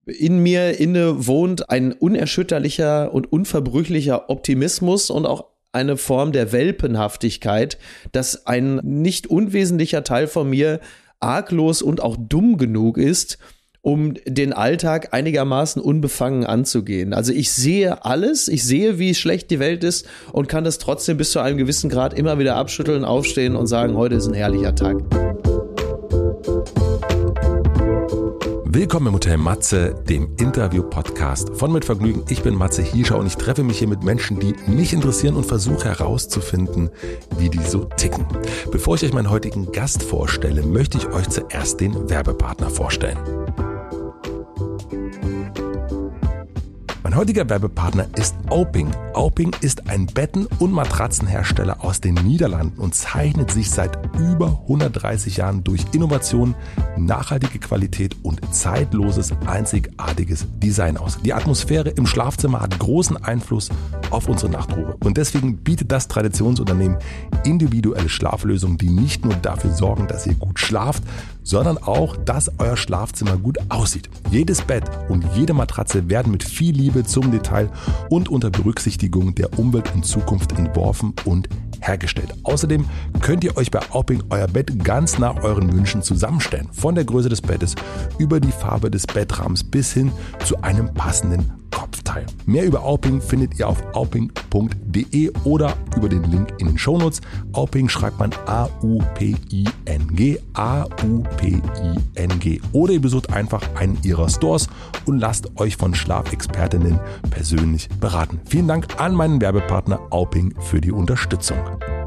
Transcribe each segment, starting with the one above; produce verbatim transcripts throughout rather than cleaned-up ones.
in mir inne wohnt ein unerschütterlicher und unverbrüchlicher Optimismus und auch eine Form der Welpenhaftigkeit, dass ein nicht unwesentlicher Teil von mir arglos und auch dumm genug ist, um den Alltag einigermaßen unbefangen anzugehen. Also ich sehe alles, ich sehe, wie schlecht die Welt ist und kann das trotzdem bis zu einem gewissen Grad immer wieder abschütteln, aufstehen und sagen, heute ist ein herrlicher Tag. Willkommen im Hotel Matze, dem Interview-Podcast von Mit Vergnügen. Ich bin Matze Hiescher und ich treffe mich hier mit Menschen, die mich interessieren und versuche herauszufinden, wie die so ticken. Bevor ich euch meinen heutigen Gast vorstelle, möchte ich euch zuerst den Werbepartner vorstellen. Mein heutiger Werbepartner ist Auping. Auping ist ein Betten- und Matratzenhersteller aus den Niederlanden und zeichnet sich seit über hundertdreißig Jahren durch Innovation, nachhaltige Qualität und zeitloses, einzigartiges Design aus. Die Atmosphäre im Schlafzimmer hat großen Einfluss auf unsere Nachtruhe und deswegen bietet das Traditionsunternehmen individuelle Schlaflösungen, die nicht nur dafür sorgen, dass ihr gut schlaft, sondern auch, dass euer Schlafzimmer gut aussieht. Jedes Bett und jede Matratze werden mit viel Liebe zum Detail und unter Berücksichtigung der Umwelt in Zukunft entworfen und hergestellt. Außerdem könnt ihr euch bei Auping euer Bett ganz nach euren Wünschen zusammenstellen. Von der Größe des Bettes über die Farbe des Bettrahmens bis hin zu einem passenden Kopfteil. Mehr über Auping findet ihr auf auping punkt de oder über den Link in den Shownotes. Auping schreibt man A U P I N G, A U P I N G. Oder ihr besucht einfach einen ihrer Stores und lasst euch von Schlafexpertinnen persönlich beraten. Vielen Dank an meinen Werbepartner Auping für die Unterstützung.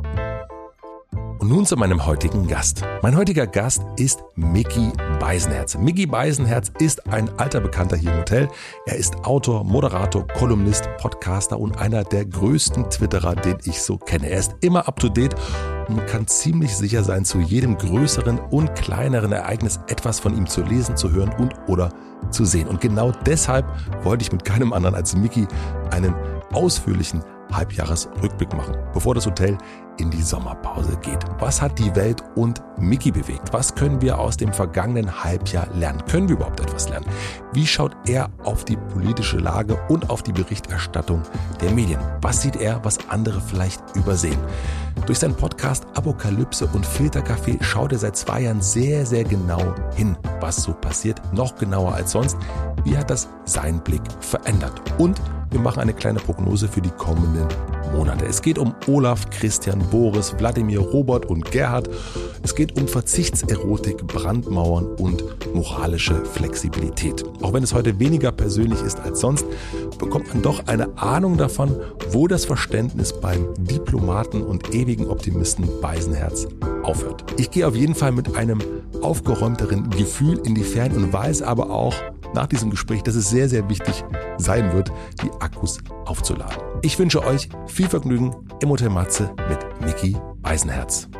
Und nun zu meinem heutigen Gast. Mein heutiger Gast ist Micky Beisenherz. Micky Beisenherz ist ein alter Bekannter hier im Hotel. Er ist Autor, Moderator, Kolumnist, Podcaster und einer der größten Twitterer, den ich so kenne. Er ist immer up to date und man kann ziemlich sicher sein, zu jedem größeren und kleineren Ereignis etwas von ihm zu lesen, zu hören und oder zu sehen. Und genau deshalb wollte ich mit keinem anderen als Micky einen ausführlichen Halbjahresrückblick machen, bevor das Hotel in die Sommerpause geht. Was hat die Welt und Micky bewegt? Was können wir aus dem vergangenen Halbjahr lernen? Können wir überhaupt etwas lernen? Wie schaut er auf die politische Lage und auf die Berichterstattung der Medien? Was sieht er, was andere vielleicht übersehen? Durch seinen Podcast Apokalypse und Filterkaffee schaut er seit zwei Jahren sehr, sehr genau hin, was so passiert, noch genauer als sonst. Wie hat das seinen Blick verändert? Und wir machen eine kleine Prognose für die kommenden Monate. Es geht um Olaf, Christian, Boris, Wladimir, Robert und Gerhard. Es geht um Verzichtserotik, Brandmauern und moralische Flexibilität. Auch wenn es heute weniger persönlich ist als sonst, bekommt man doch eine Ahnung davon, wo das Verständnis beim Diplomaten und ewigen Optimisten Beisenherz aufhört. Ich gehe auf jeden Fall mit einem aufgeräumteren Gefühl in die Ferne und weiß aber auch nach diesem Gespräch, dass es sehr, sehr wichtig sein wird, die Akkus aufzuladen. Ich wünsche euch viel Vergnügen im Hotel Matze mit Micky Beisenherz.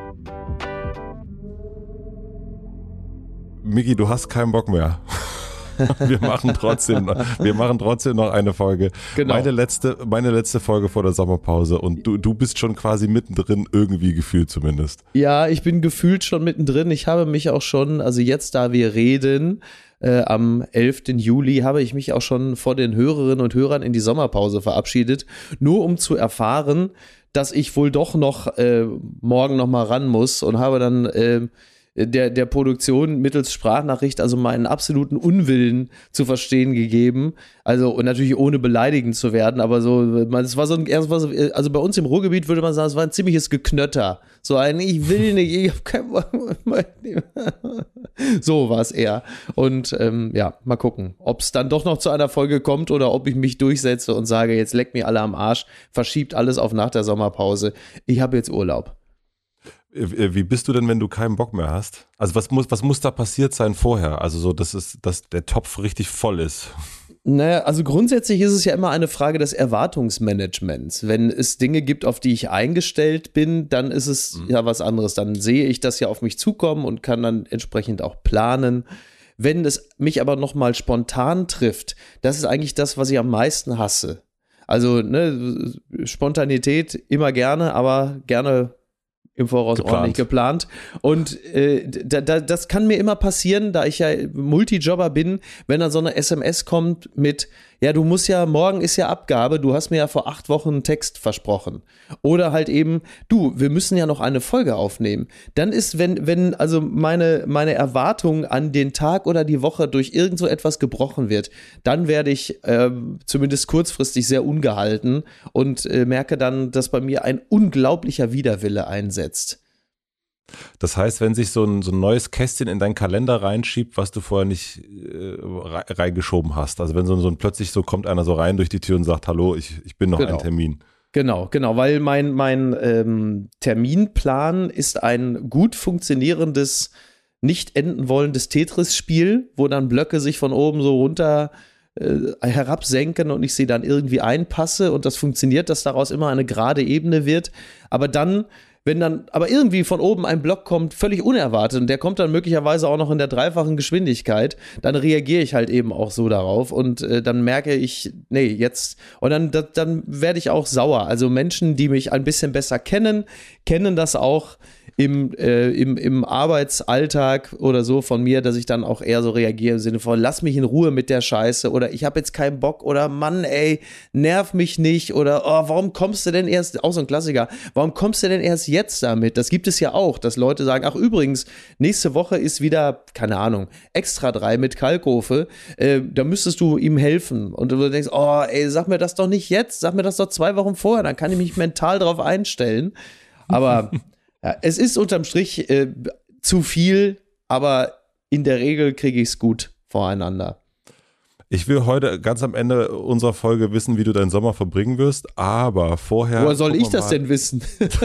Micky, du hast keinen Bock mehr. Wir machen trotzdem noch, wir machen trotzdem noch eine Folge. Genau. Meine letzte, meine letzte Folge vor der Sommerpause und du, du bist schon quasi mittendrin, irgendwie gefühlt zumindest. Ja, ich bin gefühlt schon mittendrin. Ich habe mich auch schon, also jetzt, da wir reden, äh, am elften Juli, habe ich mich auch schon vor den Hörerinnen und Hörern in die Sommerpause verabschiedet, nur um zu erfahren, dass ich wohl doch noch äh, morgen noch mal ran muss und habe dann äh, Der, der Produktion mittels Sprachnachricht also meinen absoluten Unwillen zu verstehen gegeben. Also, und natürlich ohne beleidigend zu werden, aber so, es war so ein, also bei uns im Ruhrgebiet würde man sagen, es war ein ziemliches Geknötter. So ein, ich will nicht, ich hab keinen Bock. So war es eher. Und ähm, ja, mal gucken, ob es dann doch noch zu einer Folge kommt oder ob ich mich durchsetze und sage, jetzt leckt mir alle am Arsch, verschiebt alles auf nach der Sommerpause. Ich habe jetzt Urlaub. Wie bist du denn, wenn du keinen Bock mehr hast? Also was muss, was muss da passiert sein vorher? Also so, dass, es, dass der Topf richtig voll ist. Naja, also grundsätzlich ist es ja immer eine Frage des Erwartungsmanagements. Wenn es Dinge gibt, auf die ich eingestellt bin, dann ist es mhm. ja was anderes. Dann sehe ich das ja auf mich zukommen und kann dann entsprechend auch planen. Wenn es mich aber nochmal spontan trifft, das ist eigentlich das, was ich am meisten hasse. Also ne, Spontanität immer gerne, aber gerne im Voraus geplant. ordentlich geplant. Und äh, da, da, das kann mir immer passieren, da ich ja Multijobber bin, wenn dann so eine S M S kommt mit, ja, du musst ja, morgen ist ja Abgabe, du hast mir ja vor acht Wochen einen Text versprochen. Oder halt eben, du, wir müssen ja noch eine Folge aufnehmen. Dann ist, wenn, wenn also meine, meine Erwartung an den Tag oder die Woche durch irgend so etwas gebrochen wird, dann werde ich äh, zumindest kurzfristig sehr ungehalten und äh, merke dann, dass bei mir ein unglaublicher Widerwille einsetzt. Das heißt, wenn sich so ein, so ein neues Kästchen in deinen Kalender reinschiebt, was du vorher nicht äh, reingeschoben hast, also wenn so, so ein plötzlich so kommt einer so rein durch die Tür und sagt, hallo, ich, ich bin noch Genau. ein Termin. Genau, genau, weil mein, mein ähm, Terminplan ist ein gut funktionierendes, nicht enden wollendes Tetris-Spiel, wo dann Blöcke sich von oben so runter äh, herabsenken und ich sie dann irgendwie einpasse und das funktioniert, dass daraus immer eine gerade Ebene wird, aber dann wenn dann aber irgendwie von oben ein Block kommt, völlig unerwartet und der kommt dann möglicherweise auch noch in der dreifachen Geschwindigkeit, dann reagiere ich halt eben auch so darauf und äh, dann merke ich, nee, jetzt, und dann, da, dann werde ich auch sauer. Also Menschen, die mich ein bisschen besser kennen, kennen das auch im, äh, im, im Arbeitsalltag oder so von mir, dass ich dann auch eher so reagiere im Sinne von, lass mich in Ruhe mit der Scheiße oder ich habe jetzt keinen Bock oder Mann, ey, nerv mich nicht oder oh, warum kommst du denn erst, auch so ein Klassiker, warum kommst du denn erst jetzt damit? Das gibt es ja auch, dass Leute sagen, ach übrigens, nächste Woche ist wieder, keine Ahnung, Extra drei mit Kalkofe, äh, da müsstest du ihm helfen und du denkst, oh, ey, sag mir das doch nicht jetzt, sag mir das doch zwei Wochen vorher, dann kann ich mich mental drauf einstellen, aber ja, es ist unterm Strich äh, zu viel, aber in der Regel kriege ich es gut voreinander. Ich will heute ganz am Ende unserer Folge wissen, wie du deinen Sommer verbringen wirst, aber vorher... Woher soll ich das denn wissen?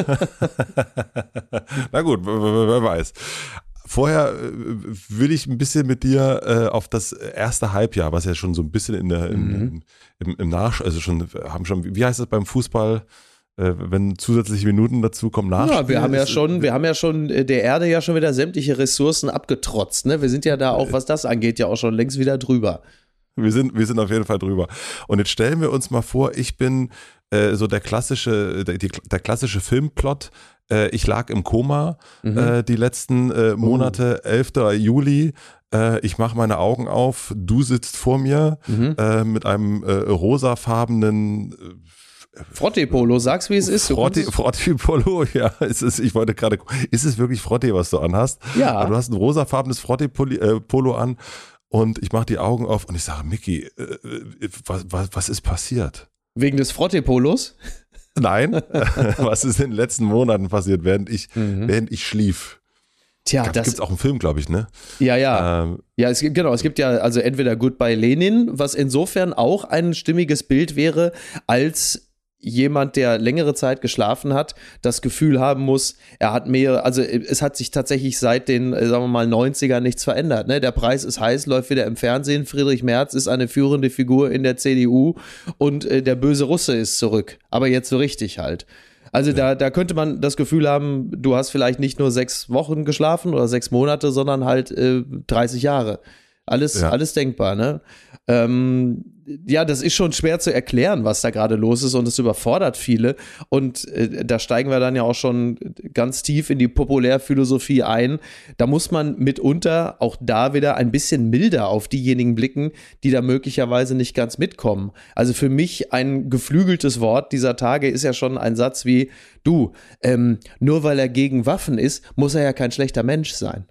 Na gut, wer weiß. Vorher will ich ein bisschen mit dir äh, auf das erste Halbjahr, was ja schon so ein bisschen in der, in, Mhm. im, im Nach... Also schon, haben schon, wie heißt das beim Fußball... wenn zusätzliche Minuten dazu kommen, Nachspiel. Ja, wir haben ja schon, wir haben ja schon der Erde ja schon wieder sämtliche Ressourcen abgetrotzt, ne? Wir sind ja da auch, was das angeht, ja auch schon längst wieder drüber. Wir sind, wir sind auf jeden Fall drüber. Und jetzt stellen wir uns mal vor, ich bin äh, so der klassische, der, die, der klassische Filmplot. Äh, ich lag im Koma Mhm. äh, die letzten äh, Monate, oh. elfter Juli. Äh, ich mache meine Augen auf, du sitzt vor mir Mhm. äh, mit einem äh, rosafarbenen äh, Frottee-Polo, sag's wie es ist. Du Frottee, kannst- Frottee-Polo, ja, ist es, ich wollte gerade gucken, ist es wirklich Frottee, was du anhast? Ja. Aber du hast ein rosafarbenes Frottee-Polo an und ich mache die Augen auf und ich sage, Micky, äh, was, was, was ist passiert? Wegen des Frottee-Polos? Nein, was ist in den letzten Monaten passiert, während ich, Mhm. während ich schlief? Tja, Da das gibt es auch einen Film, glaube ich, ne? Ja, ja. Ähm, Ja, es gibt, genau, es gibt ja also entweder Goodbye Lenin, was insofern auch ein stimmiges Bild wäre, als jemand, der längere Zeit geschlafen hat, das Gefühl haben muss, er hat mehr, also es hat sich tatsächlich seit den, äh, sagen wir mal, neunzigern nichts verändert. Ne? Der Preis ist heiß, läuft wieder im Fernsehen, Friedrich Merz ist eine führende Figur in der C D U und äh, der böse Russe ist zurück. Aber jetzt so richtig halt. Also da, da könnte man das Gefühl haben, du hast vielleicht nicht nur sechs Wochen geschlafen oder sechs Monate, sondern halt äh, dreißig Jahre. Alles, Ja. alles denkbar, ne? Ähm, ja, das ist schon schwer zu erklären, was da gerade los ist und es überfordert viele. Und äh, da steigen wir dann ja auch schon ganz tief in die Populärphilosophie ein. Da muss man mitunter auch da wieder ein bisschen milder auf diejenigen blicken, die da möglicherweise nicht ganz mitkommen. Also für mich ein geflügeltes Wort dieser Tage ist ja schon ein Satz wie, du, ähm, nur weil er gegen Waffen ist, muss er ja kein schlechter Mensch sein.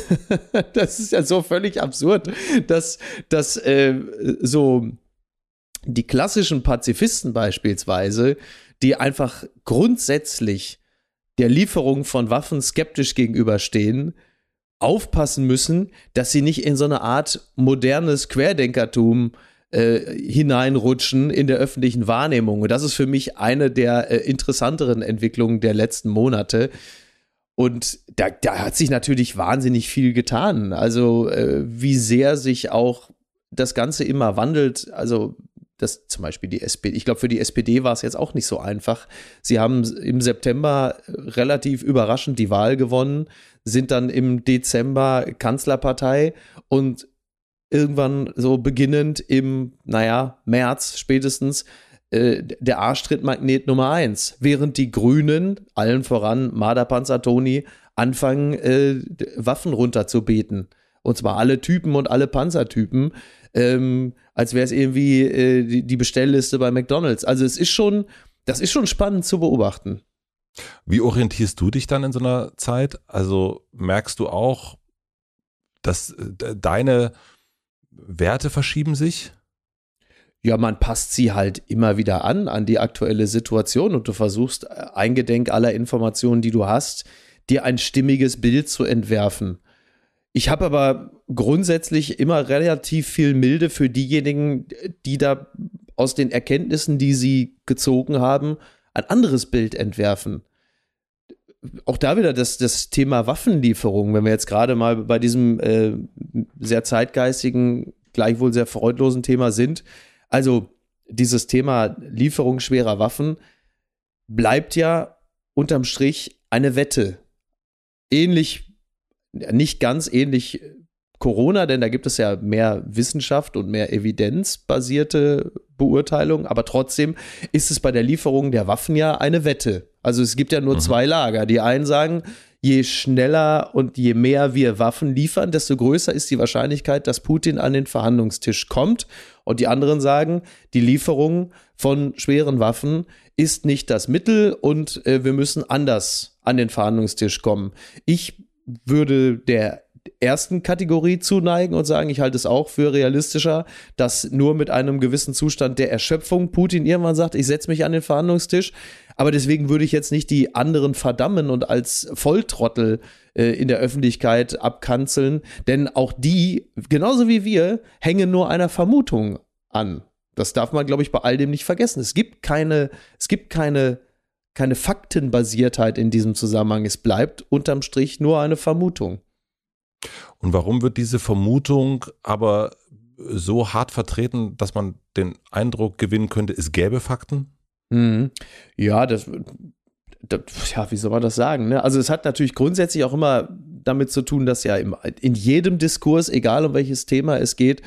Das ist ja so völlig absurd, dass, dass äh, so die klassischen Pazifisten beispielsweise, die einfach grundsätzlich der Lieferung von Waffen skeptisch gegenüberstehen, aufpassen müssen, dass sie nicht in so eine Art modernes Querdenkertum äh, hineinrutschen in der öffentlichen Wahrnehmung. Und das ist für mich eine der äh, interessanteren Entwicklungen der letzten Monate. Und da, da hat sich natürlich wahnsinnig viel getan. Also äh, wie sehr sich auch das Ganze immer wandelt. Also das zum Beispiel die S P D. Ich glaube, für die S P D war es jetzt auch nicht so einfach. Sie haben im September relativ überraschend die Wahl gewonnen, sind dann im Dezember Kanzlerpartei und irgendwann so beginnend im, naja, März spätestens äh, der Arschtrittmagnet Nummer eins. Während die Grünen, allen voran Marderpanzer Toni, anfangen, äh, Waffen runterzubeten. Und zwar alle Typen und alle Panzertypen, ähm, als wäre es irgendwie äh, die, die Bestellliste bei McDonald's. Also es ist schon, das ist schon spannend zu beobachten. Wie orientierst du dich dann in so einer Zeit? Also merkst du auch, dass äh, deine Werte verschieben sich? Ja, man passt sie halt immer wieder an, an die aktuelle Situation und du versuchst, eingedenk aller Informationen, die du hast, dir ein stimmiges Bild zu entwerfen. Ich habe aber grundsätzlich immer relativ viel Milde für diejenigen, die da aus den Erkenntnissen, die sie gezogen haben, ein anderes Bild entwerfen. Auch da wieder das, das Thema Waffenlieferung, wenn wir jetzt gerade mal bei diesem äh, sehr zeitgeistigen, gleichwohl sehr freudlosen Thema sind. Also dieses Thema Lieferung schwerer Waffen bleibt ja unterm Strich eine Wette. Ähnlich, nicht ganz ähnlich Corona, denn da gibt es ja mehr Wissenschaft und mehr evidenzbasierte Beurteilung, aber trotzdem ist es bei der Lieferung der Waffen ja eine Wette. Also es gibt ja nur mhm. zwei Lager. Die einen sagen, je schneller und je mehr wir Waffen liefern, desto größer ist die Wahrscheinlichkeit, dass Putin an den Verhandlungstisch kommt. Und die anderen sagen, die Lieferung von schweren Waffen ist nicht das Mittel und äh, wir müssen anders an den Verhandlungstisch kommen. Ich würde der ersten Kategorie zuneigen und sagen, ich halte es auch für realistischer, dass nur mit einem gewissen Zustand der Erschöpfung Putin irgendwann sagt, ich setze mich an den Verhandlungstisch. Aber deswegen würde ich jetzt nicht die anderen verdammen und als Volltrottel äh, in der Öffentlichkeit abkanzeln, denn auch die, genauso wie wir, hängen nur einer Vermutung an. Das darf man, glaube ich, bei all dem nicht vergessen. Es gibt keine, es gibt keine, keine Faktenbasiertheit in diesem Zusammenhang. Es bleibt unterm Strich nur eine Vermutung. Und warum wird diese Vermutung aber so hart vertreten, dass man den Eindruck gewinnen könnte, es gäbe Fakten? Mhm. Ja, das, das, ja, wie soll man das sagen? Ne? Also es hat natürlich grundsätzlich auch immer damit zu tun, dass ja im, in jedem Diskurs, egal um welches Thema es geht,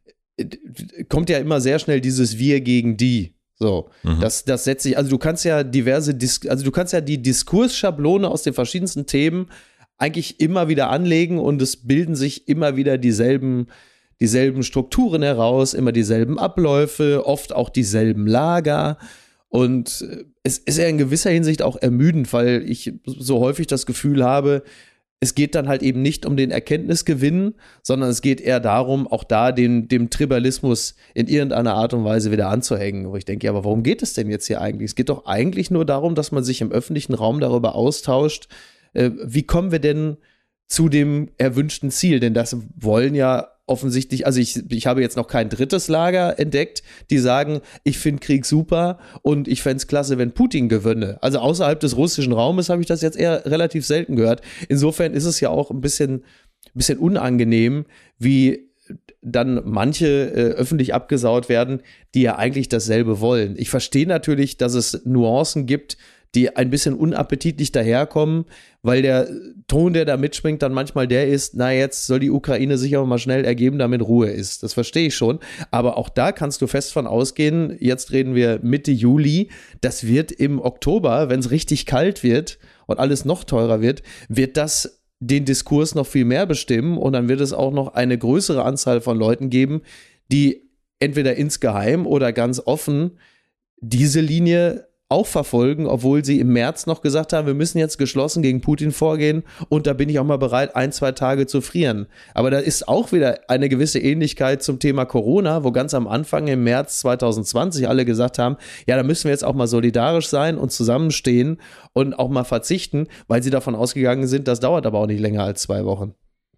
kommt ja immer sehr schnell dieses Wir gegen die. So, mhm. das, das setzt sich, also du kannst ja diverse, Dis- also du kannst ja die Diskursschablone aus den verschiedensten Themen eigentlich immer wieder anlegen und es bilden sich immer wieder dieselben, dieselben Strukturen heraus, immer dieselben Abläufe, oft auch dieselben Lager. Und es ist ja in gewisser Hinsicht auch ermüdend, weil ich so häufig das Gefühl habe, es geht dann halt eben nicht um den Erkenntnisgewinn, sondern es geht eher darum, auch da den, dem Tribalismus in irgendeiner Art und Weise wieder anzuhängen. Wo ich denke, ja, aber worum geht es denn jetzt hier eigentlich? Es geht doch eigentlich nur darum, dass man sich im öffentlichen Raum darüber austauscht, äh, wie kommen wir denn zu dem erwünschten Ziel? Denn das wollen ja offensichtlich, also ich, ich habe jetzt noch kein drittes Lager entdeckt, die sagen, ich finde Krieg super und ich fände es klasse, wenn Putin gewönne. Also außerhalb des russischen Raumes habe ich das jetzt eher relativ selten gehört. Insofern ist es ja auch ein bisschen, ein bisschen unangenehm, wie dann manche äh, öffentlich abgesaut werden, die ja eigentlich dasselbe wollen. Ich verstehe natürlich, dass es Nuancen gibt, die ein bisschen unappetitlich daherkommen, weil der Ton, der da mitschwingt, dann manchmal der ist, na jetzt soll die Ukraine sich aber mal schnell ergeben, damit Ruhe ist. Das verstehe ich schon. Aber auch da kannst du fest von ausgehen, jetzt reden wir Mitte Juli, das wird im Oktober, wenn es richtig kalt wird und alles noch teurer wird, wird das den Diskurs noch viel mehr bestimmen und dann wird es auch noch eine größere Anzahl von Leuten geben, die entweder insgeheim oder ganz offen diese Linie auch verfolgen, obwohl sie im März noch gesagt haben, wir müssen jetzt geschlossen gegen Putin vorgehen und da bin ich auch mal bereit, ein, zwei Tage zu frieren. Aber da ist auch wieder eine gewisse Ähnlichkeit zum Thema Corona, wo ganz am Anfang im März zwanzig zwanzig alle gesagt haben, ja, da müssen wir jetzt auch mal solidarisch sein und zusammenstehen und auch mal verzichten, weil sie davon ausgegangen sind, das dauert aber auch nicht länger als zwei Wochen.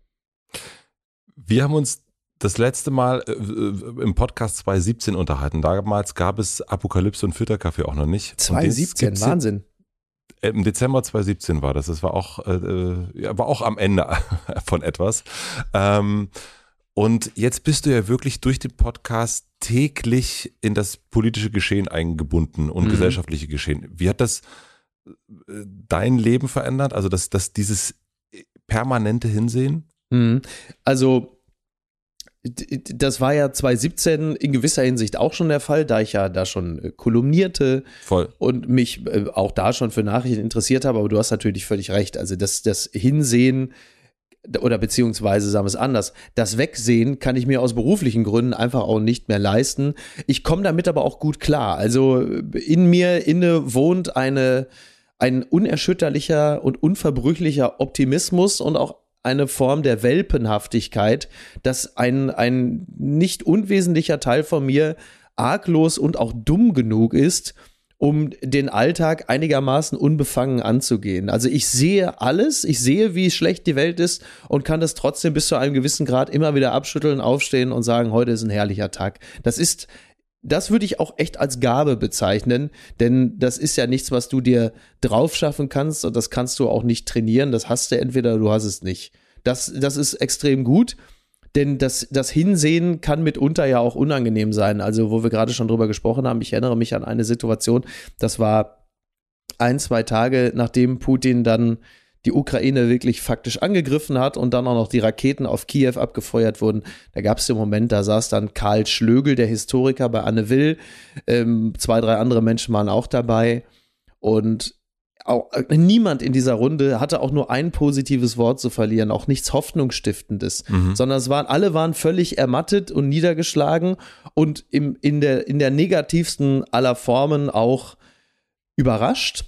Wir haben uns das letzte Mal äh, im Podcast zwanzig siebzehn unterhalten. Damals gab es Apokalypse und Filterkaffee auch noch nicht. zwanzig siebzehn, Wahnsinn. Im Dezember zwanzig siebzehn war das. Das war auch, äh, ja, war auch am Ende von etwas. Ähm, und jetzt bist du ja wirklich durch den Podcast täglich in das politische Geschehen eingebunden und mhm. gesellschaftliche Geschehen. Wie hat das äh, dein Leben verändert? Also das, das, dieses permanente Hinsehen? Mhm. Also das war ja zwanzig siebzehn in gewisser Hinsicht auch schon der Fall, da ich ja da schon kolumnierte Voll. und mich auch da schon für Nachrichten interessiert habe, aber du hast natürlich völlig recht, also das, das Hinsehen oder beziehungsweise, sagen wir es anders, das Wegsehen kann ich mir aus beruflichen Gründen einfach auch nicht mehr leisten. Ich komme damit aber auch gut klar. Also in mir inne wohnt eine, ein unerschütterlicher und unverbrüchlicher Optimismus und auch eine Form der Welpenhaftigkeit, dass ein, ein nicht unwesentlicher Teil von mir arglos und auch dumm genug ist, um den Alltag einigermaßen unbefangen anzugehen. Also ich sehe alles, ich sehe, wie schlecht die Welt ist und kann das trotzdem bis zu einem gewissen Grad immer wieder abschütteln, aufstehen und sagen, heute ist ein herrlicher Tag. Das ist, das würde ich auch echt als Gabe bezeichnen, denn das ist ja nichts, was du dir drauf schaffen kannst und das kannst du auch nicht trainieren. Das hast du entweder, du hast es nicht. Das, das ist extrem gut. Denn das, das Hinsehen kann mitunter ja auch unangenehm sein. Also, wo wir gerade schon drüber gesprochen haben, ich erinnere mich an eine Situation, das war ein, zwei Tage, nachdem Putin dann die Ukraine wirklich faktisch angegriffen hat und dann auch noch die Raketen auf Kiew abgefeuert wurden. Da gab es den Moment, da saß dann Karl Schlögel, der Historiker, bei Anne Will. Ähm, zwei, drei andere Menschen waren auch dabei. Und auch, niemand in dieser Runde hatte auch nur ein positives Wort zu verlieren, auch nichts Hoffnungsstiftendes, mhm. sondern es waren, alle waren völlig ermattet und niedergeschlagen und im, in, der, in der negativsten aller Formen auch überrascht.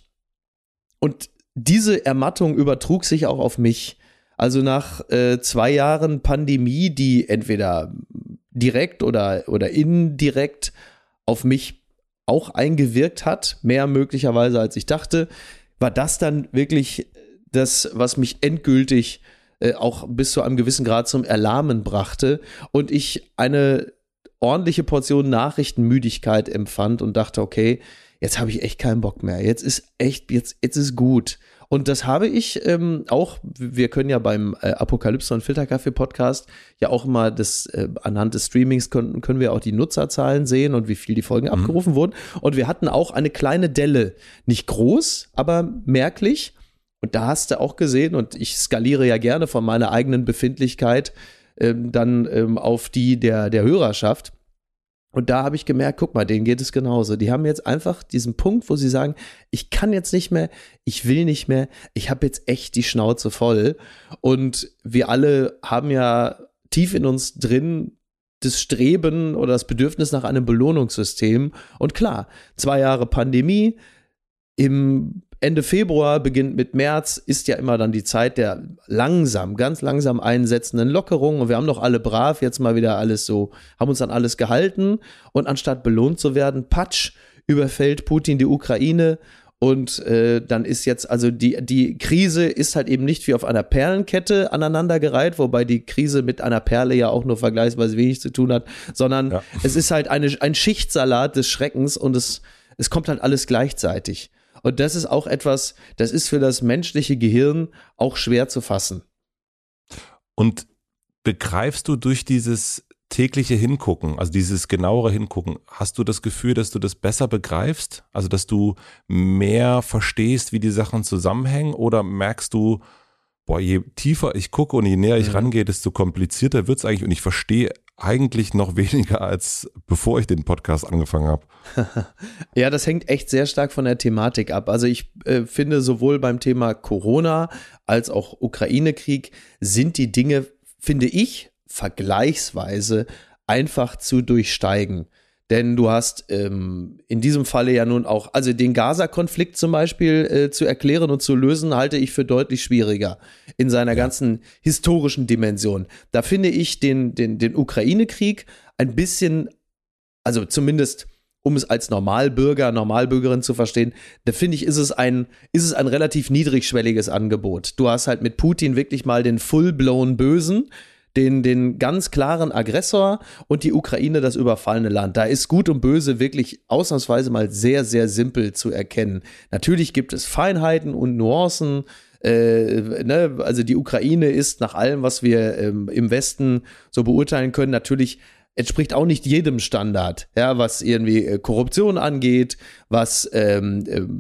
Und diese Ermattung übertrug sich auch auf mich. Also nach äh, zwei Jahren Pandemie, die entweder direkt oder, oder indirekt auf mich auch eingewirkt hat, mehr möglicherweise als ich dachte, war das dann wirklich das, was mich endgültig äh, auch bis zu einem gewissen Grad zum Erlahmen brachte und ich eine ordentliche Portion Nachrichtenmüdigkeit empfand und dachte, okay, jetzt habe ich echt keinen Bock mehr, jetzt ist echt, jetzt, jetzt ist gut. Und das habe ich ähm, auch, wir können ja beim äh, Apokalypse und Filterkaffee-Podcast ja auch immer das, äh, anhand des Streamings können, können wir auch die Nutzerzahlen sehen und wie viel die Folgen mhm. abgerufen wurden. Und wir hatten auch eine kleine Delle. Nicht groß, aber merklich. Und da hast du auch gesehen, und ich skaliere ja gerne von meiner eigenen Befindlichkeit ähm, dann ähm, auf die der, der Hörerschaft. Und da habe ich gemerkt, guck mal, denen geht es genauso. Die haben jetzt einfach diesen Punkt, wo sie sagen, ich kann jetzt nicht mehr, ich will nicht mehr, ich habe jetzt echt die Schnauze voll. Und wir alle haben ja tief in uns drin das Streben oder das Bedürfnis nach einem Belohnungssystem. Und klar, zwei Jahre Pandemie, im Ende Februar, beginnt mit März, ist ja immer dann die Zeit der langsam, ganz langsam einsetzenden Lockerungen. Und wir haben doch alle brav jetzt mal wieder alles so, haben uns an alles gehalten. Und anstatt belohnt zu werden, patsch, überfällt Putin die Ukraine. Und äh, dann ist jetzt, also die, die Krise ist halt eben nicht wie auf einer Perlenkette aneinandergereiht, wobei die Krise mit einer Perle ja auch nur vergleichsweise wenig zu tun hat, sondern ja. es ist halt eine, ein Schichtsalat des Schreckens und es, es kommt halt alles gleichzeitig. Und das ist auch etwas, das ist für das menschliche Gehirn auch schwer zu fassen. Und begreifst du durch dieses tägliche Hingucken, also dieses genauere Hingucken, hast du das Gefühl, dass du das besser begreifst? Also, dass du mehr verstehst, wie die Sachen zusammenhängen? Oder merkst du, boah, je tiefer ich gucke und je näher ich mhm. rangehe, desto komplizierter wird es eigentlich und ich verstehe eigentlich noch weniger, als bevor ich den Podcast angefangen habe. Ja, das hängt echt sehr stark von der Thematik ab. Also ich äh, finde, sowohl beim Thema Corona als auch Ukraine-Krieg sind die Dinge, finde ich, vergleichsweise einfach zu durchsteigen. Denn du hast ähm, in diesem Falle ja nun auch, also den Gaza-Konflikt zum Beispiel äh, zu erklären und zu lösen, halte ich für deutlich schwieriger in seiner ja. ganzen historischen Dimension. Da finde ich den, den, den Ukraine-Krieg ein bisschen, also zumindest um es als Normalbürger, Normalbürgerin zu verstehen, da finde ich, ist es ein, ist es ein relativ niedrigschwelliges Angebot. Du hast halt mit Putin wirklich mal den full-blown Bösen, Den, den ganz klaren Aggressor und die Ukraine das überfallene Land. Da ist Gut und Böse wirklich ausnahmsweise mal sehr, sehr simpel zu erkennen. Natürlich gibt es Feinheiten und Nuancen. Äh, ne? Also die Ukraine ist nach allem, was wir ähm, im Westen so beurteilen können, natürlich entspricht auch nicht jedem Standard, ja, was irgendwie äh, Korruption angeht, was ähm,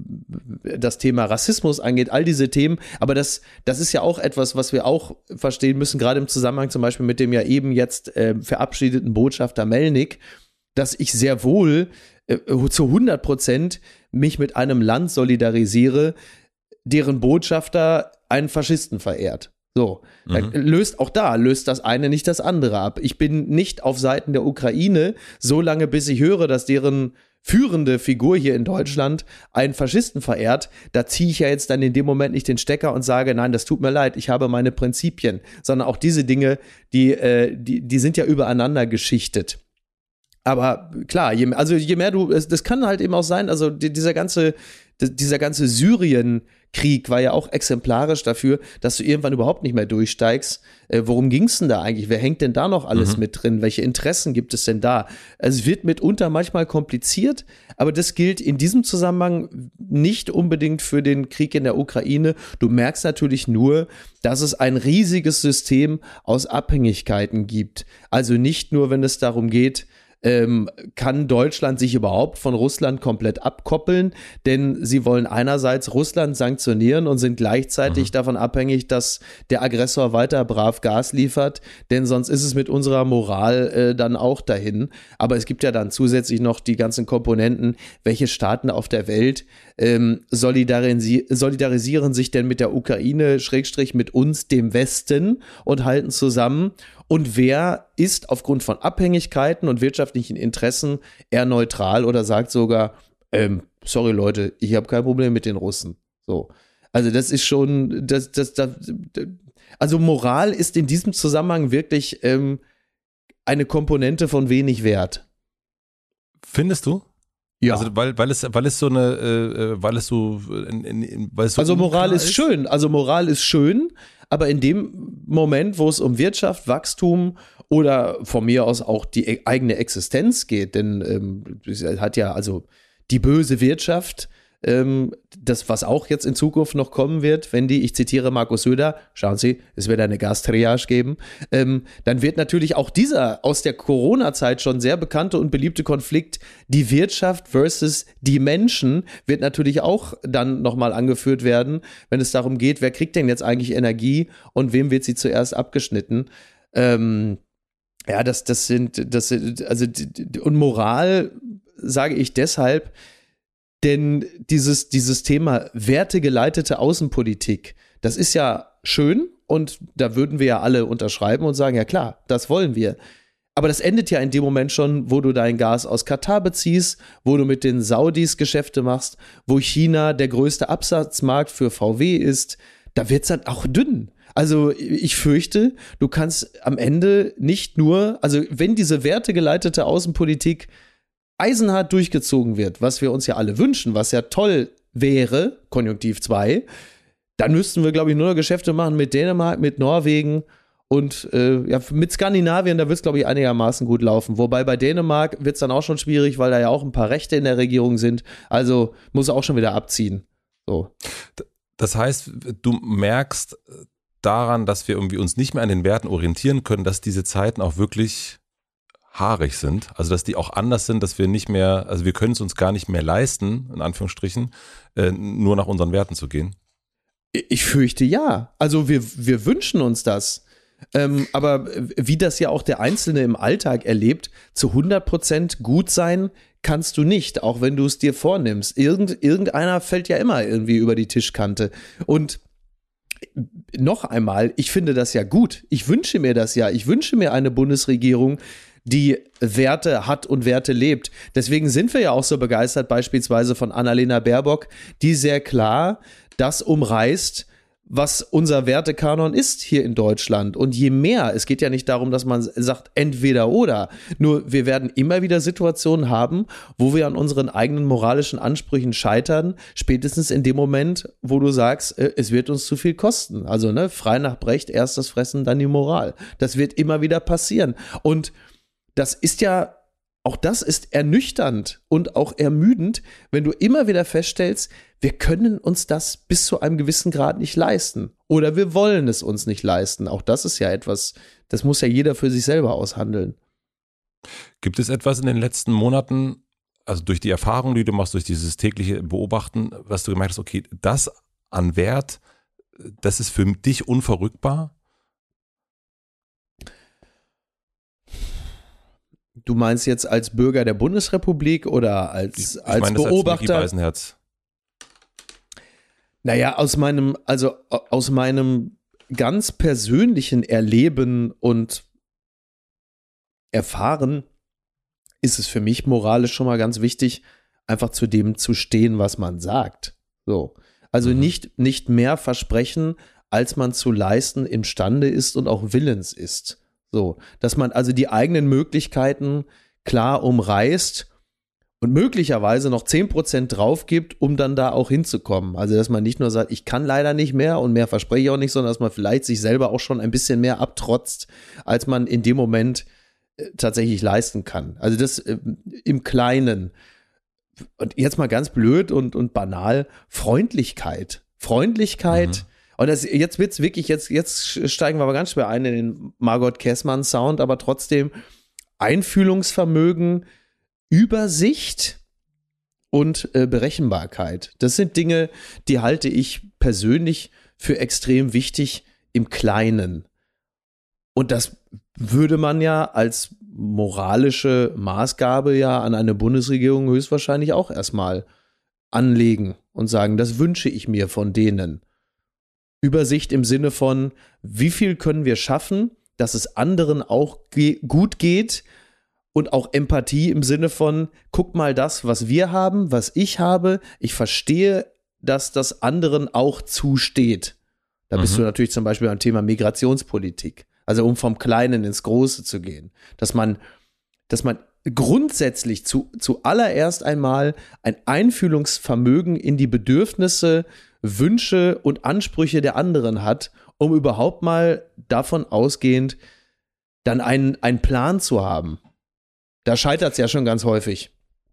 äh, das Thema Rassismus angeht, all diese Themen. Aber das, das ist ja auch etwas, was wir auch verstehen müssen, gerade im Zusammenhang zum Beispiel mit dem ja eben jetzt äh, verabschiedeten Botschafter Melnik, dass ich sehr wohl äh, zu hundert Prozent mich mit einem Land solidarisiere, deren Botschafter einen Faschisten verehrt. So, mhm. löst auch da, löst das eine nicht das andere ab. Ich bin nicht auf Seiten der Ukraine, so lange bis ich höre, dass deren führende Figur hier in Deutschland einen Faschisten verehrt. Da ziehe ich ja jetzt dann in dem Moment nicht den Stecker und sage, nein, das tut mir leid, ich habe meine Prinzipien. Sondern auch diese Dinge, die, äh, die, die sind ja übereinander geschichtet. Aber klar, je, also je mehr du, das kann halt eben auch sein, also dieser ganze, dieser ganze Syrien-Krieg war ja auch exemplarisch dafür, dass du irgendwann überhaupt nicht mehr durchsteigst. Äh, worum ging's denn da eigentlich? Wer hängt denn da noch alles mhm. mit drin? Welche Interessen gibt es denn da? Also es wird mitunter manchmal kompliziert, aber das gilt in diesem Zusammenhang nicht unbedingt für den Krieg in der Ukraine. Du merkst natürlich nur, dass es ein riesiges System aus Abhängigkeiten gibt. Also nicht nur, wenn es darum geht, Ähm, kann Deutschland sich überhaupt von Russland komplett abkoppeln, denn sie wollen einerseits Russland sanktionieren und sind gleichzeitig mhm. davon abhängig, dass der Aggressor weiter brav Gas liefert, denn sonst ist es mit unserer Moral äh, dann auch dahin. Aber es gibt ja dann zusätzlich noch die ganzen Komponenten, welche Staaten auf der Welt ähm, solidarisi- solidarisieren sich denn mit der Ukraine, Schrägstrich mit uns, dem Westen, und halten zusammen. Und wer ist aufgrund von Abhängigkeiten und wirtschaftlichen Interessen eher neutral oder sagt sogar, ähm, sorry Leute, ich habe kein Problem mit den Russen. So. Also das ist schon, das, das, das, also Moral ist in diesem Zusammenhang wirklich ähm, eine Komponente von wenig Wert. Findest du? Ja. Also weil, weil es, weil es so eine, äh, weil es so, in, in, weil es so also Moral ist, ist schön, also Moral ist schön, aber in dem Moment, wo es um Wirtschaft, Wachstum oder von mir aus auch die eigene Existenz geht, denn ähm, es hat ja also die böse Wirtschaft, ähm, das, was auch jetzt in Zukunft noch kommen wird, wenn die, ich zitiere Markus Söder, schauen Sie, es wird eine Gastriage geben, ähm, dann wird natürlich auch dieser aus der Corona-Zeit schon sehr bekannte und beliebte Konflikt, die Wirtschaft versus die Menschen, wird natürlich auch dann nochmal angeführt werden, wenn es darum geht, wer kriegt denn jetzt eigentlich Energie und wem wird sie zuerst abgeschnitten. Ähm, ja, das, das sind, das sind, also, und Moral sage ich deshalb, denn dieses, dieses Thema wertegeleitete Außenpolitik, das ist ja schön und da würden wir ja alle unterschreiben und sagen, ja klar, das wollen wir. Aber das endet ja in dem Moment schon, wo du dein Gas aus Katar beziehst, wo du mit den Saudis Geschäfte machst, wo China der größte Absatzmarkt für V W ist. Da wird es dann auch dünn. Also ich fürchte, du kannst am Ende nicht nur, also wenn diese wertegeleitete Außenpolitik eisenhart durchgezogen wird, was wir uns ja alle wünschen, was ja toll wäre, Konjunktiv zwei, dann müssten wir, glaube ich, nur noch Geschäfte machen mit Dänemark, mit Norwegen und äh, ja, mit Skandinavien, da wird es, glaube ich, einigermaßen gut laufen. Wobei bei Dänemark wird es dann auch schon schwierig, weil da ja auch ein paar Rechte in der Regierung sind. Also muss auch schon wieder abziehen. So. Das heißt, du merkst daran, dass wir irgendwie uns nicht mehr an den Werten orientieren können, dass diese Zeiten auch wirklich haarig sind, also dass die auch anders sind, dass wir nicht mehr, also wir können es uns gar nicht mehr leisten, in Anführungsstrichen, äh, nur nach unseren Werten zu gehen? Ich fürchte ja. Also wir, wir wünschen uns das. Ähm, aber wie das ja auch der Einzelne im Alltag erlebt, zu hundert Prozent gut sein kannst du nicht, auch wenn du es dir vornimmst. Irgend, irgendeiner fällt ja immer irgendwie über die Tischkante. Und noch einmal, ich finde das ja gut. Ich wünsche mir das ja. Ich wünsche mir eine Bundesregierung, die Werte hat und Werte lebt. Deswegen sind wir ja auch so begeistert beispielsweise von Annalena Baerbock, die sehr klar das umreißt, was unser Wertekanon ist hier in Deutschland. Und je mehr, es geht ja nicht darum, dass man sagt, entweder oder, nur wir werden immer wieder Situationen haben, wo wir an unseren eigenen moralischen Ansprüchen scheitern, spätestens in dem Moment, wo du sagst, es wird uns zu viel kosten. Also ne, frei nach Brecht, erst das Fressen, dann die Moral. Das wird immer wieder passieren. Und das ist ja, auch das ist ernüchternd und auch ermüdend, wenn du immer wieder feststellst, wir können uns das bis zu einem gewissen Grad nicht leisten. Oder wir wollen es uns nicht leisten. Auch das ist ja etwas, das muss ja jeder für sich selber aushandeln. Gibt es etwas in den letzten Monaten, also durch die Erfahrung, die du machst, durch dieses tägliche Beobachten, was du gemerkt hast, okay, das an Wert, das ist für dich unverrückbar? Du meinst jetzt als Bürger der Bundesrepublik oder als, ich, ich als meine Beobachter? Das als Beisenherz. Naja, aus meinem, also aus meinem ganz persönlichen Erleben und Erfahren ist es für mich moralisch schon mal ganz wichtig, einfach zu dem zu stehen, was man sagt. So. Also mhm. nicht, nicht mehr versprechen, als man zu leisten imstande ist und auch willens ist. So. Dass man also die eigenen Möglichkeiten klar umreißt und möglicherweise noch zehn Prozent drauf gibt, um dann da auch hinzukommen. Also, dass man nicht nur sagt, ich kann leider nicht mehr und mehr verspreche ich auch nicht, sondern dass man vielleicht sich selber auch schon ein bisschen mehr abtrotzt, als man in dem Moment äh, tatsächlich leisten kann. Also das äh, im Kleinen. Und jetzt mal ganz blöd und, und banal, Freundlichkeit. Freundlichkeit. Mhm. Und das, jetzt wird's wirklich, jetzt, jetzt steigen wir aber ganz schwer ein in den Margot Kessmann-Sound, aber trotzdem Einfühlungsvermögen, Übersicht und äh, Berechenbarkeit. Das sind Dinge, die halte ich persönlich für extrem wichtig im Kleinen. Und das würde man ja als moralische Maßgabe ja an eine Bundesregierung höchstwahrscheinlich auch erstmal anlegen und sagen, das wünsche ich mir von denen. Übersicht im Sinne von, wie viel können wir schaffen, dass es anderen auch ge- gut geht, und auch Empathie im Sinne von, guck mal das, was wir haben, was ich habe. Ich verstehe, dass das anderen auch zusteht. Da mhm. bist du natürlich zum Beispiel beim Thema Migrationspolitik. Also um vom Kleinen ins Große zu gehen. Dass man, dass man grundsätzlich zu, zuallererst einmal ein Einfühlungsvermögen in die Bedürfnisse, Wünsche und Ansprüche der anderen hat, um überhaupt mal davon ausgehend dann einen, einen Plan zu haben. Da scheitert es ja schon ganz häufig.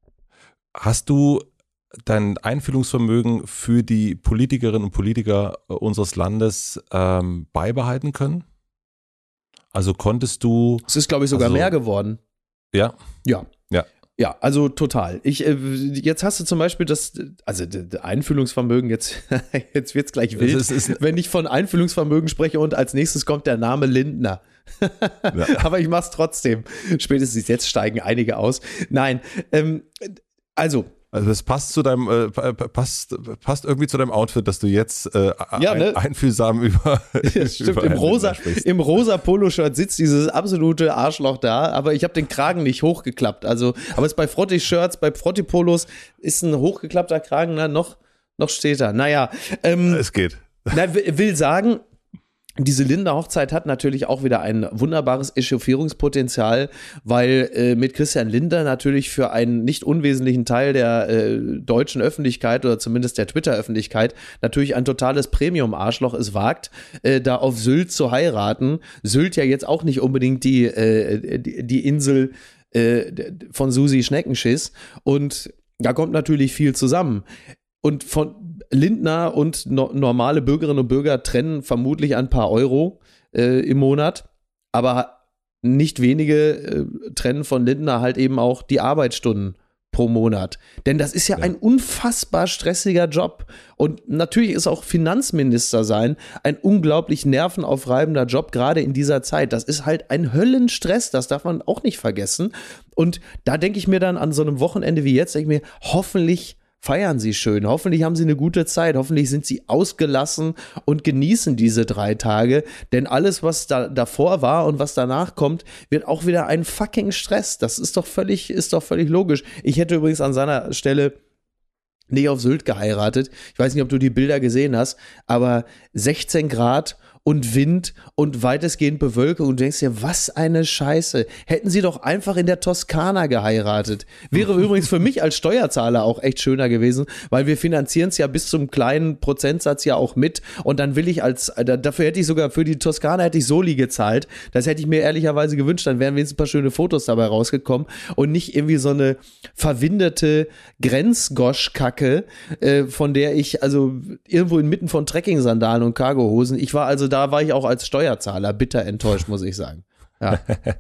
Hast du dein Einfühlungsvermögen für die Politikerinnen und Politiker unseres Landes ähm, beibehalten können? Also konntest du... Es ist, glaube ich, sogar also, mehr geworden. Ja? Ja. Ja. Ja, also total. Ich, äh, jetzt hast du zum Beispiel das, also d- Einfühlungsvermögen, jetzt, jetzt wird es gleich wild, es ist, wenn ich von Einfühlungsvermögen spreche und als nächstes kommt der Name Lindner. Ja. Aber ich mach's trotzdem. Spätestens jetzt steigen einige aus. Nein, ähm, also. Also das passt zu deinem, äh, passt, passt irgendwie zu deinem Outfit, dass du jetzt äh, ja, ne? ein, einfühlsam über. Das stimmt, über im rosa, im rosa Poloshirt sitzt dieses absolute Arschloch da, aber ich habe den Kragen nicht hochgeklappt. Also, aber es bei Frotti-Shirts, bei Frotti-Polos ist ein hochgeklappter Kragen, na, noch, noch steht er. Naja. Ähm, es geht. Na, will sagen, diese Lindner-Hochzeit hat natürlich auch wieder ein wunderbares Echauffierungspotenzial, weil äh, mit Christian Lindner natürlich für einen nicht unwesentlichen Teil der äh, deutschen Öffentlichkeit oder zumindest der Twitter-Öffentlichkeit natürlich ein totales Premium-Arschloch es wagt, äh, da auf Sylt zu heiraten. Sylt ja jetzt auch nicht unbedingt die, äh, die, die Insel äh, von Susi Schneckenschiss, und da kommt natürlich viel zusammen. Und von Lindner und no- normale Bürgerinnen und Bürger trennen vermutlich ein paar Euro äh, im Monat, aber nicht wenige äh, trennen von Lindner halt eben auch die Arbeitsstunden pro Monat. Denn das ist ja, ja ein unfassbar stressiger Job. Und natürlich ist auch Finanzminister sein ein unglaublich nervenaufreibender Job, gerade in dieser Zeit. Das ist halt ein Höllenstress, das darf man auch nicht vergessen. Und da denke ich mir dann an so einem Wochenende wie jetzt, denke ich mir, hoffentlich feiern Sie schön, hoffentlich haben Sie eine gute Zeit, hoffentlich sind Sie ausgelassen und genießen diese drei Tage, denn alles, was da davor war und was danach kommt, wird auch wieder ein fucking Stress. Das ist doch völlig, ist doch völlig logisch. Ich hätte übrigens an seiner Stelle nicht auf Sylt geheiratet. Ich weiß nicht, ob du die Bilder gesehen hast, aber sechzehn Grad und Wind und weitestgehend Bewölkung und du denkst dir, was eine Scheiße. Hätten sie doch einfach in der Toskana geheiratet. Wäre übrigens für mich als Steuerzahler auch echt schöner gewesen, weil wir finanzieren es ja bis zum kleinen Prozentsatz ja auch mit und dann will ich als, dafür hätte ich sogar für die Toskana hätte ich Soli gezahlt. Das hätte ich mir ehrlicherweise gewünscht, dann wären wenigstens ein paar schöne Fotos dabei rausgekommen und nicht irgendwie so eine verwinderte Grenzgosch-Kacke, äh, von der ich also irgendwo inmitten von Trekking-Sandalen und Cargohosen, ich war also da war ich auch als Steuerzahler bitter enttäuscht, muss ich sagen. Ja.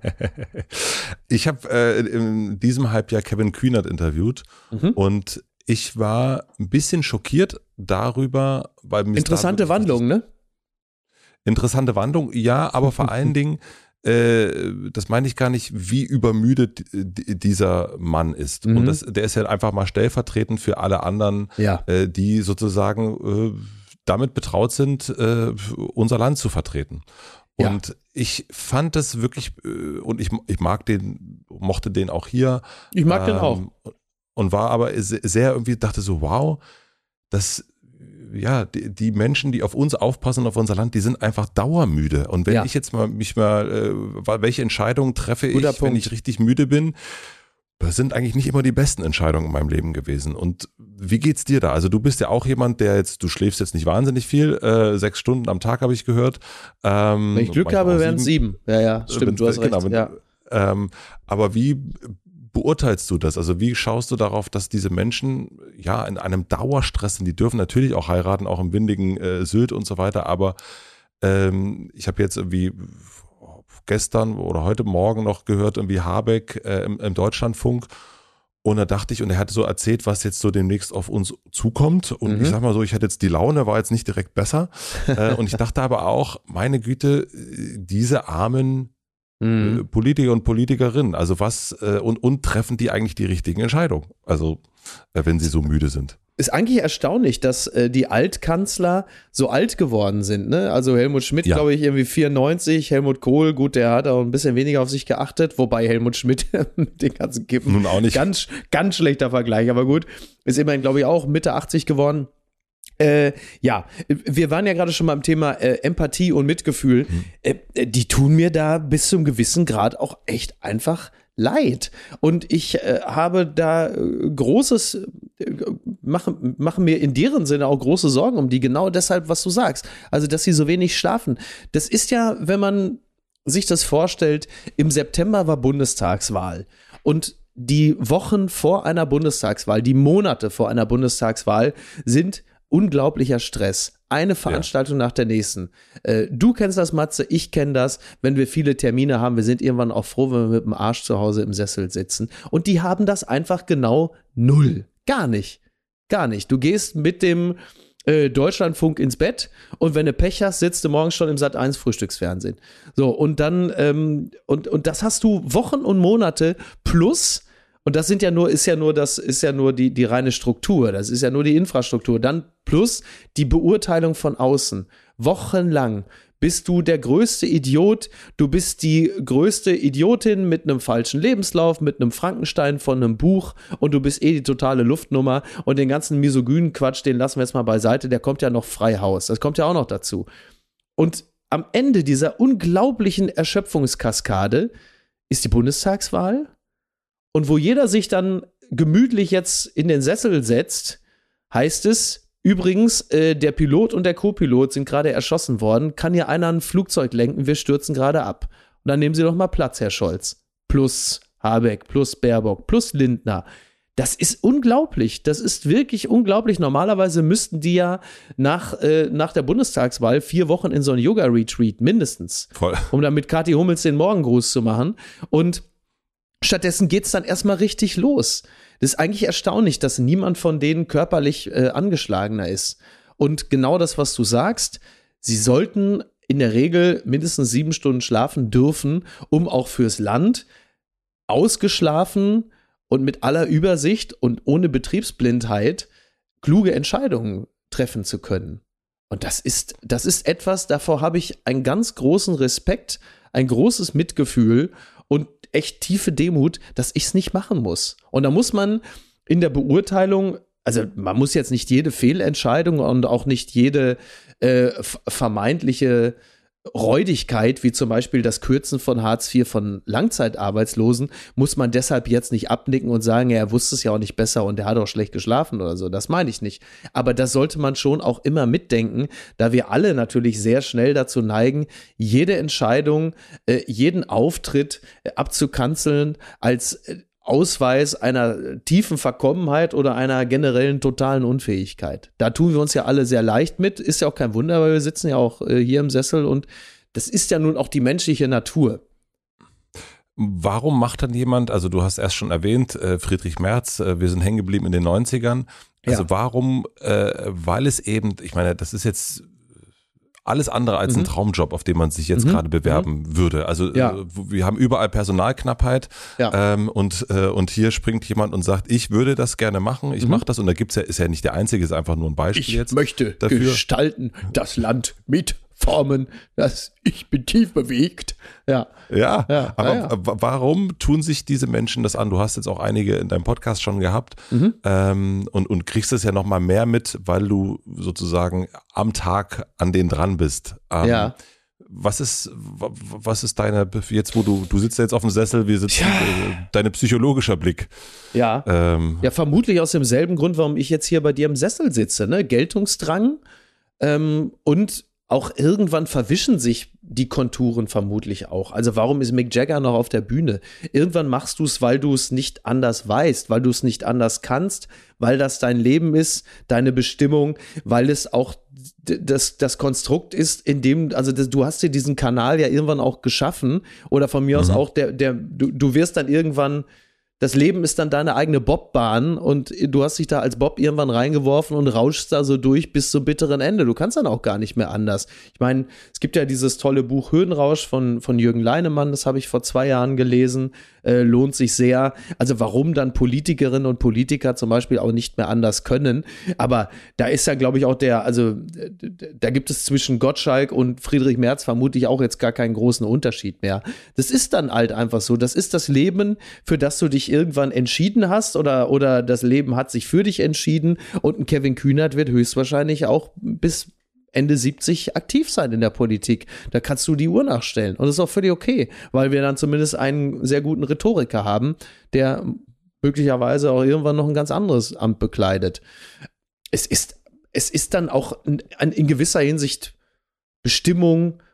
Ich habe äh, in diesem Halbjahr Kevin Kühnert interviewt mhm. und ich war ein bisschen schockiert darüber, weil mir Interessante Wandlung, ne? Interessante Wandlung, ja, aber vor allen Dingen, äh, das meine ich gar nicht, wie übermüdet dieser Mann ist. Mhm. Und das, der ist ja einfach mal stellvertretend für alle anderen, ja. äh, die sozusagen äh, damit betraut sind, äh, unser Land zu vertreten. Und ja. ich fand das wirklich, äh, und ich, ich mag den, mochte den auch hier. Ich mag ähm, den auch. Und war aber sehr irgendwie, dachte so, wow, das, ja, die, die Menschen, die auf uns aufpassen, auf unser Land, die sind einfach dauermüde. Und wenn ja. ich jetzt mal mich mal, äh, welche Entscheidungen treffe Guter ich, Punkt. wenn ich richtig müde bin, das sind eigentlich nicht immer die besten Entscheidungen in meinem Leben gewesen. Und wie geht's dir da? Also du bist ja auch jemand, der jetzt, du schläfst jetzt nicht wahnsinnig viel, äh, sechs Stunden am Tag habe ich gehört. Ähm, wenn ich Glück habe, wären es sieben. Ja, ja, stimmt, du hast genau, recht. Ja. Ähm, aber wie beurteilst du das? Also wie schaust du darauf, dass diese Menschen ja in einem Dauerstress sind? Die dürfen natürlich auch heiraten, auch im windigen äh, Sylt und so weiter, aber ähm, ich habe jetzt irgendwie gestern oder heute Morgen noch gehört, irgendwie Habeck äh, im, im Deutschlandfunk, und da dachte ich, und er hatte so erzählt, was jetzt so demnächst auf uns zukommt, und mhm. ich sag mal so, ich hatte jetzt die Laune, war jetzt nicht direkt besser, äh, und ich dachte aber auch, meine Güte, diese armen mhm. äh, Politiker und Politikerinnen, also was, äh, und, und treffen die eigentlich die richtigen Entscheidungen, also äh, wenn sie so müde sind. Ist eigentlich erstaunlich, dass äh, die Altkanzler so alt geworden sind, ne? Also Helmut Schmidt, ja. glaube ich, irgendwie vierundneunzig, Helmut Kohl, gut, der hat auch ein bisschen weniger auf sich geachtet, wobei Helmut Schmidt mit den ganzen Kippen, nun auch nicht. Ganz, ganz schlechter Vergleich, aber gut, ist immerhin, glaube ich, auch Mitte achtzig geworden. Äh, ja, wir waren ja gerade schon mal im Thema äh, Empathie und Mitgefühl. Hm. Äh, die tun mir da bis zum gewissen Grad auch echt einfach leid. Und ich äh, habe da äh, großes, äh, mache mach mir in deren Sinne auch große Sorgen um die, genau deshalb, was du sagst. Also, dass sie so wenig schlafen. Das ist ja, wenn man sich das vorstellt, im September war Bundestagswahl. Und die Wochen vor einer Bundestagswahl, die Monate vor einer Bundestagswahl sind unglaublicher Stress. Eine Veranstaltung ja. nach der nächsten. Äh, du kennst das, Matze, ich kenne das. Wenn wir viele Termine haben, wir sind irgendwann auch froh, wenn wir mit dem Arsch zu Hause im Sessel sitzen. Und die haben das einfach genau null. Gar nicht. Gar nicht. Du gehst mit dem äh, Deutschlandfunk ins Bett und wenn du Pech hast, sitzt du morgens schon im Sat eins Frühstücksfernsehen. So, und dann, ähm, und, und das hast du Wochen und Monate plus. Und das sind ja nur, ist ja nur, das ist ja nur die, die reine Struktur, das ist ja nur die Infrastruktur. Dann plus die Beurteilung von außen. Wochenlang bist du der größte Idiot, du bist die größte Idiotin mit einem falschen Lebenslauf, mit einem Frankenstein von einem Buch und du bist eh die totale Luftnummer und den ganzen misogynen Quatsch, den lassen wir jetzt mal beiseite, der kommt ja noch frei Haus. Das kommt ja auch noch dazu. Und am Ende dieser unglaublichen Erschöpfungskaskade ist die Bundestagswahl. Und wo jeder sich dann gemütlich jetzt in den Sessel setzt, heißt es, übrigens, äh, der Pilot und der Co-Pilot sind gerade erschossen worden, kann hier einer ein Flugzeug lenken, wir stürzen gerade ab. Und dann nehmen Sie doch mal Platz, Herr Scholz. Plus Habeck, plus Baerbock, plus Lindner. Das ist unglaublich, das ist wirklich unglaublich. Normalerweise müssten die ja nach, äh, nach der Bundestagswahl vier Wochen in so ein Yoga-Retreat mindestens. Voll. Um dann mit Kathi Hummels den Morgengruß zu machen. Und stattdessen geht's dann erstmal richtig los. Das ist eigentlich erstaunlich, dass niemand von denen körperlich äh, angeschlagener ist. Und genau das, was du sagst, sie sollten in der Regel mindestens sieben Stunden schlafen dürfen, um auch fürs Land ausgeschlafen und mit aller Übersicht und ohne Betriebsblindheit kluge Entscheidungen treffen zu können. Und das ist, das ist etwas, davor habe ich einen ganz großen Respekt, ein großes Mitgefühl und echt tiefe Demut, dass ich es nicht machen muss. Und da muss man in der Beurteilung, also man muss jetzt nicht jede Fehlentscheidung und auch nicht jede äh, vermeintliche Räudigkeit, wie zum Beispiel das Kürzen von Hartz vier von Langzeitarbeitslosen, muss man deshalb jetzt nicht abnicken und sagen, ja, er wusste es ja auch nicht besser und er hat auch schlecht geschlafen oder so. Das meine ich nicht. Aber das sollte man schon auch immer mitdenken, da wir alle natürlich sehr schnell dazu neigen, jede Entscheidung, äh, jeden Auftritt äh, abzukanzeln als äh, Ausweis einer tiefen Verkommenheit oder einer generellen totalen Unfähigkeit. Da tun wir uns ja alle sehr leicht mit, ist ja auch kein Wunder, weil wir sitzen ja auch äh, hier im Sessel und das ist ja nun auch die menschliche Natur. Warum macht dann jemand, also du hast erst schon erwähnt, äh, Friedrich Merz, äh, wir sind hängen geblieben in den neunzigern. Also ja. warum, äh, weil es eben, ich meine, das ist jetzt alles andere als mhm. ein Traumjob, auf den man sich jetzt mhm. gerade bewerben mhm. würde. Also ja. äh, wir haben überall Personalknappheit ja. ähm, und, äh, und hier springt jemand und sagt, ich würde das gerne machen, ich mhm. mache das und da gibt's ja, ist ja nicht der Einzige, ist einfach nur ein Beispiel ich jetzt. Ich möchte dafür. gestalten das Land mit Formen, das ich bin tief bewegt. Ja, ja, ja aber ja. warum tun sich diese Menschen das an? Du hast jetzt auch einige in deinem Podcast schon gehabt mhm. ähm, und, und kriegst es ja nochmal mehr mit, weil du sozusagen am Tag an denen dran bist. Ähm, ja. Was ist, was ist deine, jetzt wo du, du sitzt jetzt auf dem Sessel, wie sitzt ja. dein psychologischer Blick? Ja. Ähm, ja, vermutlich aus demselben Grund, warum ich jetzt hier bei dir im Sessel sitze, ne? Geltungsdrang ähm, und auch irgendwann verwischen sich die Konturen vermutlich auch. Also warum ist Mick Jagger noch auf der Bühne? Irgendwann machst du es, weil du es nicht anders weißt, weil du es nicht anders kannst, weil das dein Leben ist, deine Bestimmung, weil es auch das, das Konstrukt ist, in dem, also das, du hast dir diesen Kanal ja irgendwann auch geschaffen oder von mir mhm. aus auch, der, der, du, du wirst dann irgendwann, das Leben ist dann deine eigene Bobbahn und du hast dich da als Bob irgendwann reingeworfen und rauschst da so durch bis zum bitteren Ende. Du kannst dann auch gar nicht mehr anders. Ich meine, es gibt ja dieses tolle Buch Höhenrausch von, von Jürgen Leinemann, das habe ich vor zwei Jahren gelesen, äh, lohnt sich sehr. Also warum dann Politikerinnen und Politiker zum Beispiel auch nicht mehr anders können. Aber da ist ja, glaube ich, auch der, also da gibt es zwischen Gottschalk und Friedrich Merz vermutlich auch jetzt gar keinen großen Unterschied mehr. Das ist dann halt einfach so. Das ist das Leben, für das du dich irgendwann entschieden hast oder, oder das Leben hat sich für dich entschieden und ein Kevin Kühnert wird höchstwahrscheinlich auch bis Ende siebzig aktiv sein in der Politik. Da kannst du die Uhr nachstellen und das ist auch völlig okay, weil wir dann zumindest einen sehr guten Rhetoriker haben, der möglicherweise auch irgendwann noch ein ganz anderes Amt bekleidet. Es ist, es ist dann auch in, in gewisser Hinsicht Bestimmung,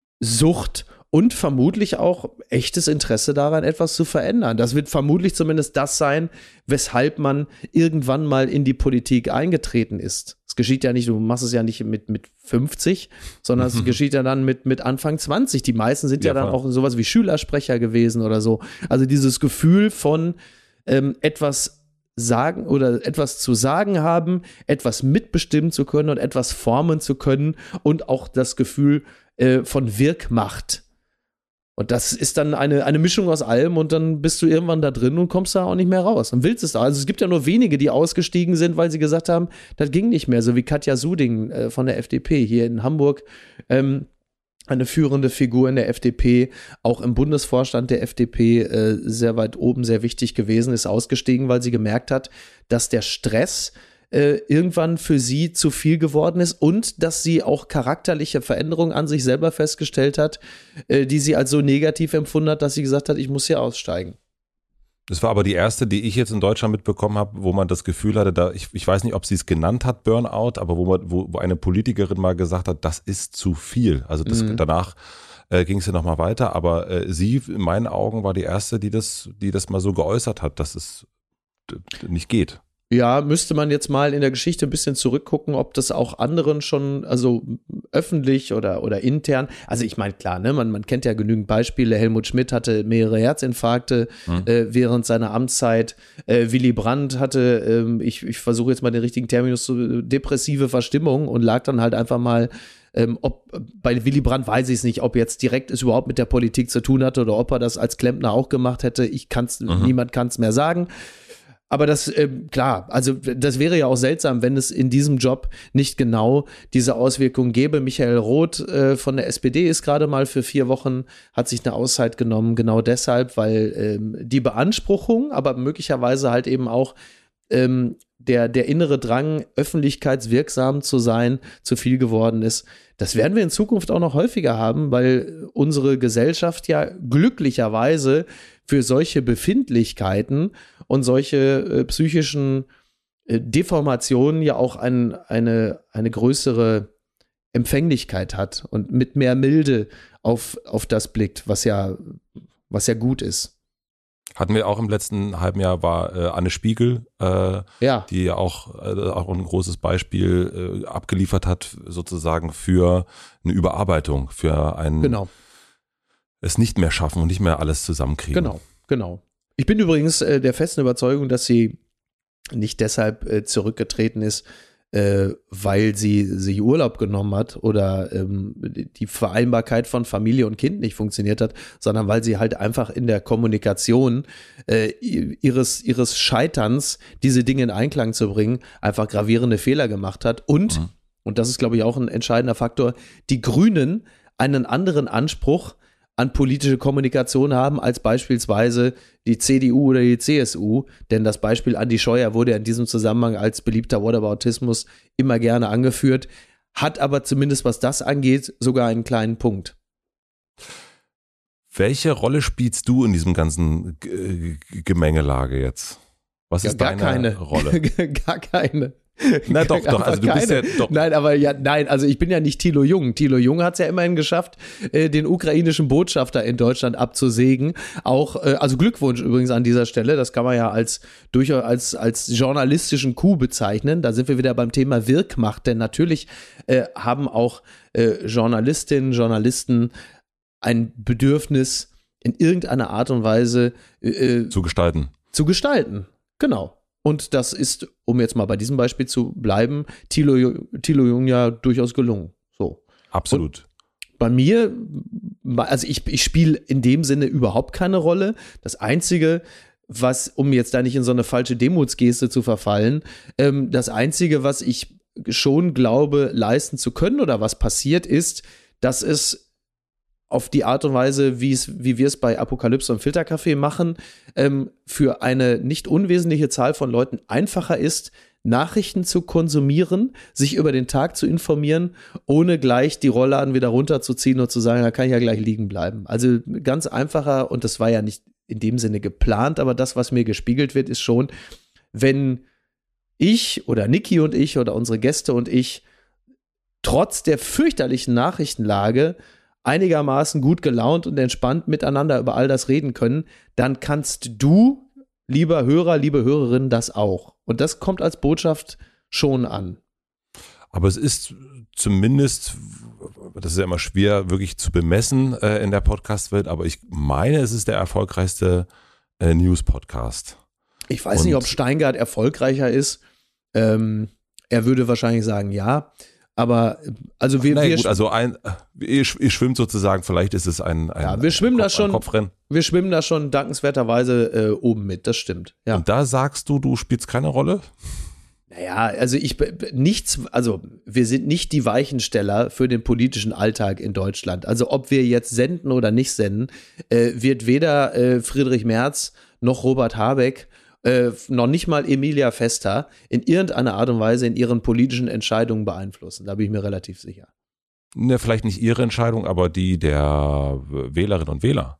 Sucht und vermutlich auch echtes Interesse daran, etwas zu verändern. Das wird vermutlich zumindest das sein, weshalb man irgendwann mal in die Politik eingetreten ist. Es geschieht ja nicht, du machst es ja nicht mit, mit fünfzig, sondern es geschieht ja dann mit, mit Anfang zwanzig. Die meisten sind ja, ja dann auch sowas wie Schülersprecher gewesen oder so. Also dieses Gefühl von ähm, etwas sagen oder etwas zu sagen haben, etwas mitbestimmen zu können und etwas formen zu können und auch das Gefühl äh, von Wirkmacht. Und das ist dann eine, eine Mischung aus allem und dann bist du irgendwann da drin und kommst da auch nicht mehr raus und willst es da. Also es gibt ja nur wenige, die ausgestiegen sind, weil sie gesagt haben, das ging nicht mehr, so wie Katja Suding äh, von der F D P hier in Hamburg, ähm, eine führende Figur in der F D P, auch im Bundesvorstand der F D P äh, sehr weit oben, sehr wichtig gewesen, ist ausgestiegen, weil sie gemerkt hat, dass der Stress Äh, irgendwann für sie zu viel geworden ist und dass sie auch charakterliche Veränderungen an sich selber festgestellt hat, äh, die sie als so negativ empfunden hat, dass sie gesagt hat, ich muss hier aussteigen. Das war aber die erste, die ich jetzt in Deutschland mitbekommen habe, wo man das Gefühl hatte, da ich, ich weiß nicht, ob sie es genannt hat, Burnout, aber wo, man, wo, wo eine Politikerin mal gesagt hat, das ist zu viel. Also das, mhm. danach äh, ging es ja nochmal weiter, aber äh, sie in meinen Augen war die erste, die das, die das mal so geäußert hat, dass es d- nicht geht. Ja, müsste man jetzt mal in der Geschichte ein bisschen zurückgucken, ob das auch anderen schon, also öffentlich oder, oder intern, also ich meine, klar, ne, man, man kennt ja genügend Beispiele, Helmut Schmidt hatte mehrere Herzinfarkte mhm. äh, während seiner Amtszeit, äh, Willy Brandt hatte, äh, ich, ich versuche jetzt mal den richtigen Terminus, so depressive Verstimmung und lag dann halt einfach mal Ähm, ob bei Willy Brandt weiß ich es nicht, ob jetzt direkt es überhaupt mit der Politik zu tun hatte oder ob er das als Klempner auch gemacht hätte. Ich kann's, mhm. niemand kann es mehr sagen. Aber das, äh, klar, also das wäre ja auch seltsam, wenn es in diesem Job nicht genau diese Auswirkungen gäbe. Michael Roth äh, von der S P D ist gerade mal für vier Wochen, hat sich eine Auszeit genommen, genau deshalb, weil ähm, die Beanspruchung, aber möglicherweise halt eben auch ähm, der, der innere Drang, öffentlichkeitswirksam zu sein, zu viel geworden ist. Das werden wir in Zukunft auch noch häufiger haben, weil unsere Gesellschaft ja glücklicherweise für solche Befindlichkeiten und solche äh, psychischen äh, Deformationen ja auch ein, eine, eine größere Empfänglichkeit hat und mit mehr Milde auf, auf das blickt, was ja, was ja gut ist. Hatten wir auch im letzten halben Jahr, war äh, Anne Spiegel, äh, ja. die ja auch, äh, auch ein großes Beispiel äh, abgeliefert hat, sozusagen für eine Überarbeitung, für ein genau. es nicht mehr schaffen und nicht mehr alles zusammenkriegen. Genau, genau. Ich bin übrigens äh, der festen Überzeugung, dass sie nicht deshalb äh, zurückgetreten ist, äh, weil sie sich Urlaub genommen hat oder ähm, die Vereinbarkeit von Familie und Kind nicht funktioniert hat, sondern weil sie halt einfach in der Kommunikation äh, ihres, ihres Scheiterns, diese Dinge in Einklang zu bringen, einfach gravierende Fehler gemacht hat. Und, mhm. und das ist, glaube ich, auch ein entscheidender Faktor, die Grünen einen anderen Anspruch an politische Kommunikation haben als beispielsweise die C D U oder die C S U, denn das Beispiel Andi Scheuer wurde in diesem Zusammenhang als beliebter Whataboutismus immer gerne angeführt, hat aber zumindest was das angeht sogar einen kleinen Punkt. Welche Rolle spielst du in diesem ganzen G- Gemengelage jetzt? Was ist ja, deine keine. Rolle? Gar keine. Na doch, doch, also du bist ja doch. Nein, aber ja, nein, also ich bin ja nicht Thilo Jung. Thilo Jung hat es ja immerhin geschafft, äh, den ukrainischen Botschafter in Deutschland abzusägen. Auch, äh, also Glückwunsch übrigens an dieser Stelle, das kann man ja als durchaus als, als journalistischen Coup bezeichnen. Da sind wir wieder beim Thema Wirkmacht, denn natürlich äh, haben auch äh, Journalistinnen, Journalisten ein Bedürfnis, in irgendeiner Art und Weise äh, zu gestalten. Zu gestalten, genau. Und das ist, um jetzt mal bei diesem Beispiel zu bleiben, Thilo, Thilo Jung ja durchaus gelungen. So. Absolut. Und bei mir, also ich, ich spiele in dem Sinne überhaupt keine Rolle. Das Einzige, was, um jetzt da nicht in so eine falsche Demutsgeste zu verfallen, ähm, das Einzige, was ich schon glaube, leisten zu können oder was passiert ist, dass es auf die Art und Weise, wie es, wie wir es bei Apokalypse und Filterkaffee machen, ähm, für eine nicht unwesentliche Zahl von Leuten einfacher ist, Nachrichten zu konsumieren, sich über den Tag zu informieren, ohne gleich die Rollladen wieder runterzuziehen und zu sagen, da kann ich ja gleich liegen bleiben. Also ganz einfacher, und das war ja nicht in dem Sinne geplant, aber das, was mir gespiegelt wird, ist schon, wenn ich oder Niki und ich oder unsere Gäste und ich trotz der fürchterlichen Nachrichtenlage einigermaßen gut gelaunt und entspannt miteinander über all das reden können, dann kannst du, lieber Hörer, liebe Hörerin, das auch. Und das kommt als Botschaft schon an. Aber es ist zumindest, das ist ja immer schwer wirklich zu bemessen äh, in der Podcast-Welt, aber ich meine, es ist der erfolgreichste äh, News-Podcast. Ich weiß und nicht, ob Steingart erfolgreicher ist. Ähm, er würde wahrscheinlich sagen, ja. Aber also wir, Nein, wir gut, also ein, ihr, ihr schwimmt sozusagen, vielleicht ist es ein, ein, ja, wir schwimmen ein, da schon, Kopfrennen. Wir schwimmen da schon dankenswerterweise äh, oben mit, das stimmt. Ja. Und da sagst du, du spielst keine Rolle? Naja, also ich nichts, also wir sind nicht die Weichensteller für den politischen Alltag in Deutschland. Also ob wir jetzt senden oder nicht senden, äh, wird weder äh, Friedrich Merz noch Robert Habeck Äh, noch nicht mal Emilia Vesta in irgendeiner Art und Weise in ihren politischen Entscheidungen beeinflussen. Da bin ich mir relativ sicher. Ne, vielleicht nicht ihre Entscheidung, aber die der Wählerinnen und Wähler.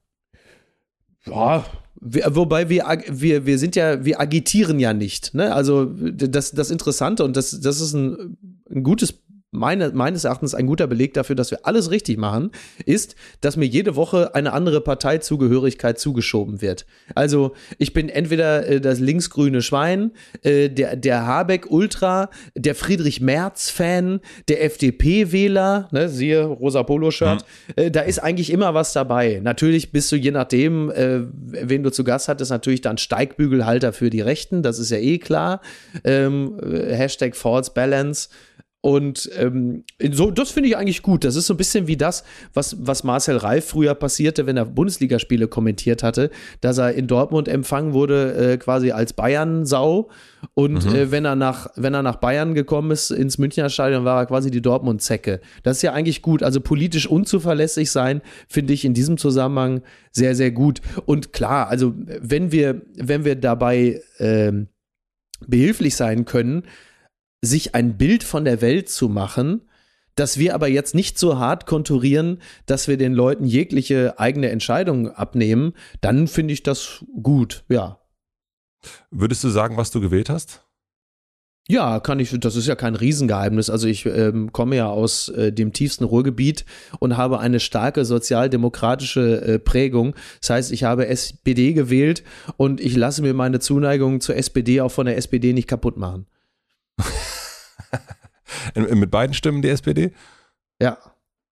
Ja, wir, wobei wir, wir, wir sind ja, wir agitieren ja nicht. Ne? Also das, das Interessante und das, das ist ein, ein gutes Meine, meines Erachtens ein guter Beleg dafür, dass wir alles richtig machen, ist, dass mir jede Woche eine andere Parteizugehörigkeit zugeschoben wird. Also ich bin entweder äh, das linksgrüne Schwein, äh, der, der Habeck-Ultra, der Friedrich-Merz-Fan, der F D P-Wähler, ne, siehe rosa Polo-Shirt, mhm. äh, da ist eigentlich immer was dabei. Natürlich bist du je nachdem, äh, wen du zu Gast hattest, natürlich dann Steigbügelhalter für die Rechten, das ist ja eh klar. Ähm, Hashtag False Balance. Und ähm, so, das finde ich eigentlich gut. Das ist so ein bisschen wie das, was, was Marcel Reif früher passierte, wenn er Bundesligaspiele kommentiert hatte, dass er in Dortmund empfangen wurde äh, quasi als Bayern-Sau. Und mhm. äh, wenn er nach, wenn er nach Bayern gekommen ist, ins Münchner Stadion, war er quasi die Dortmund-Zecke. Das ist ja eigentlich gut. Also politisch unzuverlässig sein, finde ich in diesem Zusammenhang sehr, sehr gut. Und klar, also wenn wir, wenn wir dabei ähm, behilflich sein können, sich ein Bild von der Welt zu machen, dass wir aber jetzt nicht so hart konturieren, dass wir den Leuten jegliche eigene Entscheidung abnehmen, dann finde ich das gut, ja. Würdest du sagen, was du gewählt hast? Ja, kann ich, das ist ja kein Riesengeheimnis. Also ich ähm, komme ja aus äh, dem tiefsten Ruhrgebiet und habe eine starke sozialdemokratische äh, Prägung. Das heißt, ich habe S P D gewählt und ich lasse mir meine Zuneigung zur S P D auch von der S P D nicht kaputt machen. Mit beiden Stimmen die S P D? Ja.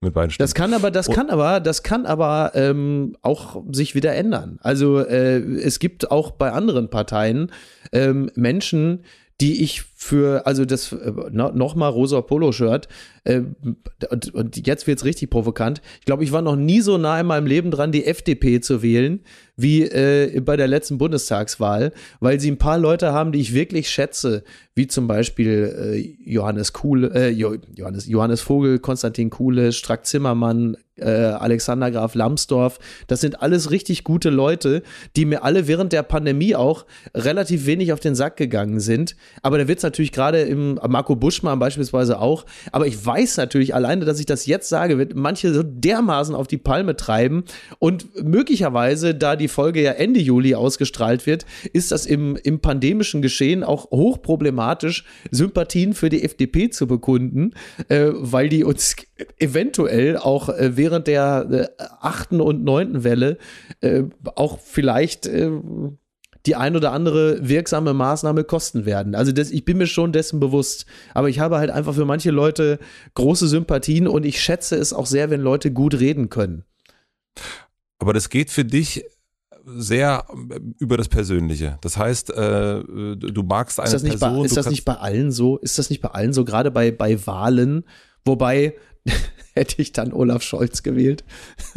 mit beiden Stimmen. Das kann aber, das kann aber, das kann aber ähm, auch sich wieder ändern. Also äh, es gibt auch bei anderen Parteien ähm, Menschen, die ich für, also das, äh, nochmal rosa Polo-Shirt, äh, und, und jetzt wird's richtig provokant. Ich glaube, ich war noch nie so nah in meinem Leben dran, die F D P zu wählen, wie äh, bei der letzten Bundestagswahl, weil sie ein paar Leute haben, die ich wirklich schätze, wie zum Beispiel äh, Johannes Kuhle, äh, Johannes, Johannes Vogel, Konstantin Kuhle, Strack Zimmermann, äh, Alexander Graf Lambsdorff. Das sind alles richtig gute Leute, die mir alle während der Pandemie auch relativ wenig auf den Sack gegangen sind. Aber da wird's natürlich gerade im Marco Buschmann beispielsweise auch. Aber ich weiß natürlich alleine, dass ich das jetzt sage, wird manche so dermaßen auf die Palme treiben und möglicherweise, da die Folge ja Ende Juli ausgestrahlt wird, ist das im, im pandemischen Geschehen auch hochproblematisch, Sympathien für die F D P zu bekunden, äh, weil die uns eventuell auch äh, während der äh, achten und neunten Welle äh, auch vielleicht äh, die ein oder andere wirksame Maßnahme kosten werden. Also das, ich bin mir schon dessen bewusst. Aber ich habe halt einfach für manche Leute große Sympathien und ich schätze es auch sehr, wenn Leute gut reden können. Aber das geht für dich sehr über das Persönliche. Das heißt, äh, du magst eine ist das nicht Person. Bei, ist das nicht bei allen so? Ist das nicht bei allen so? Gerade bei, bei Wahlen, wobei hätte ich dann Olaf Scholz gewählt.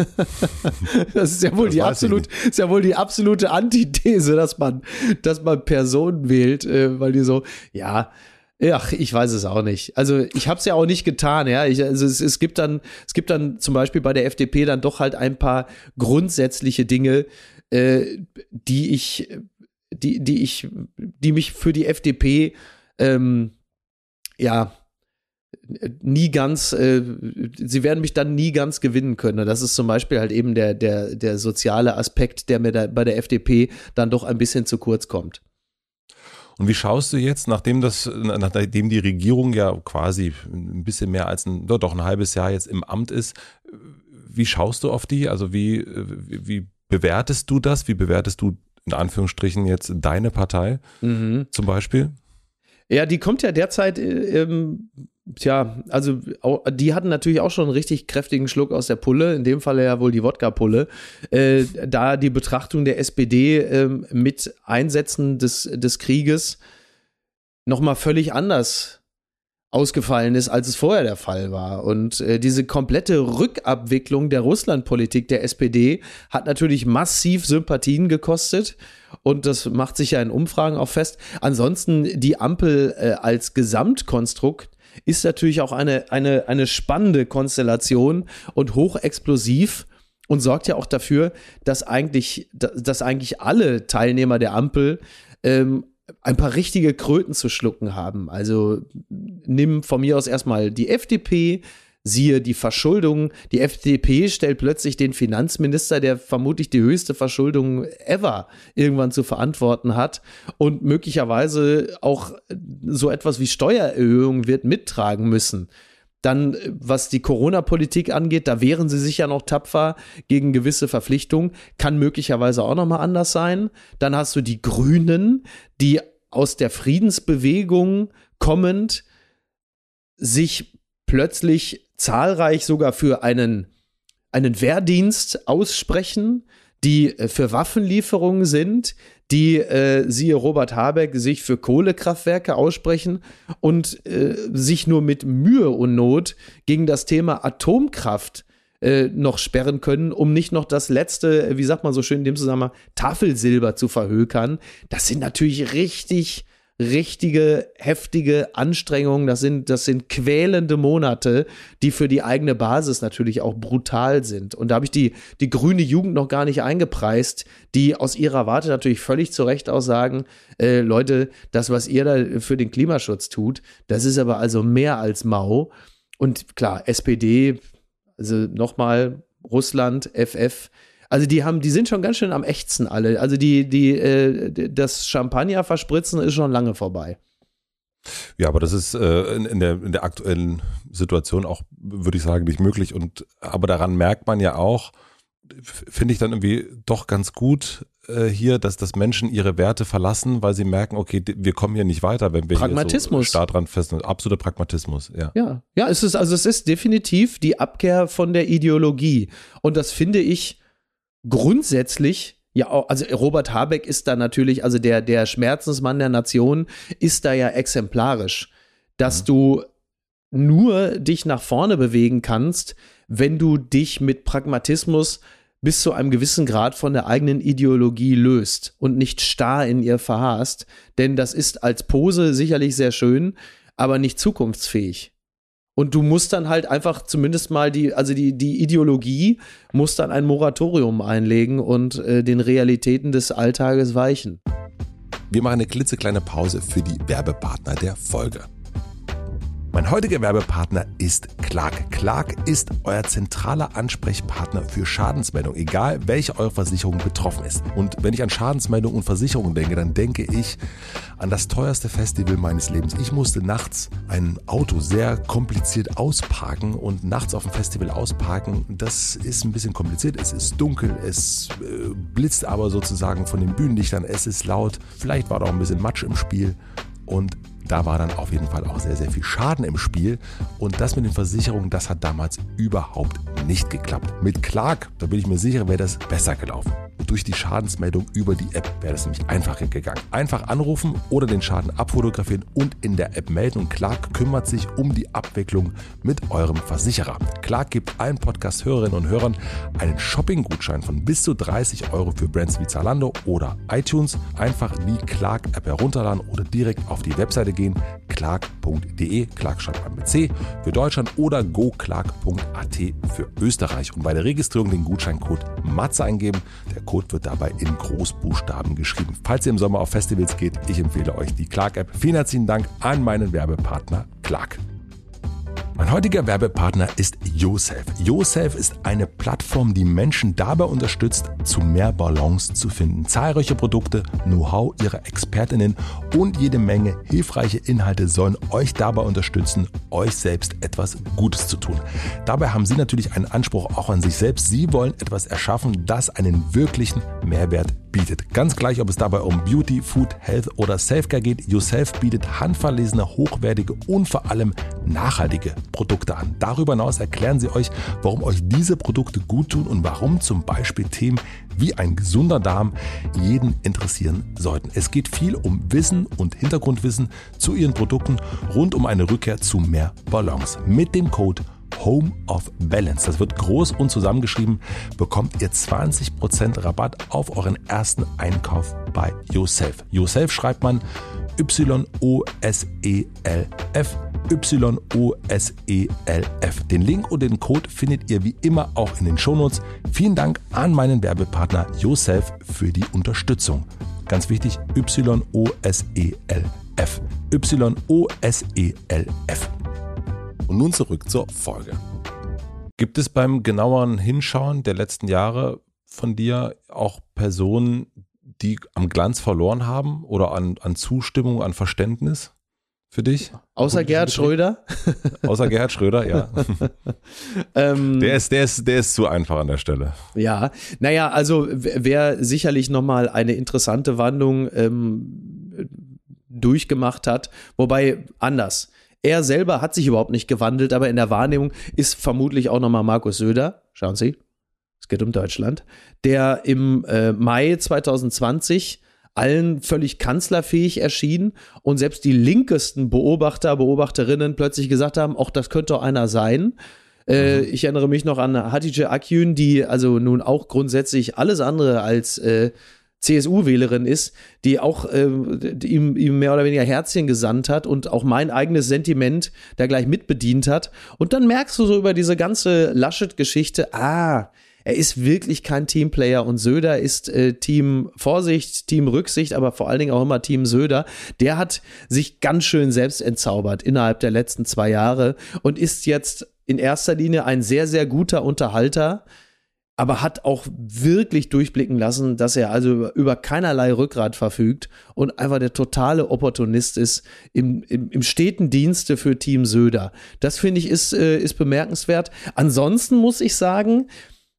Das ist ja wohl das die absolut, ist ja wohl die absolute Antithese, dass man, dass man Personen wählt, äh, weil die so, ja, ach, ich weiß es auch nicht. Also ich habe es ja auch nicht getan, ja. Ich, also es, es gibt dann, es gibt dann zum Beispiel bei der F D P dann doch halt ein paar grundsätzliche Dinge, äh, die ich, die, die ich, die mich für die F D P, ähm, ja, nie ganz, äh, sie werden mich dann nie ganz gewinnen können. Das ist zum Beispiel halt eben der, der, der soziale Aspekt, der mir da bei der F D P dann doch ein bisschen zu kurz kommt. Und wie schaust du jetzt, nachdem das, nachdem die Regierung ja quasi ein bisschen mehr als ein, doch ein halbes Jahr jetzt im Amt ist, wie schaust du auf die? Also wie, wie bewertest du das? Wie bewertest du in Anführungsstrichen jetzt deine Partei mhm. zum Beispiel? Ja, die kommt ja derzeit, ähm, tja, also die hatten natürlich auch schon einen richtig kräftigen Schluck aus der Pulle, in dem Fall ja wohl die Wodka-Pulle, äh, da die Betrachtung der S P D äh, mit Einsätzen des, des Krieges nochmal völlig anders ausgefallen ist, als es vorher der Fall war. Und äh, diese komplette Rückabwicklung der Russlandpolitik der S P D hat natürlich massiv Sympathien gekostet. Und das macht sich ja in Umfragen auch fest. Ansonsten die Ampel äh, als Gesamtkonstrukt ist natürlich auch eine, eine, eine spannende Konstellation und hochexplosiv und sorgt ja auch dafür, dass eigentlich, dass eigentlich alle Teilnehmer der Ampel ähm, ein paar richtige Kröten zu schlucken haben. Also nimm von mir aus erstmal die F D P, siehe die Verschuldung. Die F D P stellt plötzlich den Finanzminister, der vermutlich die höchste Verschuldung ever irgendwann zu verantworten hat und möglicherweise auch so etwas wie Steuererhöhungen wird mittragen müssen. Dann, was die Corona-Politik angeht, da wehren sie sich ja noch tapfer gegen gewisse Verpflichtungen, kann möglicherweise auch nochmal anders sein. Dann hast du die Grünen, die aus der Friedensbewegung kommend sich plötzlich zahlreich sogar für einen, einen Wehrdienst aussprechen, die für Waffenlieferungen sind, die, äh, siehe Robert Habeck, sich für Kohlekraftwerke aussprechen und äh, sich nur mit Mühe und Not gegen das Thema Atomkraft äh, noch sperren können, um nicht noch das letzte, wie sagt man so schön in dem Zusammenhang, Tafelsilber zu verhökern. Das sind natürlich richtig richtige, heftige Anstrengungen, das sind, das sind quälende Monate, die für die eigene Basis natürlich auch brutal sind. Und da habe ich die, die grüne Jugend noch gar nicht eingepreist, die aus ihrer Warte natürlich völlig zu Recht auch sagen, äh, Leute, das, was ihr da für den Klimaschutz tut, das ist aber also mehr als mau. Und klar, S P D, also nochmal Russland, F F, also die haben, die sind schon ganz schön am ächzen alle. Also die, die, äh, das Champagner verspritzen ist schon lange vorbei. Ja, aber das ist äh, in, in, der, in der aktuellen Situation auch, würde ich sagen, nicht möglich. Und aber daran merkt man ja auch, finde ich dann irgendwie doch ganz gut, äh, hier, dass, dass Menschen ihre Werte verlassen, weil sie merken, okay, wir kommen hier nicht weiter, wenn wir Pragmatismus. hier so starr dran fest sind. Absoluter Pragmatismus, ja. Ja, ja, es ist, also es ist definitiv die Abkehr von der Ideologie. Und das finde ich grundsätzlich, ja, auch, also Robert Habeck ist da natürlich, also der, der Schmerzensmann der Nation ist da ja exemplarisch, dass mhm. du nur dich nach vorne bewegen kannst, wenn du dich mit Pragmatismus bis zu einem gewissen Grad von der eigenen Ideologie löst und nicht starr in ihr verharrst, denn das ist als Pose sicherlich sehr schön, aber nicht zukunftsfähig. Und du musst dann halt einfach zumindest mal die, also die, die Ideologie muss dann ein Moratorium einlegen und äh, den Realitäten des Alltages weichen. Wir machen eine klitzekleine Pause für die Werbepartner der Folge. Mein heutiger Werbepartner ist Clark. Clark ist euer zentraler Ansprechpartner für Schadensmeldung, egal welche eure Versicherung betroffen ist. Und wenn ich an Schadensmeldung und Versicherung denke, dann denke ich an das teuerste Festival meines Lebens. Ich musste nachts ein Auto sehr kompliziert ausparken und nachts auf dem Festival ausparken, das ist ein bisschen kompliziert. Es ist dunkel, es äh, blitzt aber sozusagen von den Bühnenlichtern, es ist laut, vielleicht war da auch ein bisschen Matsch im Spiel und da war dann auf jeden Fall auch sehr, sehr viel Schaden im Spiel. Und das mit den Versicherungen, das hat damals überhaupt nicht geklappt. Mit Clark, da bin ich mir sicher, wäre das besser gelaufen. Durch die Schadensmeldung über die App wäre das nämlich einfacher gegangen. Einfach anrufen oder den Schaden abfotografieren und in der App melden. Und Clark kümmert sich um die Abwicklung mit eurem Versicherer. Clark gibt allen Podcast-Hörerinnen und Hörern einen Shopping-Gutschein von bis zu dreißig Euro für Brands wie Zalando oder iTunes. Einfach die Clark-App herunterladen oder direkt auf die Webseite gehen. clark punkt de, Clark schreibt man mit C für Deutschland oder go clark punkt a t für Österreich. Und bei der Registrierung den Gutscheincode Matze eingeben. Der Code wird dabei in Großbuchstaben geschrieben. Falls ihr im Sommer auf Festivals geht, ich empfehle euch die Clark-App. Vielen herzlichen Dank an meinen Werbepartner Clark. Mein heutiger Werbepartner ist YoSelf. YoSelf ist eine Plattform, die Menschen dabei unterstützt, zu mehr Balance zu finden. Zahlreiche Produkte, Know-how ihrer Expertinnen und jede Menge hilfreiche Inhalte sollen euch dabei unterstützen, euch selbst etwas Gutes zu tun. Dabei haben Sie natürlich einen Anspruch auch an sich selbst. Sie wollen etwas erschaffen, das einen wirklichen Mehrwert bietet. Ganz gleich, ob es dabei um Beauty, Food, Health oder Selfcare geht, YoSelf bietet handverlesene, hochwertige und vor allem nachhaltige Produkte an. Darüber hinaus erklären sie euch, warum euch diese Produkte gut tun und warum zum Beispiel Themen wie ein gesunder Darm jeden interessieren sollten. Es geht viel um Wissen und Hintergrundwissen zu ihren Produkten rund um eine Rückkehr zu mehr Balance. Mit dem Code Home of Balance, das wird groß und zusammengeschrieben, bekommt ihr zwanzig Prozent Rabatt auf euren ersten Einkauf bei YoSelf. YoSelf schreibt man Y O S E L F. Y O S E L F. Den Link und den Code findet ihr wie immer auch in den Shownotes. Vielen Dank an meinen Werbepartner YoSelf für die Unterstützung. Ganz wichtig, Y O S E L F. Y O S E L F. Und nun zurück zur Folge. Gibt es beim genaueren Hinschauen der letzten Jahre von dir auch Personen, die am Glanz verloren haben oder an, an Zustimmung, an Verständnis für dich? Außer Gerhard Schröder? Außer Gerhard Schröder, ja. ähm, der, ist, der, ist, der ist zu einfach an der Stelle. Ja, naja, also wer sicherlich nochmal eine interessante Wandlung ähm, durchgemacht hat, wobei anders. Er selber hat sich überhaupt nicht gewandelt, aber in der Wahrnehmung ist vermutlich auch nochmal Markus Söder, schauen Sie, es geht um Deutschland, der im äh, Mai zwanzig zwanzig allen völlig kanzlerfähig erschien und selbst die linkesten Beobachter, Beobachterinnen plötzlich gesagt haben, auch das könnte doch einer sein. Äh, mhm. Ich erinnere mich noch an Hatice Akgün, die also nun auch grundsätzlich alles andere als äh, C S U-Wählerin ist, die auch äh, die ihm, ihm mehr oder weniger Herzchen gesandt hat und auch mein eigenes Sentiment da gleich mitbedient hat. Und dann merkst du so über diese ganze Laschet-Geschichte, ah, er ist wirklich kein Teamplayer und Söder ist äh, Team Vorsicht, Team Rücksicht, aber vor allen Dingen auch immer Team Söder. Der hat sich ganz schön selbst entzaubert innerhalb der letzten zwei Jahre und ist jetzt in erster Linie ein sehr, sehr guter Unterhalter, aber hat auch wirklich durchblicken lassen, dass er also über keinerlei Rückgrat verfügt und einfach der totale Opportunist ist im, im, im steten Dienste für Team Söder. Das finde ich ist, äh, ist bemerkenswert. Ansonsten muss ich sagen,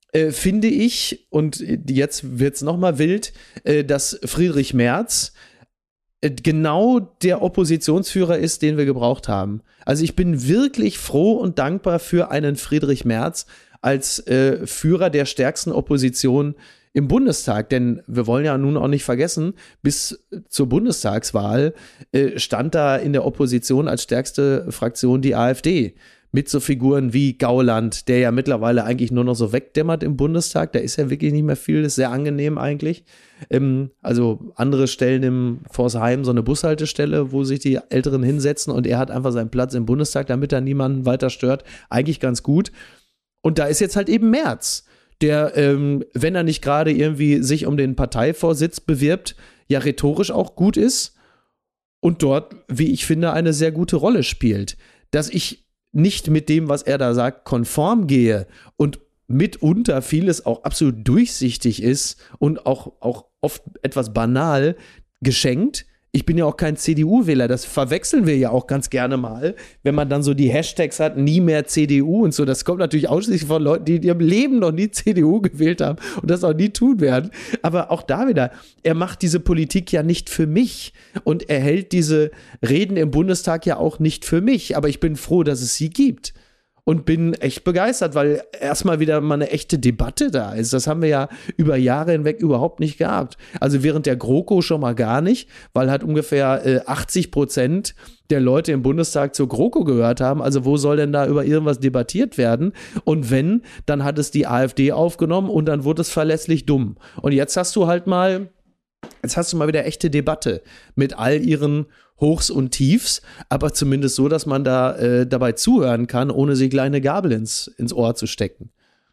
äh, finde ich, und jetzt wird es nochmal wild, äh, dass Friedrich Merz äh, genau der Oppositionsführer ist, den wir gebraucht haben. Also ich bin wirklich froh und dankbar für einen Friedrich Merz als äh, Führer der stärksten Opposition im Bundestag, denn wir wollen ja nun auch nicht vergessen, bis zur Bundestagswahl äh, stand da in der Opposition als stärkste Fraktion die AfD. Mit so Figuren wie Gauland, der ja mittlerweile eigentlich nur noch so wegdämmert im Bundestag. Da ist ja wirklich nicht mehr viel, das ist sehr angenehm eigentlich. Ähm, also andere Stellen im Vorsheim, so eine Bushaltestelle, wo sich die Älteren hinsetzen und er hat einfach seinen Platz im Bundestag, damit er niemanden weiter stört. Eigentlich ganz gut. Und da ist jetzt halt eben Merz, der, ähm, wenn er nicht gerade irgendwie sich um den Parteivorsitz bewirbt, ja rhetorisch auch gut ist und dort, wie ich finde, eine sehr gute Rolle spielt. Dass ich nicht mit dem, was er da sagt, konform gehe und mitunter vieles auch absolut durchsichtig ist und auch, auch oft etwas banal geschenkt. Ich bin ja auch kein C D U-Wähler, das verwechseln wir ja auch ganz gerne mal, wenn man dann so die Hashtags hat, nie mehr C D U und so. Das kommt natürlich ausschließlich von Leuten, die in ihrem Leben noch nie C D U gewählt haben und das auch nie tun werden. Aber auch da wieder, er macht diese Politik ja nicht für mich und er hält diese Reden im Bundestag ja auch nicht für mich. Aber ich bin froh, dass es sie gibt. Und bin echt begeistert, weil erstmal wieder mal eine echte Debatte da ist. Das haben wir ja über Jahre hinweg überhaupt nicht gehabt. Also während der GroKo schon mal gar nicht, weil halt ungefähr äh, achtzig Prozent der Leute im Bundestag zur GroKo gehört haben. Also wo soll denn da über irgendwas debattiert werden? Und wenn, dann hat es die AfD aufgenommen und dann wurde es verlässlich dumm. Und jetzt hast du halt mal, jetzt hast du mal wieder echte Debatte mit all ihren Hochs und Tiefs, aber zumindest so, dass man da äh, dabei zuhören kann, ohne sich gleich eine Gabel ins, ins Ohr zu stecken.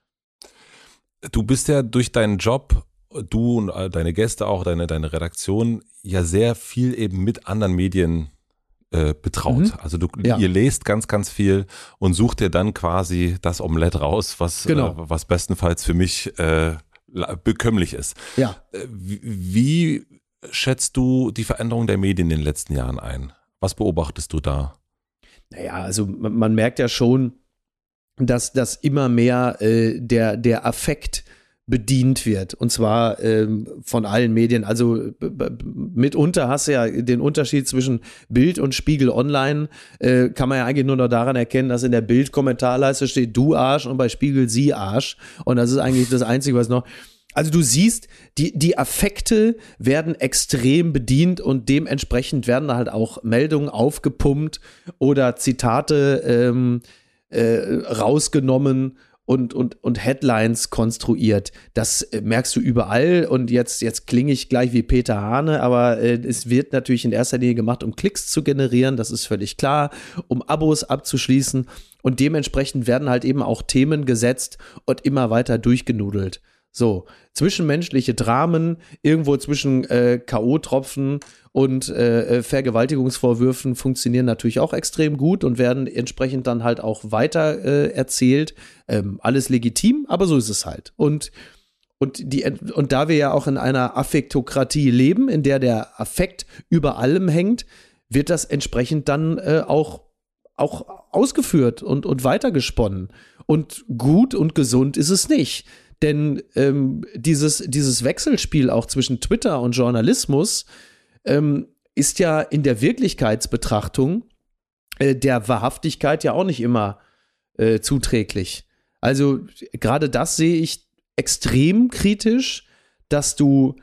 Du bist ja durch deinen Job, du und deine Gäste auch, deine, deine Redaktion, ja sehr viel eben mit anderen Medien äh, betraut. Mhm. Also du, ja. ihr lest ganz, ganz viel und sucht dir dann quasi das Omelett raus, was, genau. äh, was bestenfalls für mich äh, bekömmlich ist. Ja. Wie, wie schätzt du die Veränderung der Medien in den letzten Jahren ein? Was beobachtest du da? Naja, also man, man merkt ja schon, dass, dass immer mehr äh, der, der Affekt bedient wird. Und zwar ähm, von allen Medien. Also b- b- mitunter hast du ja den Unterschied zwischen Bild und Spiegel Online. Äh, kann man ja eigentlich nur noch daran erkennen, dass in der Bild-Kommentarleiste steht du Arsch und bei Spiegel sie Arsch. Und das ist eigentlich das Einzige, was noch... Also du siehst, die, die Affekte werden extrem bedient und dementsprechend werden halt auch Meldungen aufgepumpt oder Zitate ähm, äh, rausgenommen und, und, und Headlines konstruiert. Das merkst du überall und jetzt, jetzt klinge ich gleich wie Peter Hane, aber äh, es wird natürlich in erster Linie gemacht, um Klicks zu generieren, das ist völlig klar, um Abos abzuschließen und dementsprechend werden halt eben auch Themen gesetzt und immer weiter durchgenudelt. So, zwischenmenschliche Dramen, irgendwo zwischen äh, K O-Tropfen und äh, Vergewaltigungsvorwürfen funktionieren natürlich auch extrem gut und werden entsprechend dann halt auch weiter äh, erzählt. Ähm, alles legitim, aber so ist es halt. Und, und, die, und da wir ja auch in einer Affektokratie leben, in der der Affekt über allem hängt, wird das entsprechend dann äh, auch, auch ausgeführt und, und weitergesponnen. Und gut und gesund ist es nicht. Denn ähm, dieses, dieses Wechselspiel auch zwischen Twitter und Journalismus ähm, ist ja in der Wirklichkeitsbetrachtung äh, der Wahrhaftigkeit ja auch nicht immer äh, zuträglich. Also gerade das sehe ich extrem kritisch, dass du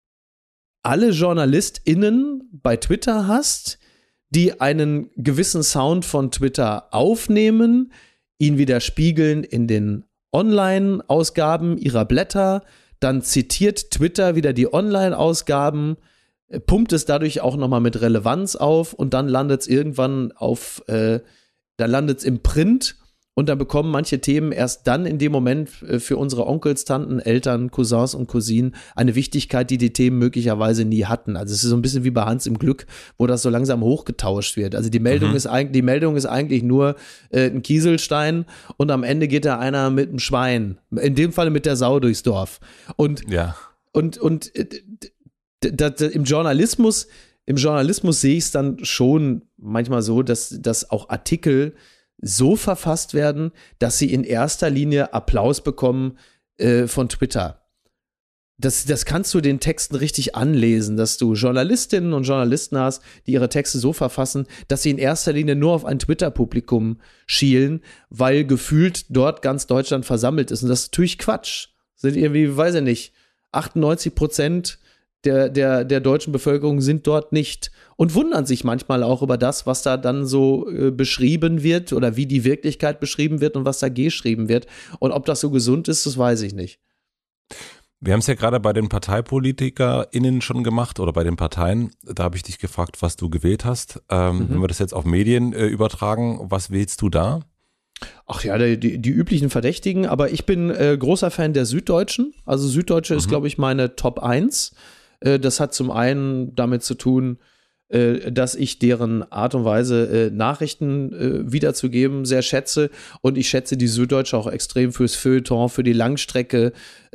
alle JournalistInnen bei Twitter hast, die einen gewissen Sound von Twitter aufnehmen, ihn widerspiegeln in den Online-Ausgaben ihrer Blätter, dann zitiert Twitter wieder die Online-Ausgaben, pumpt es dadurch auch nochmal mit Relevanz auf und dann landet es irgendwann auf, äh, dann landet es im Print und dann bekommen manche Themen erst dann in dem Moment für unsere Onkels, Tanten, Eltern, Cousins und Cousinen eine Wichtigkeit, die die Themen möglicherweise nie hatten. Also es ist so ein bisschen wie bei Hans im Glück, wo das so langsam hochgetauscht wird. Also die Meldung mhm. ist eigentlich, die Meldung ist eigentlich nur äh, ein Kieselstein und am Ende geht da einer mit einem Schwein, in dem Fall mit der Sau durchs Dorf. Und, ja. und, und äh, d- d- d- im Journalismus, im Journalismus sehe ich es dann schon manchmal so, dass, dass auch Artikel so verfasst werden, dass sie in erster Linie Applaus bekommen, äh, von Twitter. Das, das kannst du den Texten richtig anlesen, dass du Journalistinnen und Journalisten hast, die ihre Texte so verfassen, dass sie in erster Linie nur auf ein Twitter-Publikum schielen, weil gefühlt dort ganz Deutschland versammelt ist. Und das ist natürlich Quatsch. Sind irgendwie, weiß ich nicht, achtundneunzig Prozent der, der, der deutschen Bevölkerung sind dort nicht und wundern sich manchmal auch über das, was da dann so äh, beschrieben wird oder wie die Wirklichkeit beschrieben wird und was da geschrieben wird. Und ob das so gesund ist, das weiß ich nicht. Wir haben es ja gerade bei den ParteipolitikerInnen schon gemacht oder bei den Parteien. Da habe ich dich gefragt, was du gewählt hast. Ähm, mhm. Wenn wir das jetzt auf Medien äh, übertragen, was wählst du da? Ach ja, die, die üblichen Verdächtigen. Aber ich bin äh, großer Fan der Süddeutschen. Also Süddeutsche mhm. ist, glaube ich, meine Top eins. Äh, das hat zum einen damit zu tun, dass ich deren Art und Weise, Nachrichten wiederzugeben, sehr schätze. Und ich schätze die Süddeutsche auch extrem fürs Feuilleton, für die Langstrecke.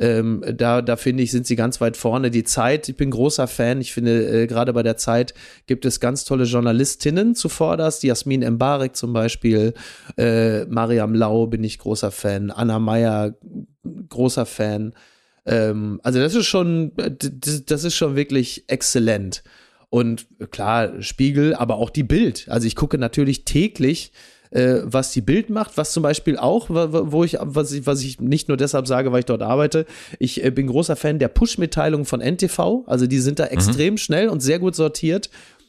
Da, da finde ich, sind sie ganz weit vorne. Die Zeit, ich bin großer Fan. Ich finde, gerade bei der Zeit gibt es ganz tolle Journalistinnen zuvorderst. Jasmin Embarek zum Beispiel, Mariam Lau bin ich großer Fan. Anna Meyer, großer Fan. Also das ist schon, das ist schon wirklich exzellent. Und klar, Spiegel, aber auch die Bild. Also ich gucke natürlich täglich, äh, was die Bild macht, was zum Beispiel auch, wo ich, was ich, was ich nicht nur deshalb sage, weil ich dort arbeite, ich äh, bin großer Fan der Push-Mitteilungen von N T V. Also die sind da mhm. extrem schnell und sehr gut sortiert.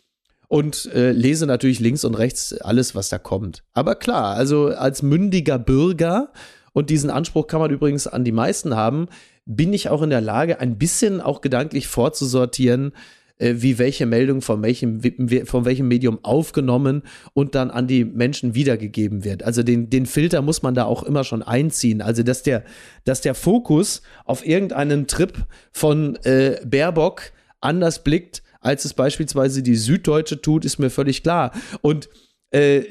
Und äh, lese natürlich links und rechts alles, was da kommt. Aber klar, also als mündiger Bürger, und diesen Anspruch kann man übrigens an die meisten haben, bin ich auch in der Lage, ein bisschen auch gedanklich vorzusortieren, wie welche Meldung von welchem, von welchem Medium aufgenommen und dann an die Menschen wiedergegeben wird. Also den, den Filter muss man da auch immer schon einziehen. Also dass der, dass der Fokus auf irgendeinen Trip von äh, Baerbock anders blickt, als es beispielsweise die Süddeutsche tut, ist mir völlig klar. Und äh,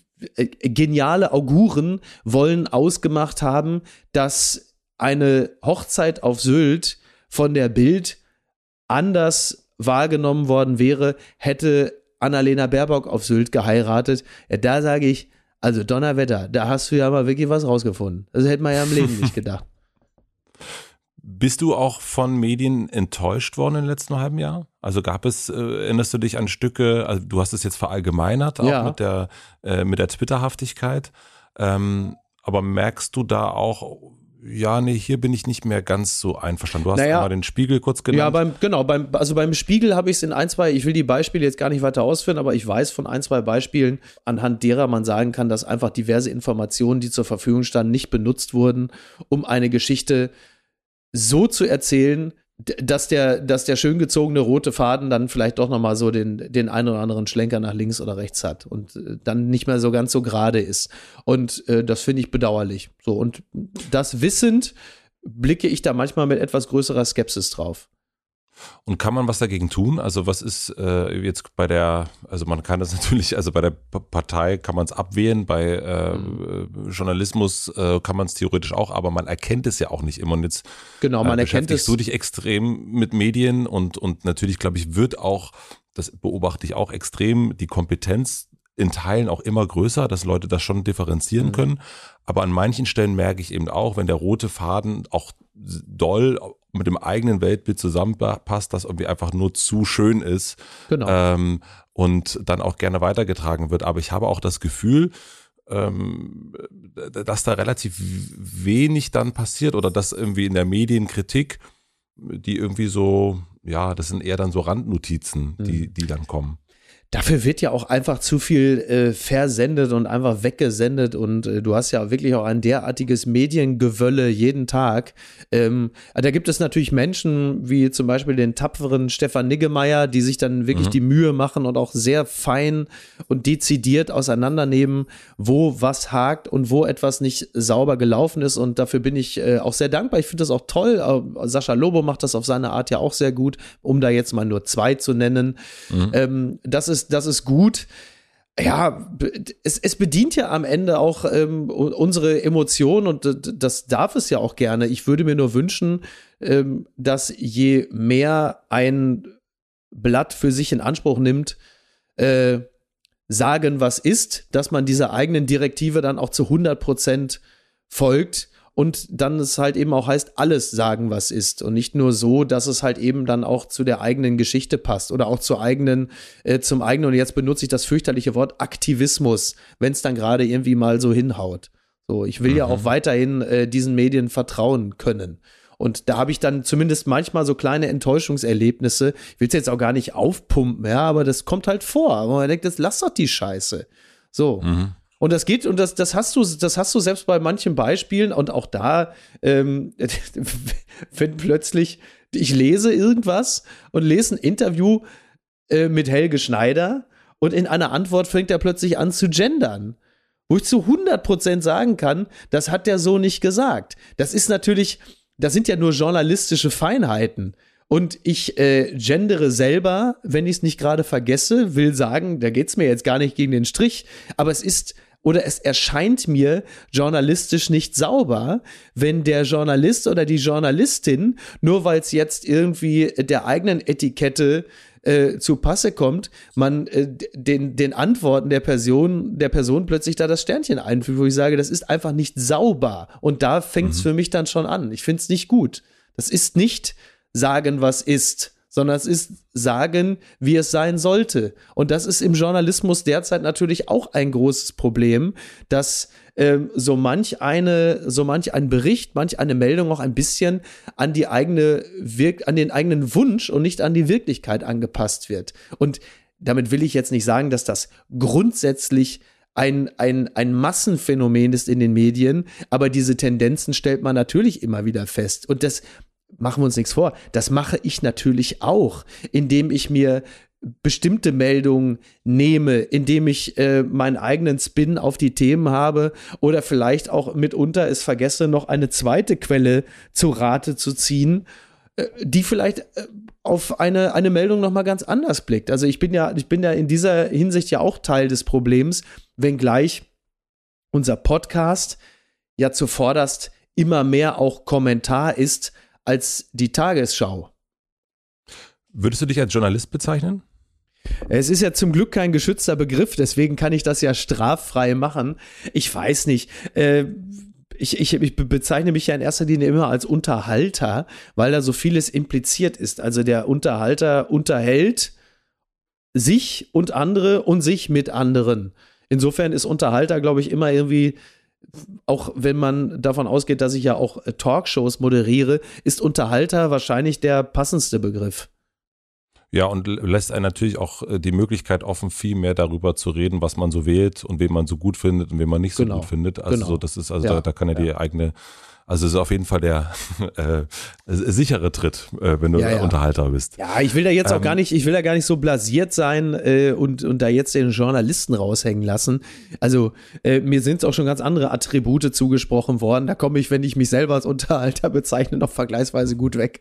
geniale Auguren wollen ausgemacht haben, dass eine Hochzeit auf Sylt von der Bild anders wahrgenommen worden wäre, hätte Annalena Baerbock auf Sylt geheiratet. Ja, da sage ich, also Donnerwetter, da hast du ja mal wirklich was rausgefunden. Das hätte man ja im Leben nicht gedacht. Bist du auch von Medien enttäuscht worden im letzten halben Jahr? Also gab es, äh, erinnerst du dich an Stücke, also du hast es jetzt verallgemeinert, auch ja. mit der, äh, mit der Twitter-Haftigkeit, ähm, aber merkst du da auch, ja, nee, hier bin ich nicht mehr ganz so einverstanden. Du hast naja, mal den Spiegel kurz genannt. Ja, beim, genau, beim, also beim Spiegel habe ich es in ein, zwei, ich will die Beispiele jetzt gar nicht weiter ausführen, aber ich weiß von ein, zwei Beispielen, anhand derer man sagen kann, dass einfach diverse Informationen, die zur Verfügung standen, nicht benutzt wurden, um eine Geschichte so zu erzählen, dass der, dass der schön gezogene rote Faden dann vielleicht doch nochmal so den, den einen oder anderen Schlenker nach links oder rechts hat und äh, dann nicht mehr so ganz so gerade ist. Und äh, das finde ich bedauerlich. So, und das wissend blicke ich da manchmal mit etwas größerer Skepsis drauf. Und kann man was dagegen tun? Also was ist äh, jetzt bei der, also man kann das natürlich, also bei der P- Partei kann man es abwählen, bei äh, mhm. Journalismus äh, kann man es theoretisch auch, aber man erkennt es ja auch nicht immer. Und jetzt genau, man äh, erkennt es. beschäftigst du dich extrem mit Medien und, und natürlich, glaube ich, wird auch, das beobachte ich auch extrem, die Kompetenz in Teilen auch immer größer, dass Leute das schon differenzieren mhm. können. Aber an manchen Stellen merke ich eben auch, wenn der rote Faden auch doll mit dem eigenen Weltbild zusammenpasst, das irgendwie einfach nur zu schön ist genau. ähm, und dann auch gerne weitergetragen wird. Aber ich habe auch das Gefühl, ähm, dass da relativ wenig dann passiert oder dass irgendwie in der Medienkritik, die irgendwie so, ja, das sind eher dann so Randnotizen, die, die dann kommen. Dafür wird ja auch einfach zu viel äh, versendet und einfach weggesendet und äh, du hast ja wirklich auch ein derartiges Mediengewölle jeden Tag. Ähm, da gibt es natürlich Menschen wie zum Beispiel den tapferen Stefan Niggemeier, die sich dann wirklich mhm. die Mühe machen und auch sehr fein und dezidiert auseinandernehmen, wo was hakt und wo etwas nicht sauber gelaufen ist, und dafür bin ich äh, auch sehr dankbar. Ich finde das auch toll. Äh, Sascha Lobo macht das auf seine Art ja auch sehr gut, um da jetzt mal nur zwei zu nennen. Mhm. Ähm, das ist Das ist gut. Ja, es, es bedient ja am Ende auch ähm, unsere Emotionen und das darf es ja auch gerne. Ich würde mir nur wünschen, ähm, dass je mehr ein Blatt für sich in Anspruch nimmt, äh, sagen, was ist, dass man dieser eigenen Direktive dann auch zu hundert Prozent folgt und dann es halt eben auch heißt, alles sagen, was ist und nicht nur so, dass es halt eben dann auch zu der eigenen Geschichte passt oder auch zur eigenen, äh, zum eigenen, und jetzt benutze ich das fürchterliche Wort Aktivismus, wenn es dann gerade irgendwie mal so hinhaut. So, ich will mhm. ja auch weiterhin äh, diesen Medien vertrauen können. Und da habe ich dann zumindest manchmal so kleine Enttäuschungserlebnisse. Ich will es jetzt auch gar nicht aufpumpen, ja, aber das kommt halt vor. Man denkt, jetzt lass doch die Scheiße. So. Mhm. Und das geht, und das, das hast du, das hast du selbst bei manchen Beispielen, und auch da, ähm, wenn plötzlich, ich lese irgendwas und lese ein Interview äh, mit Helge Schneider und in einer Antwort fängt er plötzlich an zu gendern. Wo ich zu hundert Prozent sagen kann, das hat der so nicht gesagt. Das ist natürlich, das sind ja nur journalistische Feinheiten. Und ich äh, gendere selber, wenn ich es nicht gerade vergesse, will sagen, da geht's mir jetzt gar nicht gegen den Strich, aber es ist, oder es erscheint mir journalistisch nicht sauber, wenn der Journalist oder die Journalistin, nur weil es jetzt irgendwie der eigenen Etikette äh, zu Passe kommt, man äh, den, den Antworten der Person, der Person plötzlich da das Sternchen einfügt, wo ich sage, das ist einfach nicht sauber. Und da fängt es mhm. für mich dann schon an. Ich finde es nicht gut. Das ist nicht sagen, was ist, sondern es ist sagen, wie es sein sollte. Und das ist im Journalismus derzeit natürlich auch ein großes Problem, dass ähm, so manch eine, so manch ein Bericht, manch eine Meldung auch ein bisschen an die eigene Wirk- an den eigenen Wunsch und nicht an die Wirklichkeit angepasst wird. Und damit will ich jetzt nicht sagen, dass das grundsätzlich ein, ein, ein Massenphänomen ist in den Medien, aber diese Tendenzen stellt man natürlich immer wieder fest. Und das machen wir uns nichts vor, das mache ich natürlich auch, indem ich mir bestimmte Meldungen nehme, indem ich äh, meinen eigenen Spin auf die Themen habe oder vielleicht auch mitunter es vergesse, noch eine zweite Quelle zu Rate zu ziehen, äh, die vielleicht äh, auf eine, eine Meldung noch mal ganz anders blickt. Also ich bin ja, ich bin ja in dieser Hinsicht ja auch Teil des Problems, wenngleich unser Podcast ja zuvorderst immer mehr auch Kommentar ist als die Tagesschau. Würdest du dich als Journalist bezeichnen? Es ist ja zum Glück kein geschützter Begriff, deswegen kann ich das ja straffrei machen. Ich weiß nicht. Äh, ich, ich, ich bezeichne mich ja in erster Linie immer als Unterhalter, weil da so vieles impliziert ist. Also der Unterhalter unterhält sich und andere und sich mit anderen. Insofern ist Unterhalter, glaube ich, immer irgendwie, auch wenn man davon ausgeht, dass ich ja auch Talkshows moderiere, ist Unterhalter wahrscheinlich der passendste Begriff. Ja, und lässt einen natürlich auch die Möglichkeit offen, viel mehr darüber zu reden, was man so wählt und wen man so gut findet und wen man nicht so genau. gut findet. Also genau. so, das ist, also ja. da, da kann ja, ja die eigene, also es ist auf jeden Fall der äh, sichere Tritt, äh, wenn du ja, ja. Unterhalter bist. Ja, ich will da jetzt ähm, auch gar nicht, ich will da gar nicht so blasiert sein äh, und, und da jetzt den Journalisten raushängen lassen. Also äh, mir sind auch schon ganz andere Attribute zugesprochen worden. Da komme ich, wenn ich mich selber als Unterhalter bezeichne, noch vergleichsweise gut weg.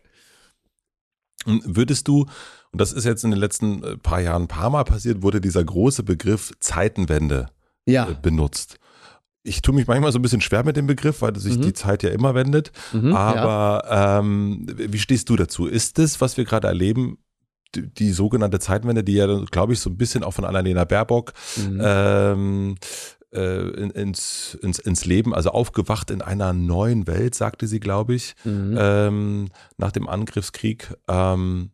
Würdest du, und das ist jetzt in den letzten paar Jahren ein paar Mal passiert, wurde dieser große Begriff Zeitenwende ja. benutzt. Ich tue mich manchmal so ein bisschen schwer mit dem Begriff, weil sich mhm. die Zeit ja immer wendet. Mhm, aber ja. ähm, wie stehst du dazu? Ist das, was wir gerade erleben, die, die sogenannte Zeitenwende, die ja, glaube ich, so ein bisschen auch von Annalena Baerbock mhm. ähm, äh, in, ins, ins, ins Leben, also aufgewacht in einer neuen Welt, sagte sie, glaube ich, mhm. ähm, nach dem Angriffskrieg. Ähm,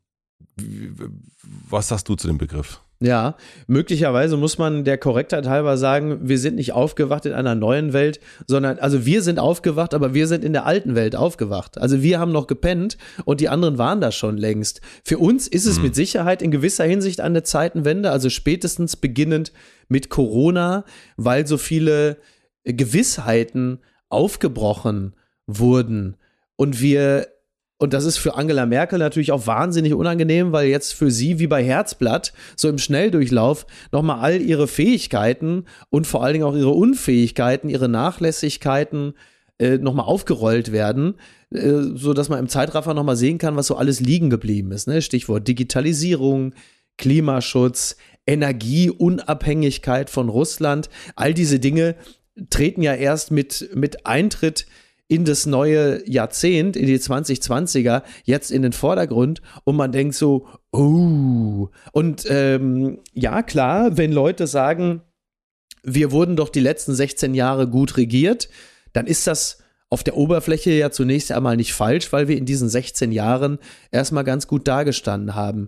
was sagst du zu dem Begriff? Ja, möglicherweise muss man der Korrektheit halber sagen, wir sind nicht aufgewacht in einer neuen Welt, sondern, also wir sind aufgewacht, aber wir sind in der alten Welt aufgewacht. Also wir haben noch gepennt und die anderen waren da schon längst. Für uns ist es mhm. mit Sicherheit in gewisser Hinsicht eine Zeitenwende, also spätestens beginnend mit Corona, weil so viele Gewissheiten aufgebrochen wurden und wir Und das ist für Angela Merkel natürlich auch wahnsinnig unangenehm, weil jetzt für sie wie bei Herzblatt so im Schnelldurchlauf nochmal all ihre Fähigkeiten und vor allen Dingen auch ihre Unfähigkeiten, ihre Nachlässigkeiten äh, nochmal aufgerollt werden, äh, sodass man im Zeitraffer nochmal sehen kann, was so alles liegen geblieben ist. Ne? Stichwort Digitalisierung, Klimaschutz, Energieunabhängigkeit von Russland. All diese Dinge treten ja erst mit, mit Eintritt in das neue Jahrzehnt, in die zwanzig zwanziger, jetzt in den Vordergrund und man denkt so, oh, und ähm, ja klar, wenn Leute sagen, wir wurden doch die letzten sechzehn Jahre gut regiert, dann ist das auf der Oberfläche ja zunächst einmal nicht falsch, weil wir in diesen sechzehn Jahren erstmal ganz gut dagestanden haben.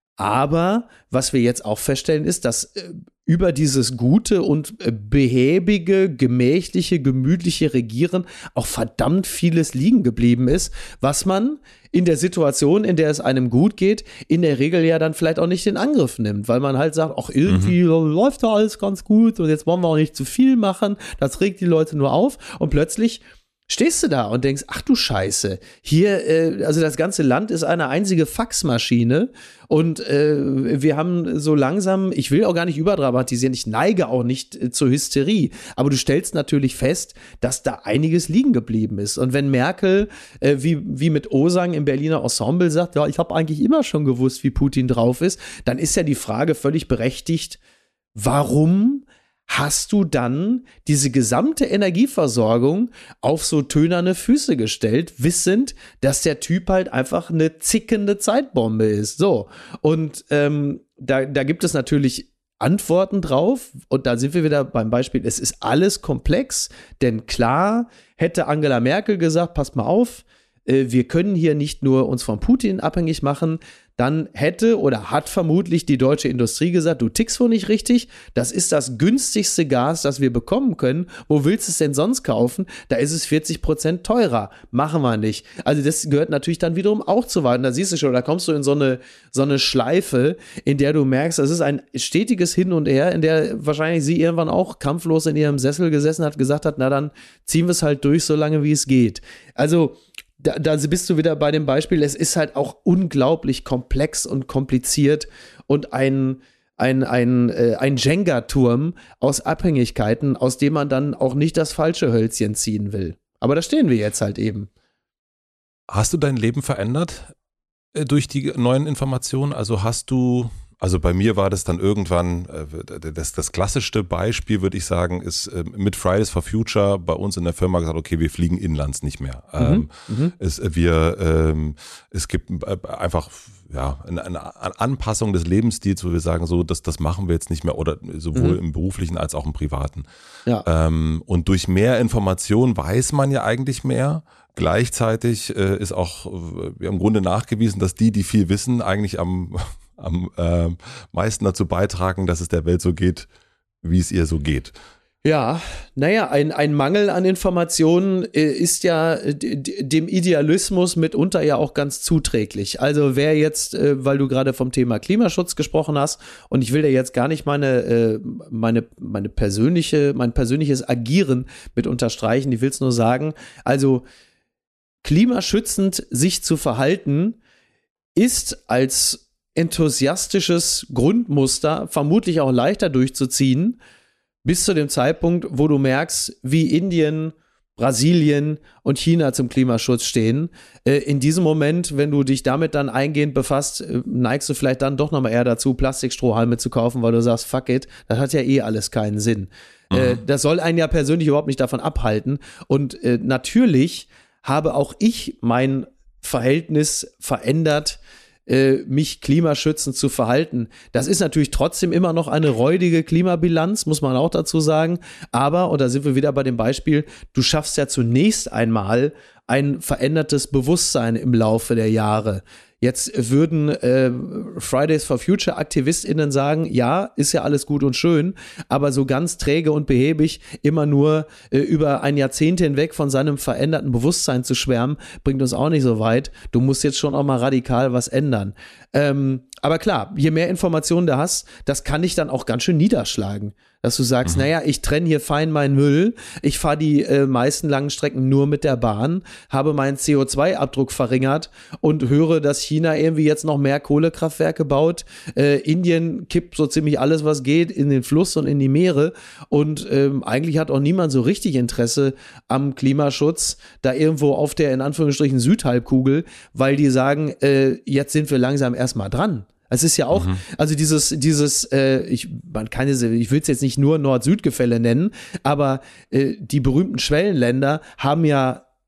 Aber was wir jetzt auch feststellen ist, dass äh, über dieses gute und äh, behäbige, gemächliche, gemütliche Regieren auch verdammt vieles liegen geblieben ist, was man in der Situation, in der es einem gut geht, in der Regel ja dann vielleicht auch nicht in Angriff nimmt, weil man halt sagt, ach irgendwie mhm. läuft da alles ganz gut und jetzt wollen wir auch nicht zu viel machen, das regt die Leute nur auf und plötzlich stehst du da und denkst, ach du Scheiße, hier, äh, also das ganze Land ist eine einzige Faxmaschine und äh, wir haben so langsam, ich will auch gar nicht überdramatisieren, ich neige auch nicht äh, zur Hysterie, aber du stellst natürlich fest, dass da einiges liegen geblieben ist. Und wenn Merkel, äh, wie, wie mit Osang im Berliner Ensemble sagt, ja, ich habe eigentlich immer schon gewusst, wie Putin drauf ist, dann ist ja die Frage völlig berechtigt, warum hast du dann diese gesamte Energieversorgung auf so tönerne Füße gestellt, wissend, dass der Typ halt einfach eine zickende Zeitbombe ist. So. Und ähm, da, da gibt es natürlich Antworten drauf. Und da sind wir wieder beim Beispiel, es ist alles komplex, denn klar hätte Angela Merkel gesagt, passt mal auf, äh, wir können hier nicht nur uns von Putin abhängig machen, dann hätte oder hat vermutlich die deutsche Industrie gesagt, du tickst wohl nicht richtig, das ist das günstigste Gas, das wir bekommen können, wo willst du es denn sonst kaufen? Da ist es vierzig Prozent teurer, machen wir nicht. Also das gehört natürlich dann wiederum auch zu weit. Und da siehst du schon, da kommst du in so eine, so eine Schleife, in der du merkst, das ist ein stetiges Hin und Her, in der wahrscheinlich sie irgendwann auch kampflos in ihrem Sessel gesessen hat, gesagt hat, na dann ziehen wir es halt durch, so lange wie es geht. Also Da, da bist du wieder bei dem Beispiel, es ist halt auch unglaublich komplex und kompliziert und ein, ein, ein, äh, ein Jenga-Turm aus Abhängigkeiten, aus dem man dann auch nicht das falsche Hölzchen ziehen will. Aber da stehen wir jetzt halt eben. Hast du dein Leben verändert äh, durch die neuen Informationen? Also hast du, also bei mir war das dann irgendwann, äh, das, das klassischste Beispiel, würde ich sagen, ist äh, mit Fridays for Future bei uns in der Firma gesagt, okay, wir fliegen inlands nicht mehr. Mhm. Ähm, es, wir, ähm, es gibt äh, einfach ja, eine, eine Anpassung des Lebensstils, wo wir sagen, so, das, das machen wir jetzt nicht mehr, oder sowohl mhm. im beruflichen als auch im privaten. Ja. Ähm, und durch mehr Information weiß man ja eigentlich mehr. Gleichzeitig äh, ist auch äh, im Grunde nachgewiesen, dass die, die viel wissen, eigentlich am am äh, meisten dazu beitragen, dass es der Welt so geht, wie es ihr so geht. Ja, naja, ein, ein Mangel an Informationen äh, ist ja d- d- dem Idealismus mitunter ja auch ganz zuträglich. Also wer jetzt, äh, weil du gerade vom Thema Klimaschutz gesprochen hast, und ich will dir jetzt gar nicht meine, äh, meine, meine persönliche, mein persönliches Agieren mit unterstreichen, ich will es nur sagen, also klimaschützend sich zu verhalten, ist als enthusiastisches Grundmuster vermutlich auch leichter durchzuziehen, bis zu dem Zeitpunkt, wo du merkst, wie Indien, Brasilien und China zum Klimaschutz stehen. Äh, in diesem Moment, wenn du dich damit dann eingehend befasst, äh, neigst du vielleicht dann doch nochmal eher dazu, Plastikstrohhalme zu kaufen, weil du sagst, fuck it, das hat ja eh alles keinen Sinn. Mhm. Äh, das soll einen ja persönlich überhaupt nicht davon abhalten. Und äh, natürlich habe auch ich mein Verhältnis verändert, mich klimaschützend zu verhalten. Das ist natürlich trotzdem immer noch eine räudige Klimabilanz, muss man auch dazu sagen. Aber, und da sind wir wieder bei dem Beispiel, du schaffst ja zunächst einmal ein verändertes Bewusstsein im Laufe der Jahre. Jetzt würden äh, Fridays for Future AktivistInnen sagen, ja, ist ja alles gut und schön, aber so ganz träge und behäbig immer nur äh, über ein Jahrzehnt hinweg von seinem veränderten Bewusstsein zu schwärmen, bringt uns auch nicht so weit. Du musst jetzt schon auch mal radikal was ändern. Ähm, aber klar, je mehr Informationen du hast, das kann dich dann auch ganz schön niederschlagen. Dass du sagst, mhm. naja, ich trenne hier fein meinen Müll, ich fahre die äh, meisten langen Strecken nur mit der Bahn, habe meinen C O zwei Abdruck verringert und höre, dass China irgendwie jetzt noch mehr Kohlekraftwerke baut. Äh, Indien kippt so ziemlich alles, was geht, in den Fluss und in die Meere. Und ähm, eigentlich hat auch niemand so richtig Interesse am Klimaschutz, da irgendwo auf der, in Anführungsstrichen, Südhalbkugel, weil die sagen, äh, jetzt sind wir langsam erstmal dran. Es ist ja auch, mhm. also dieses, dieses, äh, ich, man kann es, ich will es jetzt nicht nur Nord-Süd-Gefälle nennen, aber äh, die berühmten Schwellenländer haben ja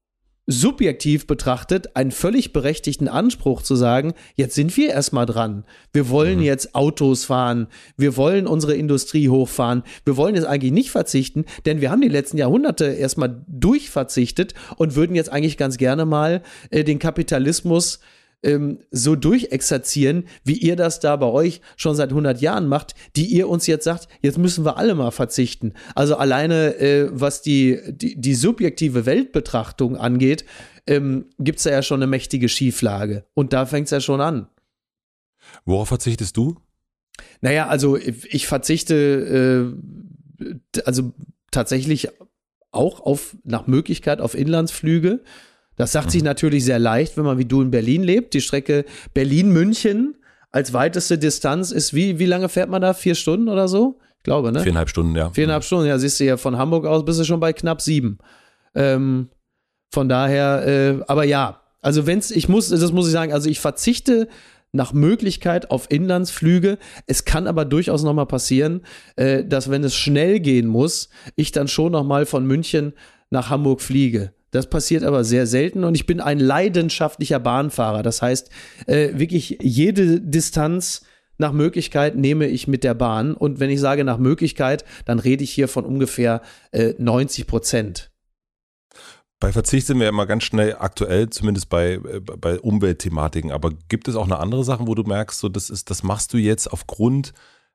subjektiv betrachtet einen völlig berechtigten Anspruch zu sagen, jetzt sind wir erstmal dran. Wir wollen mhm. jetzt Autos fahren, wir wollen unsere Industrie hochfahren, wir wollen jetzt eigentlich nicht verzichten, denn wir haben die letzten Jahrhunderte erstmal durchverzichtet und würden jetzt eigentlich ganz gerne mal äh, den Kapitalismus ähm, so durchexerzieren, wie ihr das da bei euch schon seit hundert Jahren macht, die ihr uns jetzt sagt, jetzt müssen wir alle mal verzichten. Also alleine, äh, was die, die, die subjektive Weltbetrachtung angeht, ähm, gibt es da ja schon eine mächtige Schieflage. Und da fängt es ja schon an. Worauf verzichtest du? Naja, also ich verzichte äh, also tatsächlich auch auf, nach Möglichkeit auf Inlandsflüge. Das sagt mhm. sich natürlich sehr leicht, wenn man wie du in Berlin lebt. Die Strecke Berlin-München als weiteste Distanz ist, wie, wie lange fährt man da? Vier Stunden oder so? Ich glaube, ne? Viereinhalb Stunden, ja. Viereinhalb Stunden, ja, siehst du ja, von Hamburg aus bist du schon bei knapp sieben. Ähm, von daher, äh, aber ja, also wenn's, ich muss, das muss ich sagen, also ich verzichte nach Möglichkeit auf Inlandsflüge. Es kann aber durchaus noch mal passieren, äh, dass wenn es schnell gehen muss, ich dann schon noch mal von München nach Hamburg fliege. Das passiert aber sehr selten und ich bin ein leidenschaftlicher Bahnfahrer. Das heißt, äh, wirklich jede Distanz nach Möglichkeit nehme ich mit der Bahn. Und wenn ich sage nach Möglichkeit, dann rede ich hier von ungefähr äh, neunzig Prozent. Bei Verzicht sind wir ja immer ganz schnell aktuell, zumindest bei, bei Umweltthematiken. Aber gibt es auch eine andere Sache, wo du merkst, so das ist, das machst du jetzt aufgrund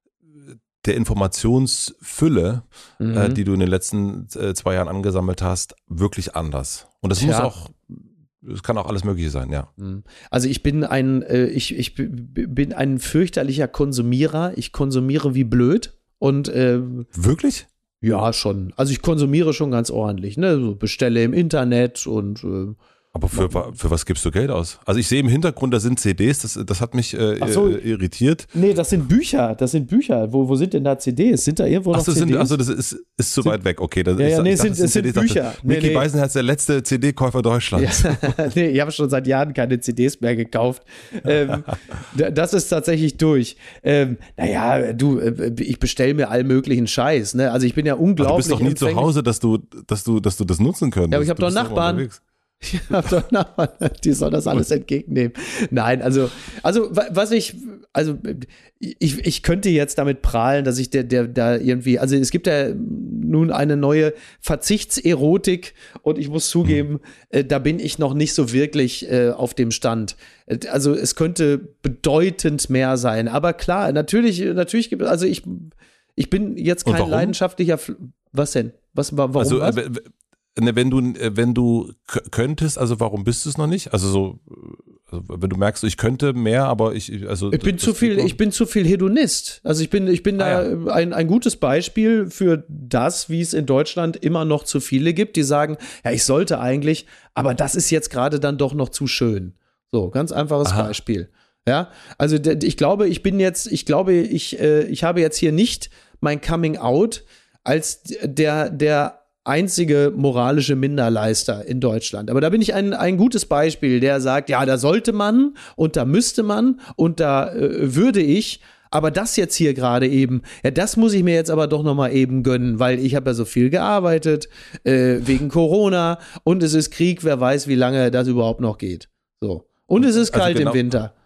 der Informationsfülle, mhm. äh, die du in den letzten äh, zwei Jahren angesammelt hast, wirklich anders. Und das Tja. muss auch, es kann auch alles Mögliche sein, ja. Also ich bin ein, äh, ich, ich bin ein fürchterlicher Konsumierer. Ich konsumiere wie blöd und äh, wirklich? Ja, schon. Also ich konsumiere schon ganz ordentlich, ne? So bestelle im Internet und äh, Aber für, für was gibst du Geld aus? Also ich sehe im Hintergrund, da sind C Ds, das, das hat mich äh, so. irritiert. Nee, das sind Bücher, das sind Bücher. Wo, wo sind denn da C Ds? Sind da irgendwo noch Ach so, C Ds? Sind, also das ist, ist zu sind, weit weg, okay. Das, ja, ja, ich, nee, ich dachte, sind, es sind, sind Bücher. Dachte, Micky nee, nee. Beisenherz, der letzte C D-Käufer Deutschlands. Ja, nee, ich habe schon seit Jahren keine C Ds mehr gekauft. ähm, das ist tatsächlich durch. Ähm, naja, du, ich bestelle mir allen möglichen Scheiß. Ne? Also ich bin ja unglaublich. Aber du bist doch nie empfänglich. zu Hause, dass du, dass du, dass du das nutzen könntest. Ja, aber ich habe doch Nachbarn. Ich habe doch Nachbarn, die sollen das alles entgegennehmen. Nein, also, also was ich, also ich, ich könnte jetzt damit prahlen, dass ich der, der da irgendwie, also es gibt ja nun eine neue Verzichtserotik und ich muss zugeben, mhm. äh, da bin ich noch nicht so wirklich äh, auf dem Stand. Also es könnte bedeutend mehr sein, aber klar, natürlich, natürlich gibt es, also ich, ich bin jetzt kein leidenschaftlicher, was denn? Was, warum also, was? Äh, Wenn du, wenn du könntest, also warum bist du es noch nicht? Also so, also wenn du merkst, ich könnte mehr, aber ich, also. Ich bin zu viel, ich bin zu viel Hedonist. Also ich bin, ich bin ah, da ja. ein, ein gutes Beispiel für das, wie es in Deutschland immer noch zu viele gibt, die sagen, ja, ich sollte eigentlich, aber das ist jetzt gerade dann doch noch zu schön. So, ganz einfaches Aha. Beispiel. Ja, also ich glaube, ich bin jetzt, ich glaube, ich, ich habe jetzt hier nicht mein Coming Out als der, der einzige moralische Minderleister in Deutschland. Aber da bin ich ein, ein gutes Beispiel, der sagt, ja, da sollte man und da müsste man und da äh, würde ich, aber das jetzt hier gerade eben, ja, das muss ich mir jetzt aber doch noch mal eben gönnen, weil ich habe ja so viel gearbeitet, äh, wegen Corona und es ist Krieg, wer weiß, wie lange das überhaupt noch geht. So. Und es ist kalt also genau, im Winter.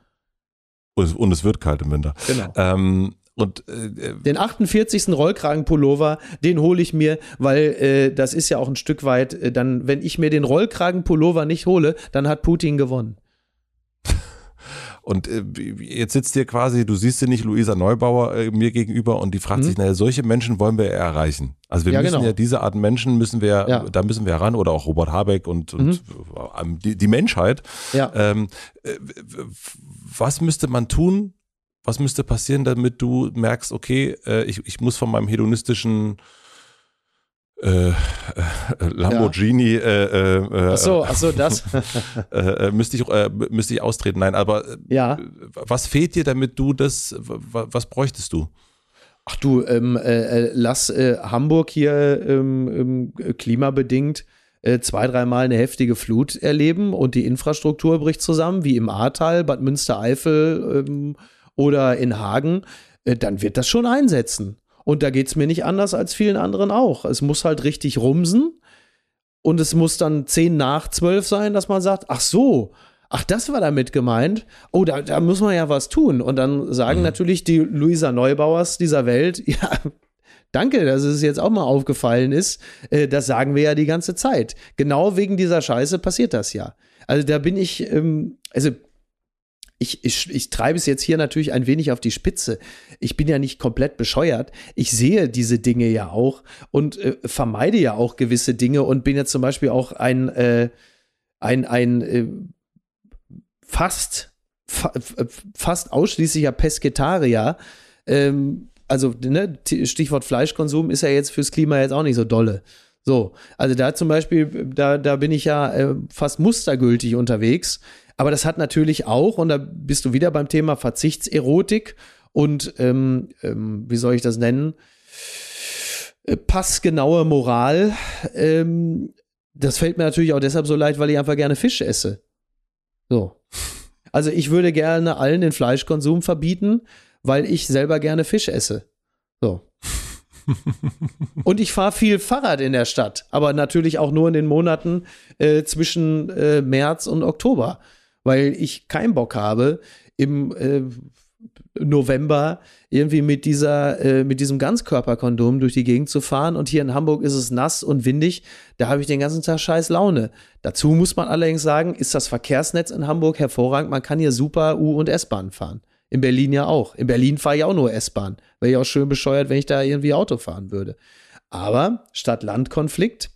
Und es wird kalt im Winter. Genau. Ähm, Und, äh, den achtundvierzigsten Rollkragenpullover, den hole ich mir, weil äh, das ist ja auch ein Stück weit, äh, dann, wenn ich mir den Rollkragenpullover nicht hole, dann hat Putin gewonnen. Und äh, jetzt sitzt hier quasi, du siehst hier nicht Luisa Neubauer äh, mir gegenüber und die fragt mhm. sich, naja, solche Menschen wollen wir erreichen. Also wir ja, müssen genau. ja diese Art Menschen müssen wir, ja. da müssen wir heran oder auch Robert Habeck und, und mhm. die, die Menschheit. Ja. Ähm, äh, was müsste man tun? Was müsste passieren, damit du merkst, okay, äh, ich, ich muss von meinem hedonistischen äh, äh, Lamborghini ja. äh, äh, ach so, ach so, das äh, müsste ich äh, müsste ich austreten. Nein, aber ja. was fehlt dir, damit du das, was bräuchtest du? Ach du, ähm, äh, lass äh, Hamburg hier ähm, ähm, klimabedingt äh, zwei, dreimal eine heftige Flut erleben und die Infrastruktur bricht zusammen, wie im Ahrtal, Bad Münstereifel ähm, oder in Hagen, äh, dann wird das schon einsetzen. Und da geht es mir nicht anders als vielen anderen auch. Es muss halt richtig rumsen. und es muss dann zehn nach zwölf sein, dass man sagt, ach so, ach, das war damit gemeint. Oh, da, da muss man ja was tun. Und dann sagen mhm. natürlich die Luisa Neubauers dieser Welt, ja, danke, dass es jetzt auch mal aufgefallen ist. Äh, das sagen wir ja die ganze Zeit. Genau wegen dieser Scheiße passiert das ja. Also da bin ich, ähm, also ich, ich, ich treibe es jetzt hier natürlich ein wenig auf die Spitze. Ich bin ja nicht komplett bescheuert. Ich sehe diese Dinge ja auch und äh, vermeide ja auch gewisse Dinge und bin jetzt zum Beispiel auch ein, äh, ein, ein äh, fast, fa fast ausschließlicher Pesketarier. Ähm, also, ne, Stichwort Fleischkonsum ist ja jetzt fürs Klima jetzt auch nicht so dolle. So, also da zum Beispiel, da, da bin ich ja äh, fast mustergültig unterwegs. Aber das hat natürlich auch, und da bist du wieder beim Thema Verzichtserotik und, ähm, ähm, wie soll ich das nennen, äh, passgenaue Moral. Ähm, das fällt mir natürlich auch deshalb so leicht, weil ich einfach gerne Fisch esse. So. Also ich würde gerne allen den Fleischkonsum verbieten, weil ich selber gerne Fisch esse. So. Und ich fahre viel Fahrrad in der Stadt, aber natürlich auch nur in den Monaten äh, zwischen äh, März und Oktober, weil ich keinen Bock habe, im äh, November irgendwie mit dieser, äh, mit diesem Ganzkörperkondom durch die Gegend zu fahren. Und hier in Hamburg ist es nass und windig. Da habe ich den ganzen Tag scheiß Laune. Dazu muss man allerdings sagen, ist das Verkehrsnetz in Hamburg hervorragend. Man kann hier super U- und S-Bahn fahren. In Berlin ja auch. In Berlin fahre ich auch nur S-Bahn. Wäre ich auch schön bescheuert, wenn ich da irgendwie Auto fahren würde. Aber Stadt-Land-Konflikt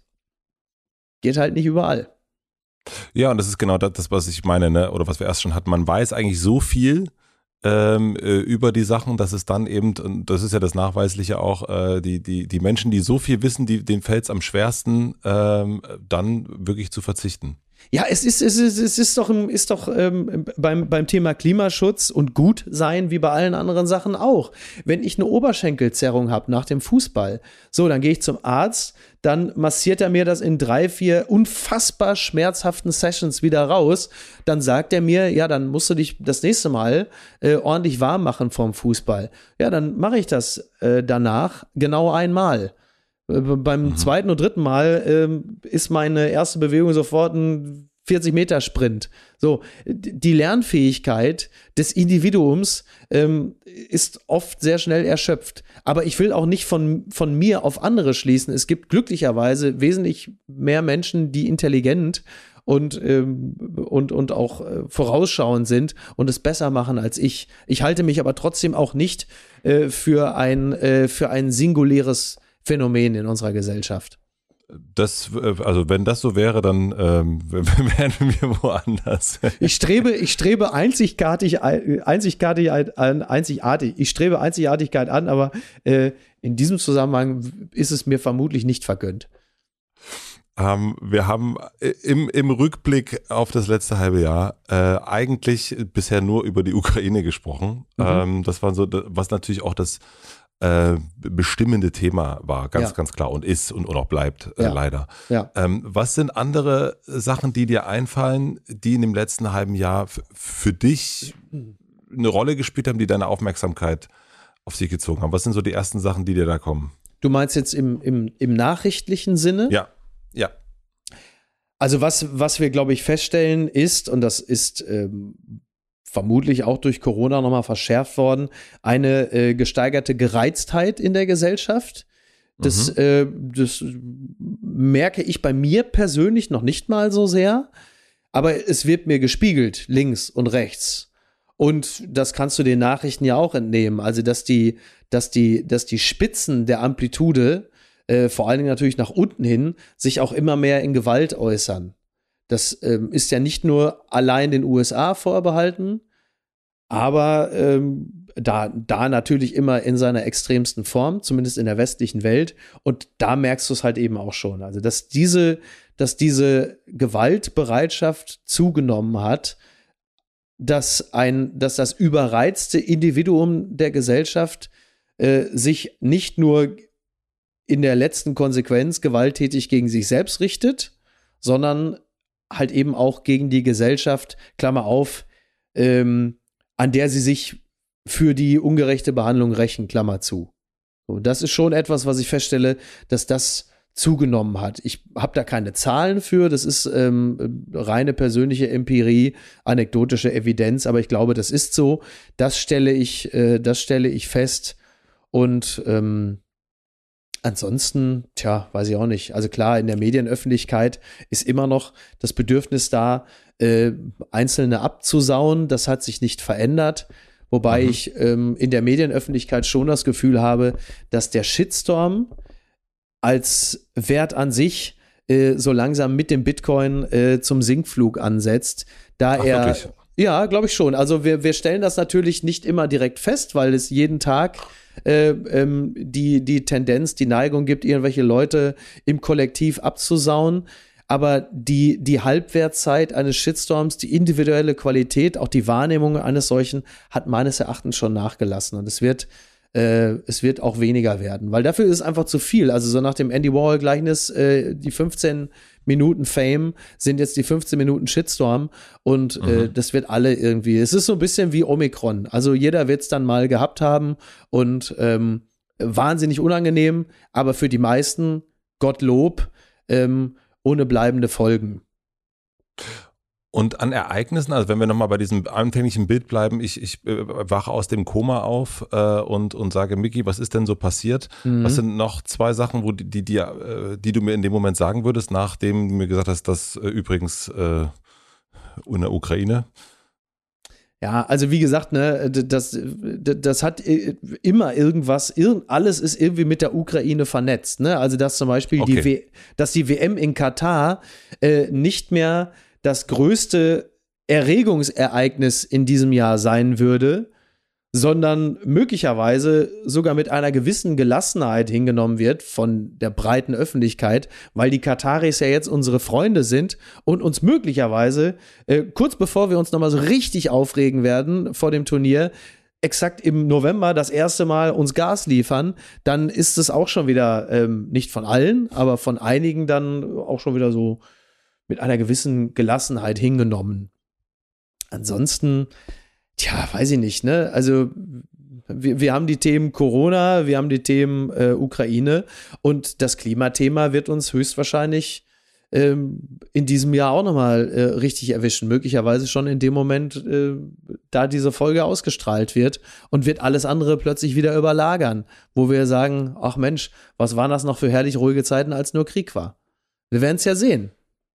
geht halt nicht überall. Ja, und das ist genau das, was ich meine, ne? Oder was wir erst schon hatten. Man weiß eigentlich so viel ähm, äh, über die Sachen, dass es dann eben, und das ist ja das Nachweisliche auch, äh, die, die, die Menschen, die so viel wissen, die, denen fällt es am schwersten, ähm, dann wirklich zu verzichten. Ja, es ist, es ist, es ist doch, ist doch ähm, beim, beim Thema Klimaschutz und Gutsein wie bei allen anderen Sachen auch. Wenn ich eine Oberschenkelzerrung habe nach dem Fußball, so, dann gehe ich zum Arzt, dann massiert er mir das in drei, vier unfassbar schmerzhaften Sessions wieder raus. Dann sagt er mir, ja, dann musst du dich das nächste Mal äh, ordentlich warm machen vorm Fußball. Ja, dann mache ich das äh, danach genau einmal. Beim mhm. zweiten und dritten Mal ähm, ist meine erste Bewegung sofort ein vierzig Meter Sprint. So, die Lernfähigkeit des Individuums ähm, ist oft sehr schnell erschöpft. Aber ich will auch nicht von, von mir auf andere schließen. Es gibt glücklicherweise wesentlich mehr Menschen, die intelligent und, ähm, und, und auch äh, vorausschauend sind und es besser machen als ich. Ich halte mich aber trotzdem auch nicht äh, für ein, äh, für ein singuläres Phänomen in unserer Gesellschaft. Das, also wenn das so wäre, dann ähm, wären wir woanders. Ich strebe, ich strebe einzigartig, einzigartig an, einzigartig, ich strebe Einzigartigkeit an, aber äh, in diesem Zusammenhang ist es mir vermutlich nicht vergönnt. Ähm, wir haben im, im Rückblick auf das letzte halbe Jahr äh, eigentlich bisher nur über die Ukraine gesprochen. Mhm. Ähm, das war so, was natürlich auch das Äh, bestimmende Thema war, ganz, ja. ganz klar und ist und, und auch bleibt, äh, ja. leider. Ja. Ähm, was sind andere Sachen, die dir einfallen, die in dem letzten halben Jahr für dich eine Rolle gespielt haben, die deine Aufmerksamkeit auf sich gezogen haben? Was sind so die ersten Sachen, die dir da kommen? Du meinst jetzt im, im, im nachrichtlichen Sinne? Ja, ja. Also was, was wir, glaube ich, feststellen ist, und das ist ähm, vermutlich auch durch Corona nochmal verschärft worden, eine äh, gesteigerte Gereiztheit in der Gesellschaft. Das, mhm. äh, das merke ich bei mir persönlich noch nicht mal so sehr, aber es wird mir gespiegelt, links und rechts. Und das kannst du den Nachrichten ja auch entnehmen. Also, dass die, dass die, dass die Spitzen der Amplitude, äh, vor allen Dingen natürlich nach unten hin, sich auch immer mehr in Gewalt äußern. Das ähm, ist ja nicht nur allein den U S A vorbehalten, aber ähm, da, da natürlich immer in seiner extremsten Form, zumindest in der westlichen Welt. Und da merkst du es halt eben auch schon. Also, dass diese, dass diese Gewaltbereitschaft zugenommen hat, dass ein, dass das überreizte Individuum der Gesellschaft äh, sich nicht nur in der letzten Konsequenz gewalttätig gegen sich selbst richtet, sondern halt eben auch gegen die Gesellschaft, Klammer auf, ähm, an der sie sich für die ungerechte Behandlung rächen, Klammer zu. So, das ist schon etwas, was ich feststelle, dass das zugenommen hat. Ich habe da keine Zahlen für, das ist ähm, reine persönliche Empirie, anekdotische Evidenz, aber ich glaube, das ist so. Das stelle ich, äh, das stelle ich fest und ähm, ansonsten, tja, weiß ich auch nicht. Also klar, in der Medienöffentlichkeit ist immer noch das Bedürfnis da, äh, Einzelne abzusauen. Das hat sich nicht verändert. Wobei mhm. ich ähm, in der Medienöffentlichkeit schon das Gefühl habe, dass der Shitstorm als Wert an sich äh, so langsam mit dem Bitcoin äh, zum Sinkflug ansetzt. Da Ach, er, wirklich? Ja, glaube ich schon. Also wir, wir stellen das natürlich nicht immer direkt fest, weil es jeden Tag Äh, ähm, die, die Tendenz, die Neigung gibt, irgendwelche Leute im Kollektiv abzusauen. Aber die, die Halbwertzeit eines Shitstorms, die individuelle Qualität, auch die Wahrnehmung eines solchen, hat meines Erachtens schon nachgelassen. Und es wird, äh, es wird auch weniger werden. Weil dafür ist es einfach zu viel. Also so nach dem Andy Warhol-Gleichnis, äh, die fünfzehn Minuten Fame sind jetzt die fünfzehn Minuten Shitstorm und mhm. äh, das wird alle irgendwie, es ist so ein bisschen wie Omikron, also jeder wird es dann mal gehabt haben und ähm, wahnsinnig unangenehm, aber für die meisten, Gottlob, ähm, ohne bleibende Folgen. Und an Ereignissen, also wenn wir nochmal bei diesem anfänglichen Bild bleiben, ich, ich äh, wache aus dem Koma auf äh, und, und sage, Micky, was ist denn so passiert? Mhm. Was sind noch zwei Sachen, wo die, die, die, äh, die du mir in dem Moment sagen würdest, nachdem du mir gesagt hast, dass äh, übrigens äh, in der Ukraine? Ja, also wie gesagt, ne, das, das hat immer irgendwas, alles ist irgendwie mit der Ukraine vernetzt, ne? Also dass zum Beispiel okay. die, w- dass die W M in Katar äh, nicht mehr das größte Erregungsereignis in diesem Jahr sein würde, sondern möglicherweise sogar mit einer gewissen Gelassenheit hingenommen wird von der breiten Öffentlichkeit, weil die Kataris ja jetzt unsere Freunde sind und uns möglicherweise, äh, kurz bevor wir uns nochmal so richtig aufregen werden vor dem Turnier, exakt im November das erste Mal uns Gas liefern, dann ist es auch schon wieder, ähm, nicht von allen, aber von einigen dann auch schon wieder so mit einer gewissen Gelassenheit hingenommen. Ansonsten, tja, weiß ich nicht, ne? Also wir, wir haben die Themen Corona, wir haben die Themen äh, Ukraine und das Klimathema wird uns höchstwahrscheinlich ähm, in diesem Jahr auch nochmal äh, richtig erwischen. Möglicherweise schon in dem Moment, äh, da diese Folge ausgestrahlt wird und wird alles andere plötzlich wieder überlagern, wo wir sagen, ach Mensch, was waren das noch für herrlich ruhige Zeiten, als nur Krieg war? Wir werden es ja sehen.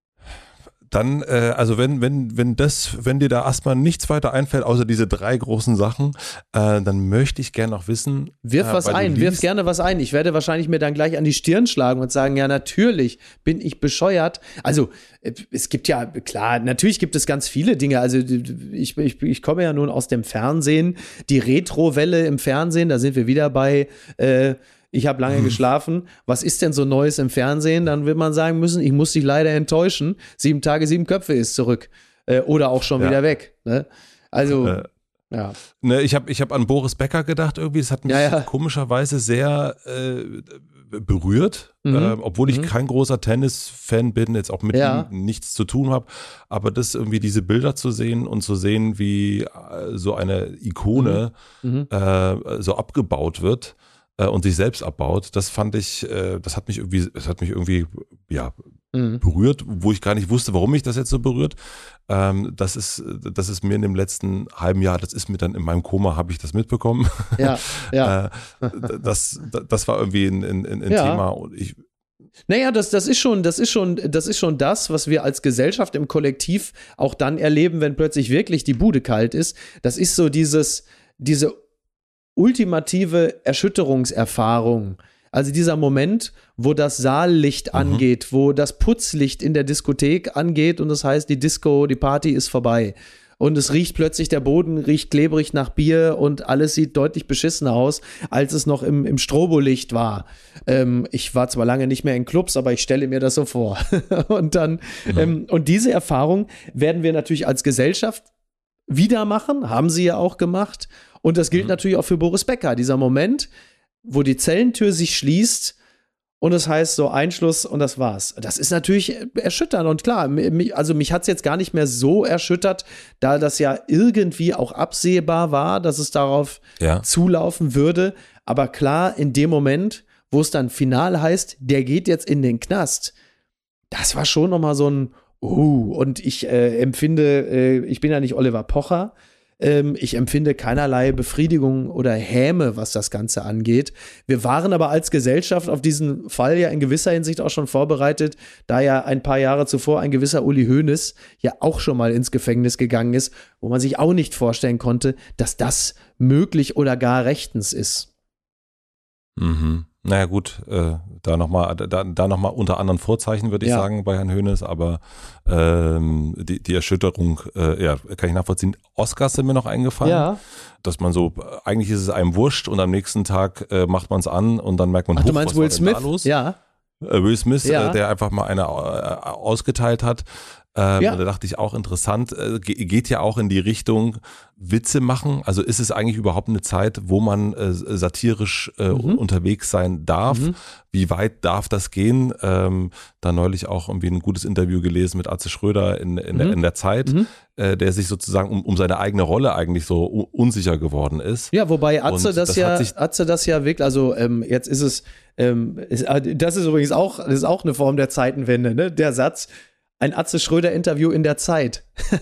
Dann, äh, also wenn, wenn, wenn das, wenn dir da erstmal nichts weiter einfällt, außer diese drei großen Sachen, äh, dann möchte ich gerne noch wissen. Wirf äh, was ein, wirf gerne was ein. Ich werde wahrscheinlich mir dann gleich an die Stirn schlagen und sagen, ja, natürlich bin ich bescheuert. Also, es gibt ja, klar, natürlich gibt es ganz viele Dinge. Also, ich, ich, ich komme ja nun aus dem Fernsehen. Die Retrowelle im Fernsehen, da sind wir wieder bei, äh, ich habe lange geschlafen. Was ist denn so Neues im Fernsehen? Dann wird man sagen müssen, ich muss dich leider enttäuschen. Sieben Tage, sieben Köpfe ist zurück. Äh, oder auch schon ja. wieder weg. Ne? Also, äh, ja. Ne, ich habe ich hab an Boris Becker gedacht irgendwie. Es hat mich ja, ja. komischerweise sehr äh, berührt. Mhm. Äh, obwohl ich mhm. kein großer Tennis-Fan bin, jetzt auch mit ja. ihm nichts zu tun habe. Aber das irgendwie diese Bilder zu sehen und zu sehen, wie äh, so eine Ikone mhm. äh, so abgebaut wird und sich selbst abbaut, das fand ich, das hat mich irgendwie, das hat mich irgendwie, ja, mhm. berührt, wo ich gar nicht wusste, warum mich das jetzt so berührt. Das ist, das ist mir in dem letzten halben Jahr, das ist mir dann in meinem Koma, habe ich das mitbekommen. Ja, ja. das, das war irgendwie ein, ein, ein ja. Thema und ich, Naja, das, das ist schon, das ist schon, das ist schon das, was wir als Gesellschaft im Kollektiv auch dann erleben, wenn plötzlich wirklich die Bude kalt ist. Das ist so dieses, diese ultimative Erschütterungserfahrung. Also dieser Moment, wo das Saallicht mhm. angeht, wo das Putzlicht in der Diskothek angeht und das heißt, die Disco, die Party ist vorbei. Und es riecht plötzlich, der Boden riecht klebrig nach Bier und alles sieht deutlich beschissener aus, als es noch im, im Strobolicht war. Ähm, ich war zwar lange nicht mehr in Clubs, aber ich stelle mir das so vor. und dann, mhm. ähm, und diese Erfahrung werden wir natürlich als Gesellschaft wieder machen, haben sie ja auch gemacht. Und das gilt mhm. natürlich auch für Boris Becker. Dieser Moment, wo die Zellentür sich schließt und es heißt so Einschluss und das war's. Das ist natürlich erschütternd und klar, mich, also mich hat's jetzt gar nicht mehr so erschüttert, da das ja irgendwie auch absehbar war, dass es darauf ja. zulaufen würde. Aber klar, in dem Moment, wo es dann final heißt, der geht jetzt in den Knast. Das war schon nochmal so ein Uh, und ich äh, empfinde, äh, ich bin ja nicht Oliver Pocher, ähm, ich empfinde keinerlei Befriedigung oder Häme, was das Ganze angeht. Wir waren aber als Gesellschaft auf diesen Fall ja in gewisser Hinsicht auch schon vorbereitet, da ja ein paar Jahre zuvor ein gewisser Uli Hoeneß ja auch schon mal ins Gefängnis gegangen ist, wo man sich auch nicht vorstellen konnte, dass das möglich oder gar rechtens ist. Mhm. Naja gut, äh, da nochmal da, da noch mal unter anderen Vorzeichen, würde ich Ja. sagen, bei Herrn Hoeneß, aber ähm, die, die Erschütterung, äh, ja, kann ich nachvollziehen. Oscars sind mir noch eingefallen, Ja. dass man so, eigentlich ist es einem wurscht und am nächsten Tag äh, macht man es an und dann merkt man, Ach, du huch, meinst was war Will denn Smith? da los? Ja. Äh, Will Smith, Ja. äh, der einfach mal eine äh, ausgeteilt hat. Ähm, Ja. und da dachte ich auch interessant, äh, ge- geht ja auch in die Richtung Witze machen. Also ist es eigentlich überhaupt eine Zeit, wo man äh, satirisch äh, Mhm. unterwegs sein darf? Mhm. Wie weit darf das gehen? Ähm, da neulich auch irgendwie ein gutes Interview gelesen mit Atze Schröder in, in, Mhm. der, in der Zeit, Mhm. äh, der sich sozusagen um, um seine eigene Rolle eigentlich so u- unsicher geworden ist. Ja, wobei Atze Und das, das ja, hat sich- Atze das ja wirklich, also ähm, jetzt ist es, ähm, ist, äh, das ist übrigens auch, das ist auch eine Form der Zeitenwende, ne? Der Satz, ein Atze Schröder-Interview in der Zeit.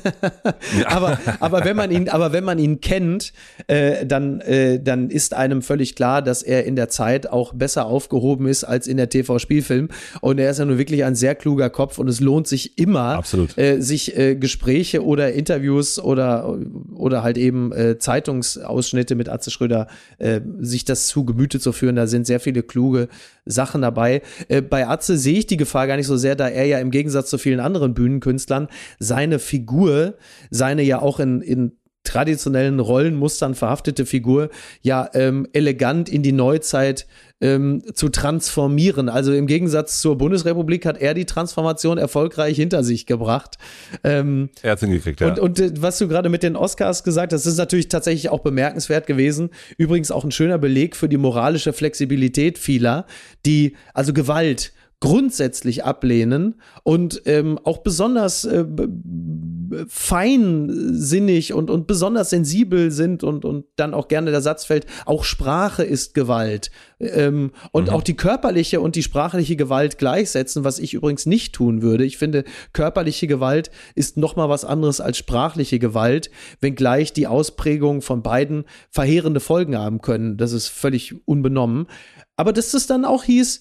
aber, aber, wenn man ihn, aber wenn man ihn kennt, äh, dann, äh, dann ist einem völlig klar, dass er in der Zeit auch besser aufgehoben ist als in der T V-Spielfilm. Und er ist ja nun wirklich ein sehr kluger Kopf und es lohnt sich immer, Absolut. äh, sich äh, Gespräche oder Interviews oder, oder halt eben äh, Zeitungsausschnitte mit Atze Schröder, äh, sich das zu Gemüte zu führen. Da sind sehr viele kluge Sachen dabei. Äh, bei Atze sehe ich die Gefahr gar nicht so sehr, da er ja im Gegensatz zu vielen anderen Bühnenkünstlern seine Figur, seine ja auch in, in traditionellen Rollenmustern verhaftete Figur, ja ähm, elegant in die Neuzeit ähm, zu transformieren. Also im Gegensatz zur Bundesrepublik hat er die Transformation erfolgreich hinter sich gebracht. Ähm, Er hat es hingekriegt, ja. und, und äh, was du gerade mit den Oscars gesagt hast, das ist natürlich tatsächlich auch bemerkenswert gewesen. Übrigens auch ein schöner Beleg für die moralische Flexibilität vieler, die also Gewalt grundsätzlich ablehnen und ähm, auch besonders äh, b- b- feinsinnig und, und besonders sensibel sind und, und dann auch gerne der Satz fällt, auch Sprache ist Gewalt. Ähm, und Mhm. auch die körperliche und die sprachliche Gewalt gleichsetzen, was ich übrigens nicht tun würde. Ich finde, körperliche Gewalt ist noch mal was anderes als sprachliche Gewalt, wenngleich die Ausprägungen von beiden verheerende Folgen haben können. Das ist völlig unbenommen. Aber dass es dann auch hieß,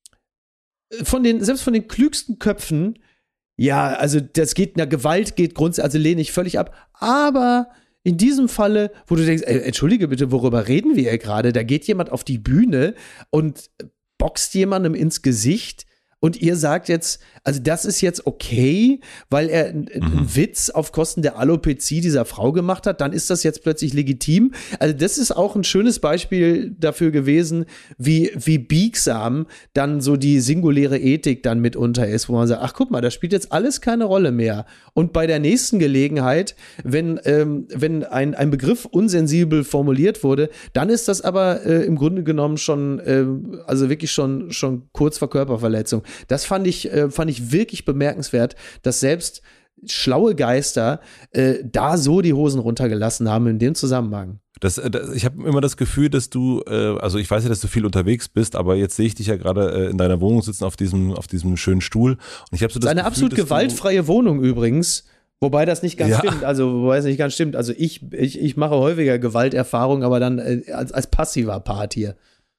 von den, selbst von den klügsten Köpfen, ja, also das geht, na, Gewalt geht grundsätzlich, also lehne ich völlig ab, aber in diesem Falle, wo du denkst, ey, entschuldige bitte, worüber reden wir hier gerade? Da geht jemand auf die Bühne und boxt jemandem ins Gesicht und ihr sagt jetzt, also das ist jetzt okay, weil er einen Mhm. Witz auf Kosten der Alopezie dieser Frau gemacht hat, dann ist das jetzt plötzlich legitim. Also das ist auch ein schönes Beispiel dafür gewesen, wie, wie biegsam dann so die singuläre Ethik dann mitunter ist, wo man sagt, ach guck mal, das spielt jetzt alles keine Rolle mehr. Und bei der nächsten Gelegenheit, wenn, ähm, wenn ein, ein Begriff unsensibel formuliert wurde, dann ist das aber äh, im Grunde genommen schon, äh, also wirklich schon, schon kurz vor Körperverletzung. Das fand ich, äh, fand ich wirklich bemerkenswert, dass selbst schlaue Geister äh, da so die Hosen runtergelassen haben in dem Zusammenhang. Das, äh, das, ich habe immer das Gefühl, dass du, äh, also ich weiß ja, dass du viel unterwegs bist, aber jetzt sehe ich dich ja gerade äh, in deiner Wohnung sitzen auf diesem, auf diesem schönen Stuhl. Und ich habe so das Das ist eine Gefühl, absolut dass du- gewaltfreie Wohnung übrigens. Wobei das nicht ganz Ja. stimmt, also wobei es nicht ganz stimmt. Also ich, ich, ich mache häufiger Gewalterfahrungen, aber dann äh, als, als passiver Part hier.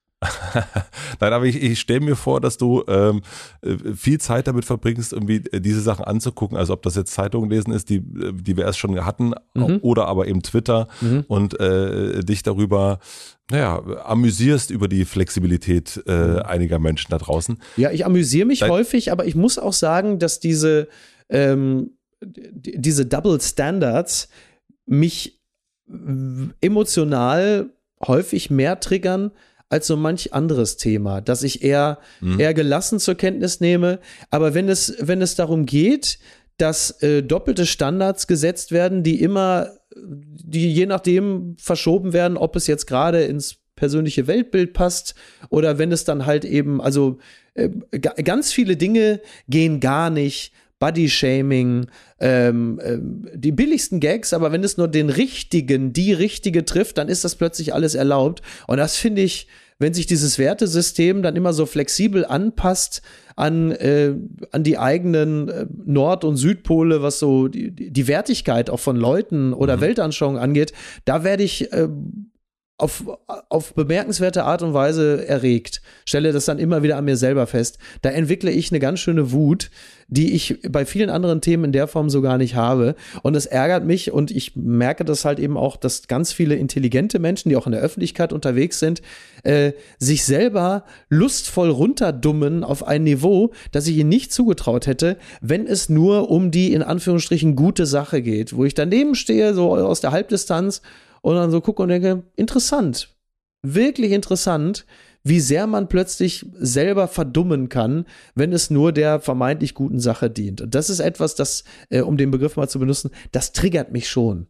Nein, aber ich, ich stelle mir vor, dass du ähm, äh, viel Zeit damit verbringst, irgendwie äh, diese Sachen anzugucken. Also ob das jetzt Zeitungen lesen ist, die, äh, die wir erst schon hatten, Mhm. oder aber eben Twitter Mhm. und äh, dich darüber, naja, amüsierst über die Flexibilität äh, Mhm. einiger Menschen da draußen. Ja, ich amüsiere mich Dein- häufig, aber ich muss auch sagen, dass diese, ähm, d- diese Double Standards mich w- emotional häufig mehr triggern als so manch anderes Thema, dass ich eher, Mhm. eher gelassen zur Kenntnis nehme. Aber wenn es, wenn es darum geht, dass äh, doppelte Standards gesetzt werden, die immer, die je nachdem verschoben werden, ob es jetzt gerade ins persönliche Weltbild passt oder wenn es dann halt eben, also äh, ga- ganz viele Dinge gehen gar nicht. Bodyshaming, ähm, ähm, die billigsten Gags, aber wenn es nur den richtigen, die richtige trifft, dann ist das plötzlich alles erlaubt. Und das finde ich wenn sich dieses Wertesystem dann immer so flexibel anpasst an, äh, an die eigenen äh, Nord- und Südpole, was so die, die Wertigkeit auch von Leuten oder mhm. Weltanschauung angeht, da werde ich äh, Auf, auf bemerkenswerte Art und Weise erregt. Stelle das dann immer wieder an mir selber fest. Da entwickle ich eine ganz schöne Wut, die ich bei vielen anderen Themen in der Form so gar nicht habe. Und es ärgert mich und ich merke das halt eben auch, dass ganz viele intelligente Menschen, die auch in der Öffentlichkeit unterwegs sind, äh, sich selber lustvoll runterdummen auf ein Niveau, das ich ihnen nicht zugetraut hätte, wenn es nur um die in Anführungsstrichen gute Sache geht, wo ich daneben stehe, so aus der Halbdistanz und dann so gucke und denke, interessant, wirklich interessant, wie sehr man plötzlich selber verdummen kann, wenn es nur der vermeintlich guten Sache dient. Und das ist etwas, das, äh, um den Begriff mal zu benutzen, das triggert mich schon.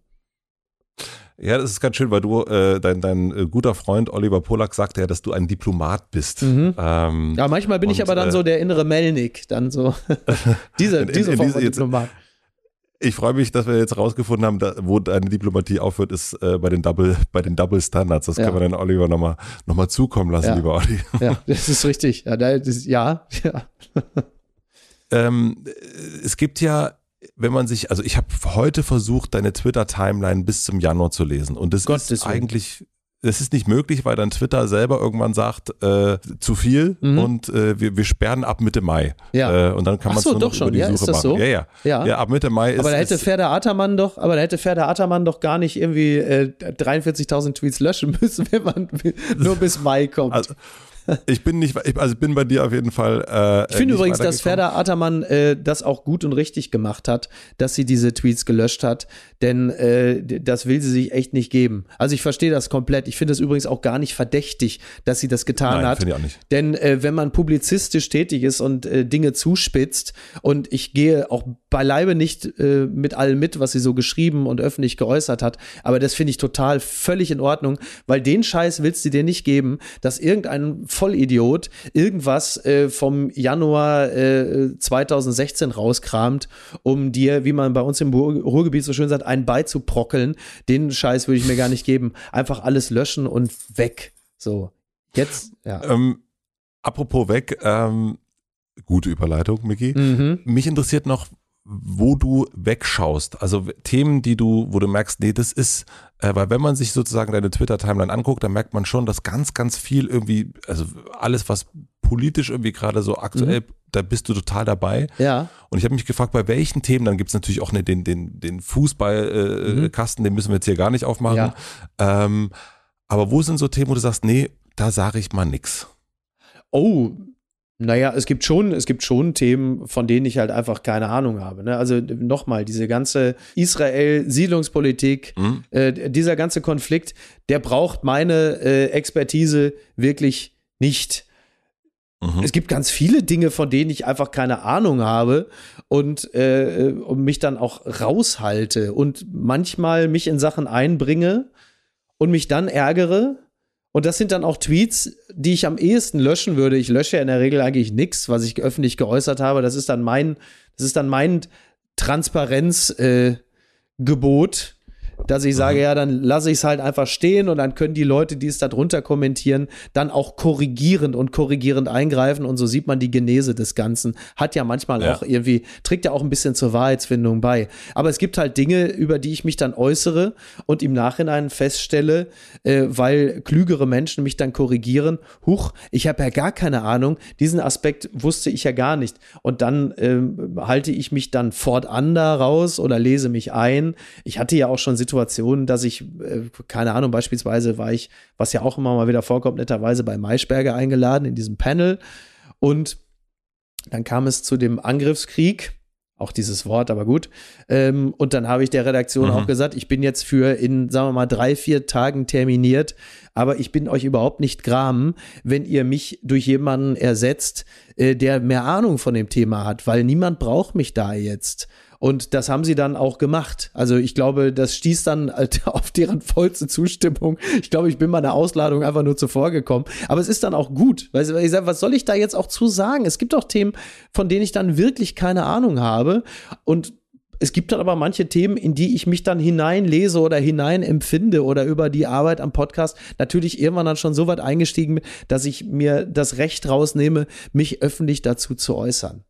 Ja, das ist ganz schön, weil du, äh, dein, dein äh, guter Freund Oliver Polak sagte ja, dass du ein Diplomat bist. Mhm. Ähm, ja, manchmal bin und, ich aber dann äh, so der innere Melnick, dann so diese, in, in, diese in Form diese, von Diplomat. Ich freue mich, dass wir jetzt rausgefunden haben, da, wo deine Diplomatie aufhört, ist äh, bei den Double, bei den Double Standards. Das ja. können wir dann Oliver nochmal noch mal zukommen lassen, ja. lieber Olli. Ja, das ist richtig. Ja, das ist, ja. ja. ähm, es gibt ja, wenn man sich, also ich habe heute versucht, deine Twitter-Timeline bis zum Januar zu lesen. Und das Gott ist eigentlich, es ist nicht möglich, weil dann Twitter selber irgendwann sagt, äh, zu viel mhm. und äh, wir, wir sperren ab Mitte Mai. Ja. Äh, und dann kann man es so, nur noch doch schon. über die Ja, Suche ist das machen. So? Ja, ja, ja. Ja, ab Mitte Mai ist aber da hätte ist, Ferda Ataman doch, aber da hätte Ferda Ataman doch gar nicht irgendwie äh, dreiundvierzigtausend Tweets löschen müssen, wenn man nur bis Mai kommt. Also, ich bin nicht, also ich bin bei dir auf jeden Fall. Äh, ich finde übrigens, dass Ferda Ataman äh, das auch gut und richtig gemacht hat, dass sie diese Tweets gelöscht hat, denn äh, das will sie sich echt nicht geben. Also ich verstehe das komplett. Ich finde es übrigens auch gar nicht verdächtig, dass sie das getan Nein, hat. finde ich auch nicht. Denn äh, wenn man publizistisch tätig ist und äh, Dinge zuspitzt und ich gehe auch beileibe nicht äh, mit allem mit, was sie so geschrieben und öffentlich geäußert hat, aber das finde ich total völlig in Ordnung, weil den Scheiß willst du dir nicht geben, dass irgendein Vollidiot irgendwas äh, vom Januar äh, zweitausendsechzehn rauskramt, um dir, wie man bei uns im Ruhrgebiet so schön sagt, einen beizuprockeln. Den Scheiß würde ich mir gar nicht geben. Einfach alles löschen und weg. So, jetzt, ja. Ähm, apropos weg, ähm, gute Überleitung, Micky. Mhm. Mich interessiert noch, wo du wegschaust, also Themen, die du, wo du merkst, nee, das ist, äh, weil wenn man sich sozusagen deine Twitter-Timeline anguckt, dann merkt man schon, dass ganz, ganz viel irgendwie, also alles, was politisch irgendwie gerade so aktuell, mhm. da bist du total dabei. Ja. Und ich habe mich gefragt, bei welchen Themen, dann gibt es natürlich auch ne, den, den, den Fußballkasten, äh, mhm. den müssen wir jetzt hier gar nicht aufmachen. Ja. Ähm, aber wo sind so Themen, wo du sagst, nee, da sage ich mal nix? Oh, Naja, es gibt schon, es gibt schon Themen, von denen ich halt einfach keine Ahnung habe. Ne? Also nochmal, diese ganze Israel-Siedlungspolitik, mhm. äh, dieser ganze Konflikt, der braucht meine äh, Expertise wirklich nicht. Mhm. Es gibt ganz viele Dinge, von denen ich einfach keine Ahnung habe und, äh, und mich dann auch raushalte und manchmal mich in Sachen einbringe und mich dann ärgere. Und das sind dann auch Tweets, die ich am ehesten löschen würde. Ich lösche ja in der Regel eigentlich nichts, was ich öffentlich geäußert habe. Das ist dann mein, das ist dann mein Transparenzgebot, äh, dass ich sage, ja, dann lasse ich es halt einfach stehen und dann können die Leute, die es da drunter kommentieren, dann auch korrigierend und korrigierend eingreifen und so sieht man die Genese des Ganzen. Hat ja manchmal ja. auch irgendwie, trägt ja auch ein bisschen zur Wahrheitsfindung bei. Aber es gibt halt Dinge, über die ich mich dann äußere und im Nachhinein feststelle, äh, weil klügere Menschen mich dann korrigieren, huch, ich habe ja gar keine Ahnung, diesen Aspekt wusste ich ja gar nicht. Und dann ähm, halte ich mich dann fortan da raus oder lese mich ein. Ich hatte ja auch schon Situationen, Situationen, dass ich, äh, keine Ahnung, beispielsweise war ich, was ja auch immer mal wieder vorkommt, netterweise bei Maischberger eingeladen in diesem Panel und dann kam es zu dem Angriffskrieg, auch dieses Wort, aber gut, ähm, und dann habe ich der Redaktion mhm. auch gesagt, ich bin jetzt für in, sagen wir mal, drei, vier Tagen terminiert, aber ich bin euch überhaupt nicht gram, wenn ihr mich durch jemanden ersetzt, äh, der mehr Ahnung von dem Thema hat, weil niemand braucht mich da jetzt. Und das haben sie dann auch gemacht. Also ich glaube, das stieß dann auf deren vollste Zustimmung. Ich glaube, ich bin meiner Ausladung einfach nur zuvor gekommen. Aber es ist dann auch gut. Weil ich sage, was soll ich da jetzt auch zu sagen? Es gibt auch Themen, von denen ich dann wirklich keine Ahnung habe. Und es gibt dann aber manche Themen, in die ich mich dann hineinlese oder hineinempfinde oder über die Arbeit am Podcast natürlich irgendwann dann schon so weit eingestiegen bin, dass ich mir das Recht rausnehme, mich öffentlich dazu zu äußern.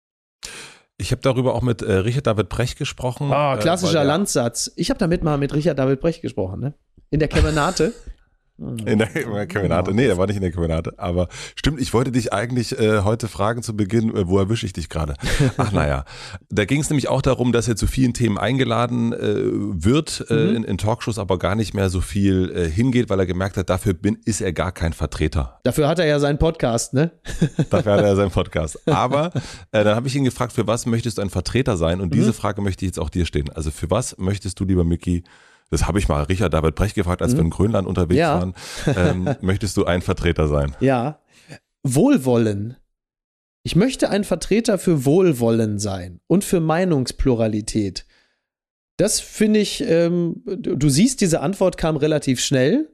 Ich habe darüber auch mit äh, Richard David Brecht gesprochen. Oh, klassischer äh, Landsatz. Ich habe damit mal mit Richard David Brecht gesprochen, ne? In der Kemenate. In der Kemenate. Nee, er war nicht in der Kemenate. Aber stimmt, ich wollte dich eigentlich äh, heute fragen zu Beginn, äh, wo erwische ich dich gerade? Ach naja, da ging es nämlich auch darum, dass er zu vielen Themen eingeladen äh, wird äh, mhm. in, in Talkshows, aber gar nicht mehr so viel äh, hingeht, weil er gemerkt hat, dafür bin, ist er gar kein Vertreter. Dafür hat er ja seinen Podcast, ne? Dafür hat er ja seinen Podcast. Aber äh, dann habe ich ihn gefragt, für was möchtest du ein Vertreter sein? Und mhm. diese Frage möchte ich jetzt auch dir stellen. Also für was möchtest du, lieber Micky, das habe ich mal Richard David Brecht gefragt, als mhm. wir in Grönland unterwegs ja. waren. Ähm, möchtest du ein Vertreter sein? Ja. Wohlwollen. Ich möchte ein Vertreter für Wohlwollen sein und für Meinungspluralität. Das finde ich, ähm, du, du siehst, diese Antwort kam relativ schnell.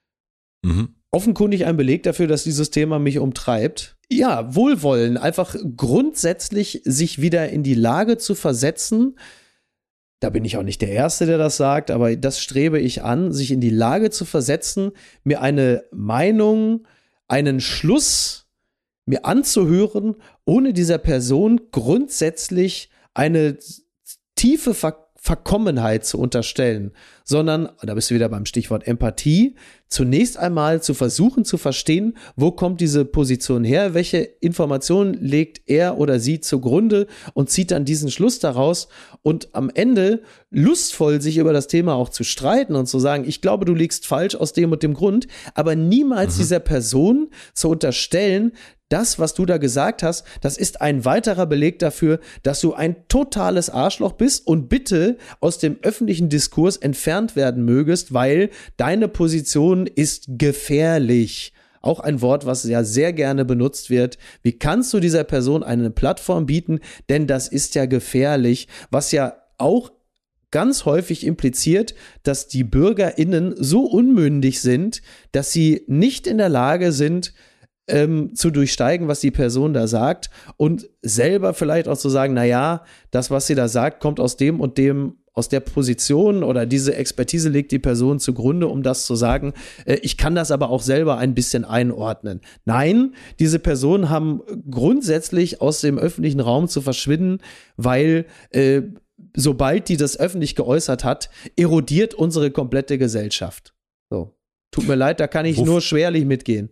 Mhm. Offenkundig ein Beleg dafür, dass dieses Thema mich umtreibt. Ja, Wohlwollen, einfach grundsätzlich sich wieder in die Lage zu versetzen. Da bin ich auch nicht der Erste, der das sagt, aber das strebe ich an, sich in die Lage zu versetzen, mir eine Meinung, einen Schluss mir anzuhören, ohne dieser Person grundsätzlich eine tiefe Ver- Verkommenheit zu unterstellen, sondern, da bist du wieder beim Stichwort Empathie, zunächst einmal zu versuchen zu verstehen, wo kommt diese Position her, welche Informationen legt er oder sie zugrunde und zieht dann diesen Schluss daraus und am Ende lustvoll sich über das Thema auch zu streiten und zu sagen, ich glaube, du liegst falsch aus dem und dem Grund, aber niemals mhm. dieser Person zu unterstellen, das, was du da gesagt hast, das ist ein weiterer Beleg dafür, dass du ein totales Arschloch bist und bitte aus dem öffentlichen Diskurs entfernt werden mögest, weil deine Position ist gefährlich. Auch ein Wort, was ja sehr gerne benutzt wird. Wie kannst du dieser Person eine Plattform bieten? Denn das ist ja gefährlich, was ja auch ganz häufig impliziert, dass die BürgerInnen so unmündig sind, dass sie nicht in der Lage sind, Ähm, zu durchsteigen, was die Person da sagt und selber vielleicht auch zu sagen, na ja, das, was sie da sagt, kommt aus dem und dem, aus der Position oder diese Expertise legt die Person zugrunde, um das zu sagen. Äh, ich kann das aber auch selber ein bisschen einordnen. Nein, diese Personen haben grundsätzlich aus dem öffentlichen Raum zu verschwinden, weil äh, sobald die das öffentlich geäußert hat, erodiert unsere komplette Gesellschaft. So. Tut mir leid, da kann ich Wo nur schwerlich mitgehen.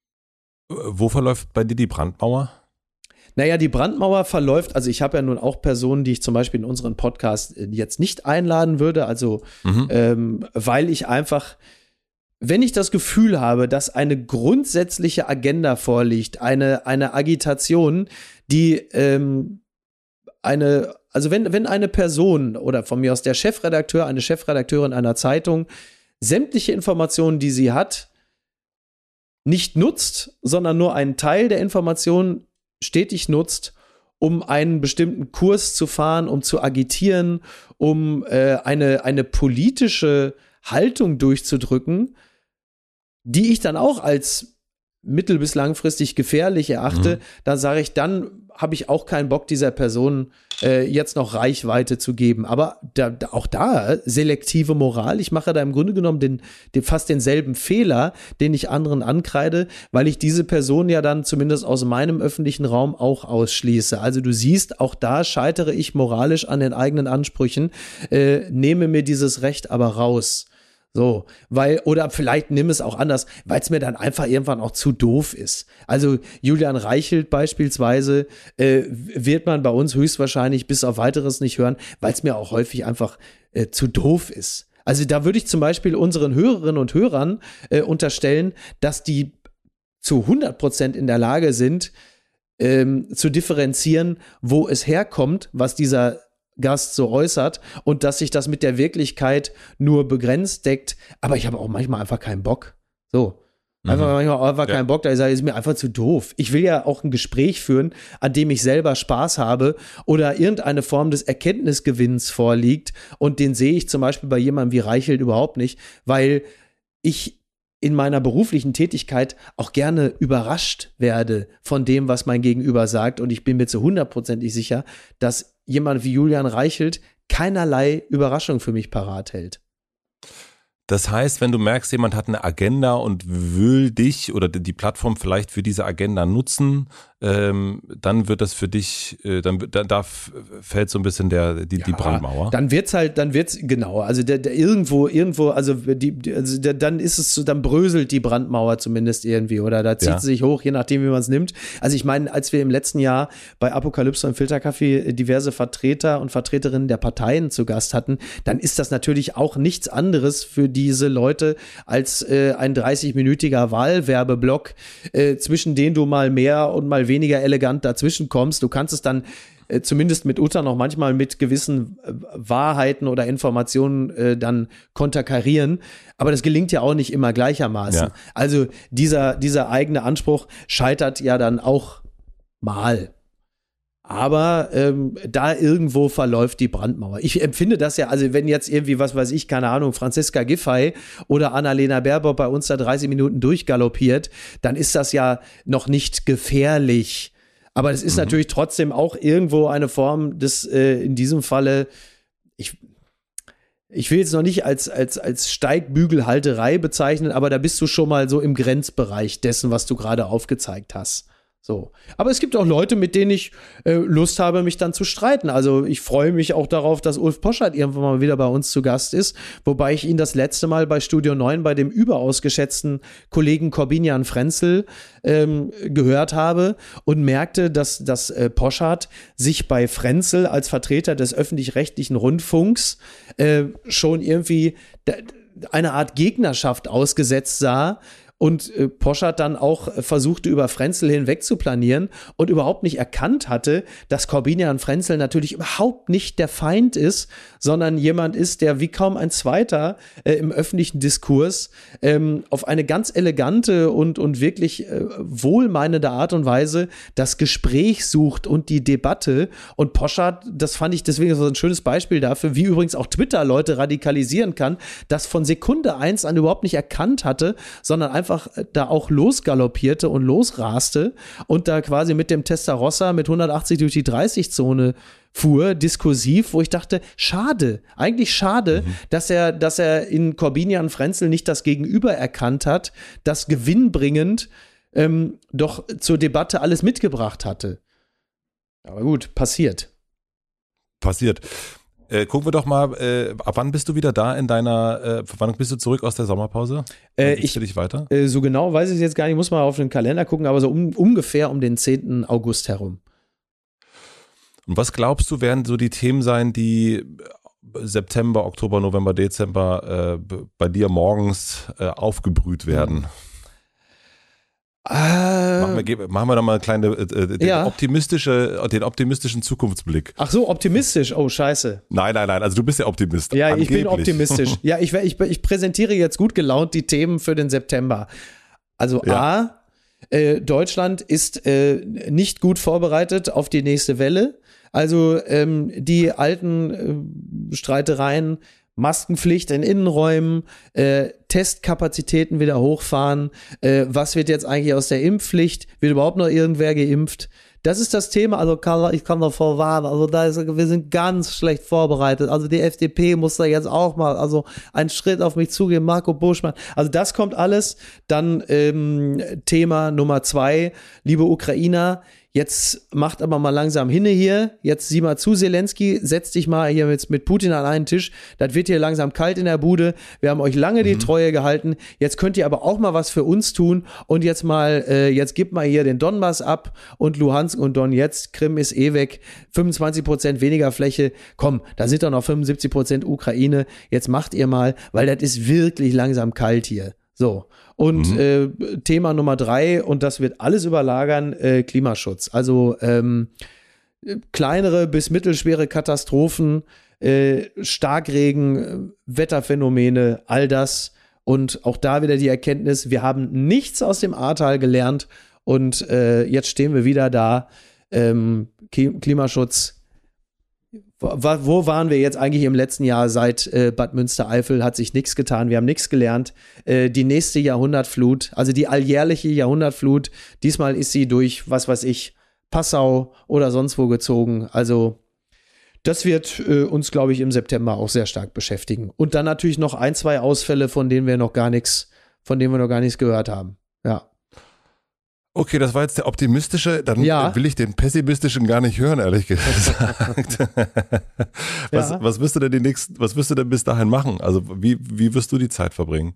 Wo verläuft bei dir die Brandmauer? Naja, die Brandmauer verläuft, also ich habe ja nun auch Personen, die ich zum Beispiel in unseren Podcast jetzt nicht einladen würde, also mhm. ähm, weil ich einfach, wenn ich das Gefühl habe, dass eine grundsätzliche Agenda vorliegt, eine, eine Agitation, die ähm, eine, also wenn, wenn eine Person oder von mir aus der Chefredakteur, eine Chefredakteurin einer Zeitung sämtliche Informationen, die sie hat, nicht nutzt, sondern nur einen Teil der Informationen stetig nutzt, um einen bestimmten Kurs zu fahren, um zu agitieren, um äh, eine, eine politische Haltung durchzudrücken, die ich dann auch als mittel- bis langfristig gefährlich erachte, mhm. da sage ich, dann habe ich auch keinen Bock, dieser Person äh, jetzt noch Reichweite zu geben. Aber da, da, auch da selektive Moral. Ich mache da im Grunde genommen den, den, fast denselben Fehler, den ich anderen ankreide, weil ich diese Person ja dann zumindest aus meinem öffentlichen Raum auch ausschließe. Also du siehst, auch da scheitere ich moralisch an den eigenen Ansprüchen, äh, nehme mir dieses Recht aber raus. So, weil, oder vielleicht nimm es auch anders, weil es mir dann einfach irgendwann auch zu doof ist. Also Julian Reichelt beispielsweise äh, wird man bei uns höchstwahrscheinlich bis auf Weiteres nicht hören, weil es mir auch häufig einfach äh, zu doof ist. Also da würde ich zum Beispiel unseren Hörerinnen und Hörern äh, unterstellen, dass die zu hundert Prozent in der Lage sind, ähm, zu differenzieren, wo es herkommt, was dieser Gast so äußert und dass sich das mit der Wirklichkeit nur begrenzt deckt. Aber ich habe auch manchmal einfach keinen Bock. So. Einfach mhm. manchmal einfach ja. keinen Bock, da ich sage, ist mir einfach zu doof. Ich will ja auch ein Gespräch führen, an dem ich selber Spaß habe oder irgendeine Form des Erkenntnisgewinns vorliegt und den sehe ich zum Beispiel bei jemandem wie Reichelt überhaupt nicht, weil ich in meiner beruflichen Tätigkeit auch gerne überrascht werde von dem, was mein Gegenüber sagt und ich bin mir zu hundertprozentig sicher, dass jemand wie Julian Reichelt keinerlei Überraschung für mich parat hält. Das heißt, wenn du merkst, jemand hat eine Agenda und will dich oder die Plattform vielleicht für diese Agenda nutzen, ähm, dann wird das für dich, äh, dann da, da fällt so ein bisschen der, die, ja, die Brandmauer. Dann wird's halt, dann wird's, genau, also der, der irgendwo, irgendwo, also die, also der, dann ist es so, dann bröselt die Brandmauer zumindest irgendwie oder da zieht ja. sie sich hoch, je nachdem, wie man es nimmt. Also ich meine, als wir im letzten Jahr bei Apokalypse und Filterkaffee diverse Vertreter und Vertreterinnen der Parteien zu Gast hatten, dann ist das natürlich auch nichts anderes für diese Leute als äh, ein dreißig-minütiger Wahlwerbeblock, äh, zwischen denen du mal mehr und mal weniger elegant dazwischen kommst. Du kannst es dann äh, zumindest mitunter noch manchmal mit gewissen äh, Wahrheiten oder Informationen äh, dann konterkarieren. Aber das gelingt ja auch nicht immer gleichermaßen. Ja. Also dieser, dieser eigene Anspruch scheitert ja dann auch mal. Aber ähm, da irgendwo verläuft die Brandmauer. Ich empfinde das ja, also wenn jetzt irgendwie, was weiß ich, keine Ahnung, Franziska Giffey oder Annalena Baerbock bei uns da dreißig Minuten durchgaloppiert, dann ist das ja noch nicht gefährlich. Aber es ist mhm. natürlich trotzdem auch irgendwo eine Form des, äh, in diesem Falle, ich, ich will jetzt noch nicht als, als, als Steigbügelhalterei bezeichnen, aber da bist du schon mal so im Grenzbereich dessen, was du gerade aufgezeigt hast. So. Aber es gibt auch Leute, mit denen ich äh, Lust habe, mich dann zu streiten. Also ich freue mich auch darauf, dass Ulf Poschardt irgendwann mal wieder bei uns zu Gast ist, wobei ich ihn das letzte Mal bei Studio neun bei dem überaus geschätzten Kollegen Corbinian Frenzel ähm, gehört habe und merkte, dass, dass äh, Poschardt sich bei Frenzel als Vertreter des öffentlich-rechtlichen Rundfunks äh, schon irgendwie de- eine Art Gegnerschaft ausgesetzt sah, und äh, Poschardt dann auch äh, versuchte, über Frenzel hinweg zu planieren und überhaupt nicht erkannt hatte, dass Corbinian Frenzel natürlich überhaupt nicht der Feind ist, sondern jemand ist, der wie kaum ein zweiter äh, im öffentlichen Diskurs ähm, auf eine ganz elegante und, und wirklich äh, wohlmeinende Art und Weise das Gespräch sucht und die Debatte. Und Poschardt, das fand ich deswegen so ein schönes Beispiel dafür, wie übrigens auch Twitter Leute radikalisieren kann, das von Sekunde eins an überhaupt nicht erkannt hatte, sondern einfach da auch losgaloppierte und losraste und da quasi mit dem Testarossa mit hundertachtzig durch die dreißig-Zone fuhr, diskursiv, wo ich dachte, schade, eigentlich schade, mhm. dass er, dass er in Corbinian Frenzel nicht das Gegenüber erkannt hat, das gewinnbringend ähm, doch zur Debatte alles mitgebracht hatte. Aber gut, passiert. Passiert. Äh, gucken wir doch mal, äh, ab wann bist du wieder da in deiner, äh, wann bist du zurück aus der Sommerpause? Äh, ich, für dich weiter? Äh, so genau weiß ich es jetzt gar nicht, ich muss mal auf den Kalender gucken, aber so um, ungefähr um den zehnten August herum. Und was glaubst du, werden so die Themen sein, die September, Oktober, November, Dezember äh, bei dir morgens äh, aufgebrüht werden? Äh, machen, wir, machen wir da mal eine kleine, äh, den, ja. optimistische, den optimistischen Zukunftsblick. Ach so, optimistisch, oh scheiße. Nein, nein, nein, also du bist ja Optimist. Ja, angeblich. Ich bin optimistisch. Ja, ich, ich, ich präsentiere jetzt gut gelaunt die Themen für den September. Also ja. A, äh, Deutschland ist äh, nicht gut vorbereitet auf die nächste Welle. Also ähm, die alten äh, Streitereien, Maskenpflicht in Innenräumen, äh, Testkapazitäten wieder hochfahren, äh, was wird jetzt eigentlich aus der Impfpflicht, wird überhaupt noch irgendwer geimpft? Das ist das Thema, also kann, ich kann davor warnen, also da ist, wir sind ganz schlecht vorbereitet, also die F D P muss da jetzt auch mal, also einen Schritt auf mich zugehen, Marco Buschmann, also das kommt alles, dann ähm, Thema Nummer zwei, liebe Ukrainer, jetzt macht aber mal langsam hinne hier. Jetzt sieh mal zu, Zelensky, setz dich mal hier mit, mit Putin an einen Tisch. Das wird hier langsam kalt in der Bude. Wir haben euch lange mhm. die Treue gehalten. Jetzt könnt ihr aber auch mal was für uns tun. Und jetzt mal, äh, jetzt gebt mal hier den Donbass ab und Luhansk und Donetsk. Krim ist eh weg. fünfundzwanzig Prozent weniger Fläche. Komm, da sind doch noch fünfundsiebzig Prozent Ukraine. Jetzt macht ihr mal, weil das ist wirklich langsam kalt hier. So. Und mhm. äh, Thema Nummer drei, und das wird alles überlagern, äh, Klimaschutz. Also ähm, kleinere bis mittelschwere Katastrophen, äh, Starkregen, äh, Wetterphänomene, all das. Und auch da wieder die Erkenntnis, wir haben nichts aus dem Ahrtal gelernt. Und äh, jetzt stehen wir wieder da. Ähm, Klimaschutz. Wo waren wir jetzt eigentlich im letzten Jahr? Seit äh, Bad Münstereifel hat sich nichts getan. Wir haben nichts gelernt. Äh, die nächste Jahrhundertflut, also die alljährliche Jahrhundertflut, diesmal ist sie durch, was weiß ich, Passau oder sonst wo gezogen. Also Das wird äh, uns, glaube ich, im September auch sehr stark beschäftigen. Und dann natürlich noch ein, zwei Ausfälle, von denen wir noch gar nichts, von denen wir noch gar nichts gehört haben. Ja. Okay, das war jetzt der optimistische, dann ja. will ich den pessimistischen gar nicht hören, ehrlich gesagt. was, ja. was wirst du denn die nächsten, was wirst du denn bis dahin machen? Also wie, wie wirst du die Zeit verbringen?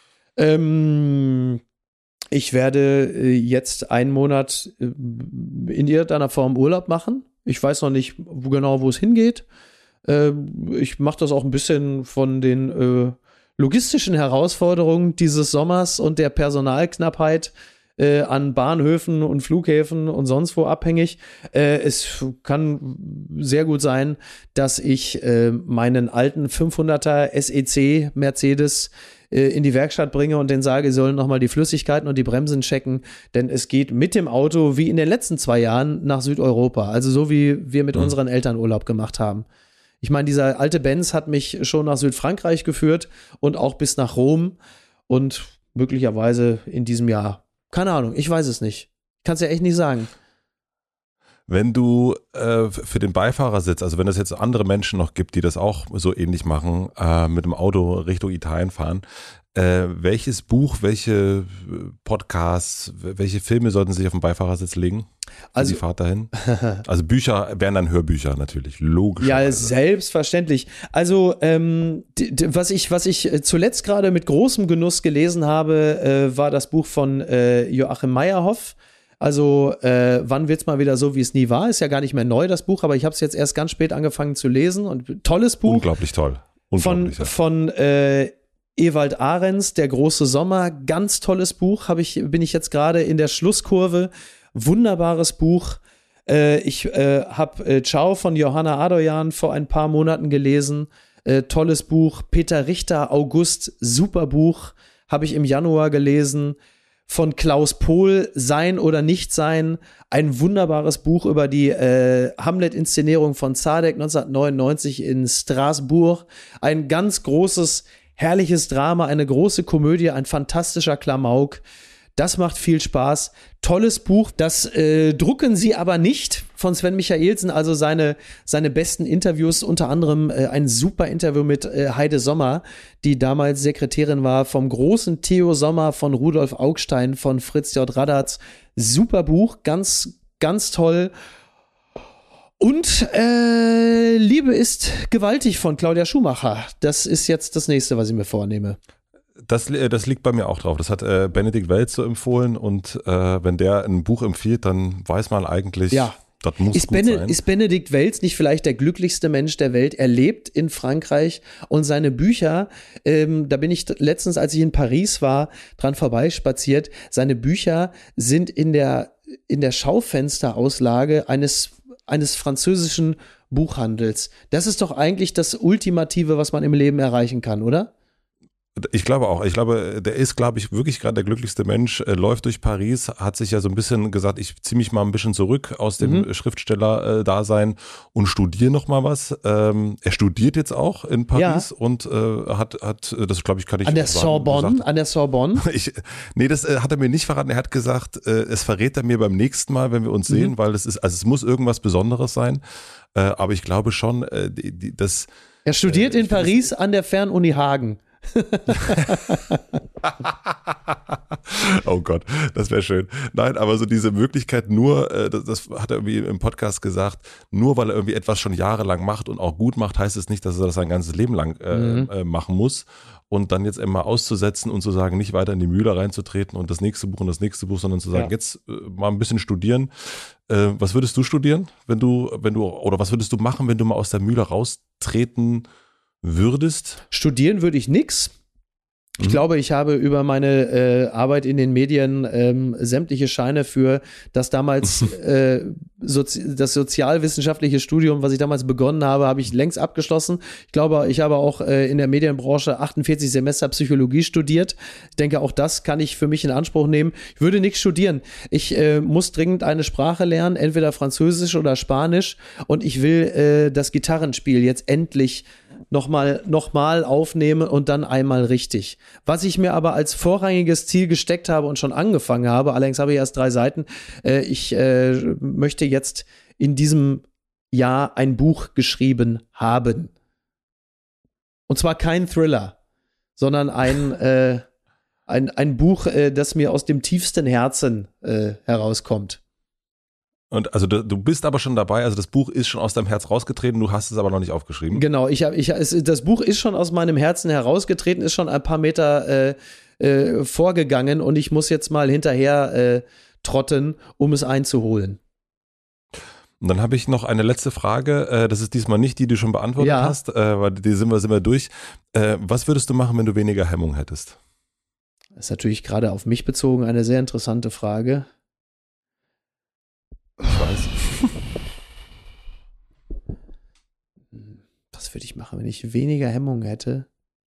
Ähm, ich werde äh, jetzt einen Monat äh, in irgendeiner Form Urlaub machen. Ich weiß noch nicht wo genau, wo es hingeht. Äh, ich mache das auch ein bisschen von den äh, logistischen Herausforderungen dieses Sommers und der Personalknappheit Äh, an Bahnhöfen und Flughäfen und sonst wo abhängig. Äh, es kann sehr gut sein, dass ich äh, meinen alten fünfhunderter S E C Mercedes äh, in die Werkstatt bringe und denen sage, sie sollen nochmal die Flüssigkeiten und die Bremsen checken, denn es geht mit dem Auto wie in den letzten zwei Jahren nach Südeuropa. Also so wie wir mit mhm. unseren Eltern Urlaub gemacht haben. Ich meine, dieser alte Benz hat mich schon nach Südfrankreich geführt und auch bis nach Rom und möglicherweise in diesem Jahr. Keine Ahnung, ich weiß es nicht. Ich kann es ja echt nicht sagen. Wenn du äh, für den Beifahrersitz, also wenn es jetzt andere Menschen noch gibt, die das auch so ähnlich machen, äh, mit dem Auto Richtung Italien fahren, äh, welches Buch, welche Podcasts, welche Filme sollten sich auf den Beifahrersitz legen? Also die Fahrt dahin? Also Bücher wären dann Hörbücher natürlich, logisch. Ja, selbstverständlich. Also ähm, d- d- was ich was ich zuletzt gerade mit großem Genuss gelesen habe, äh, war das Buch von äh, Joachim Meyerhoff. Also äh, wann wird's mal wieder so, wie es nie war? Ist ja gar nicht mehr neu, das Buch, aber ich habe es jetzt erst ganz spät angefangen zu lesen und tolles Buch. Unglaublich toll. Unglaublich, von ja. von äh, Ewald Ahrens, Der große Sommer, ganz tolles Buch. Habe ich bin ich jetzt gerade in der Schlusskurve. Wunderbares Buch. Äh, ich äh, habe äh, Ciao von Johanna Adoyan vor ein paar Monaten gelesen. Äh, tolles Buch. Peter Richter, August, super Buch. Habe ich im Januar gelesen. Von Klaus Pohl, Sein oder Nicht-Sein. Ein wunderbares Buch über die äh, Hamlet-Inszenierung von Zadek neunzehnhundertneunundneunzig in Straßburg. Ein ganz großes, herrliches Drama, eine große Komödie, ein fantastischer Klamauk. Das macht viel Spaß. Tolles Buch. Das äh, drucken sie aber nicht von Sven Michaelsen. Also seine, seine besten Interviews, unter anderem äh, ein super Interview mit äh, Heide Sommer, die damals Sekretärin war vom großen Theo Sommer, von Rudolf Augstein, von Fritz J. Radatz. Super Buch. Ganz, ganz toll. Und äh, Liebe ist gewaltig von Claudia Schumacher. Das ist jetzt das nächste, was ich mir vornehme. Das, das liegt bei mir auch drauf. Das hat äh, Benedikt Welz so empfohlen und äh, wenn der ein Buch empfiehlt, dann weiß man eigentlich, ja. das muss ist gut Bene, sein. Ist Benedikt Welz nicht vielleicht der glücklichste Mensch der Welt? Er lebt in Frankreich und seine Bücher, ähm, da bin ich letztens, als ich in Paris war, dran vorbeispaziert, seine Bücher sind in der, in der Schaufensterauslage eines, eines französischen Buchhandels. Das ist doch eigentlich das Ultimative, was man im Leben erreichen kann, oder? Ich glaube auch. Ich glaube, der ist, glaube ich, wirklich gerade der glücklichste Mensch. Er läuft durch Paris, hat sich ja so ein bisschen gesagt, ich ziehe mich mal ein bisschen zurück aus dem mhm. Schriftsteller-Dasein und studiere noch mal was. Ähm, er studiert jetzt auch in Paris ja. und äh, hat, hat, das glaube ich, kann ich an der sagen, Sorbonne, gesagt. an der Sorbonne. Ich, nee, das äh, hat er mir nicht verraten. Er hat gesagt, äh, es verrät er mir beim nächsten Mal, wenn wir uns mhm. sehen, weil es ist, also es muss irgendwas Besonderes sein. Äh, aber ich glaube schon, äh, die, die, das. Er studiert äh, in Paris das, an der Fernuni Hagen. Oh Gott, das wäre schön. Nein, aber so diese Möglichkeit nur, das, das hat er irgendwie im Podcast gesagt, nur weil er irgendwie etwas schon jahrelang macht und auch gut macht, heißt es nicht, dass er das sein ganzes Leben lang äh, mhm. äh, machen muss. Und dann jetzt immer auszusetzen und zu sagen, nicht weiter in die Mühle reinzutreten und das nächste Buch und das nächste Buch, sondern zu sagen, ja. jetzt äh, mal ein bisschen studieren. Äh, was würdest du studieren, wenn du, wenn du, oder was würdest du machen, wenn du mal aus der Mühle raustreten würdest? Studieren würde ich nix. Ich mhm. glaube, ich habe über meine äh, Arbeit in den Medien ähm, sämtliche Scheine für das damals äh, Sozi- das sozialwissenschaftliche Studium, was ich damals begonnen habe, habe ich längst abgeschlossen. Ich glaube, ich habe auch äh, in der Medienbranche achtundvierzig Semester Psychologie studiert. Ich denke, auch das kann ich für mich in Anspruch nehmen. Ich würde nichts studieren. Ich äh, muss dringend eine Sprache lernen, entweder Französisch oder Spanisch. Und ich will äh, das Gitarrenspiel jetzt endlich nochmal noch mal aufnehmen und dann einmal richtig. Was ich mir aber als vorrangiges Ziel gesteckt habe und schon angefangen habe, allerdings habe ich erst drei Seiten, äh, ich äh, möchte jetzt in diesem Jahr ein Buch geschrieben haben. Und zwar kein Thriller, sondern ein, äh, ein, ein Buch, äh, das mir aus dem tiefsten Herzen äh, herauskommt. Und also du, du bist aber schon dabei, also das Buch ist schon aus deinem Herz rausgetreten, du hast es aber noch nicht aufgeschrieben. Genau, ich hab, ich, es, das Buch ist schon aus meinem Herzen herausgetreten, ist schon ein paar Meter äh, äh, vorgegangen und ich muss jetzt mal hinterher äh, trotten, um es einzuholen. Und dann habe ich noch eine letzte Frage, äh, das ist diesmal nicht die, die du schon beantwortet Ja. hast, äh, weil die sind wir, sind wir durch. Äh, was würdest du machen, wenn du weniger Hemmung hättest? Das ist natürlich gerade auf mich bezogen eine sehr interessante Frage. Ich weiß. Was würde ich machen, wenn ich weniger Hemmung hätte?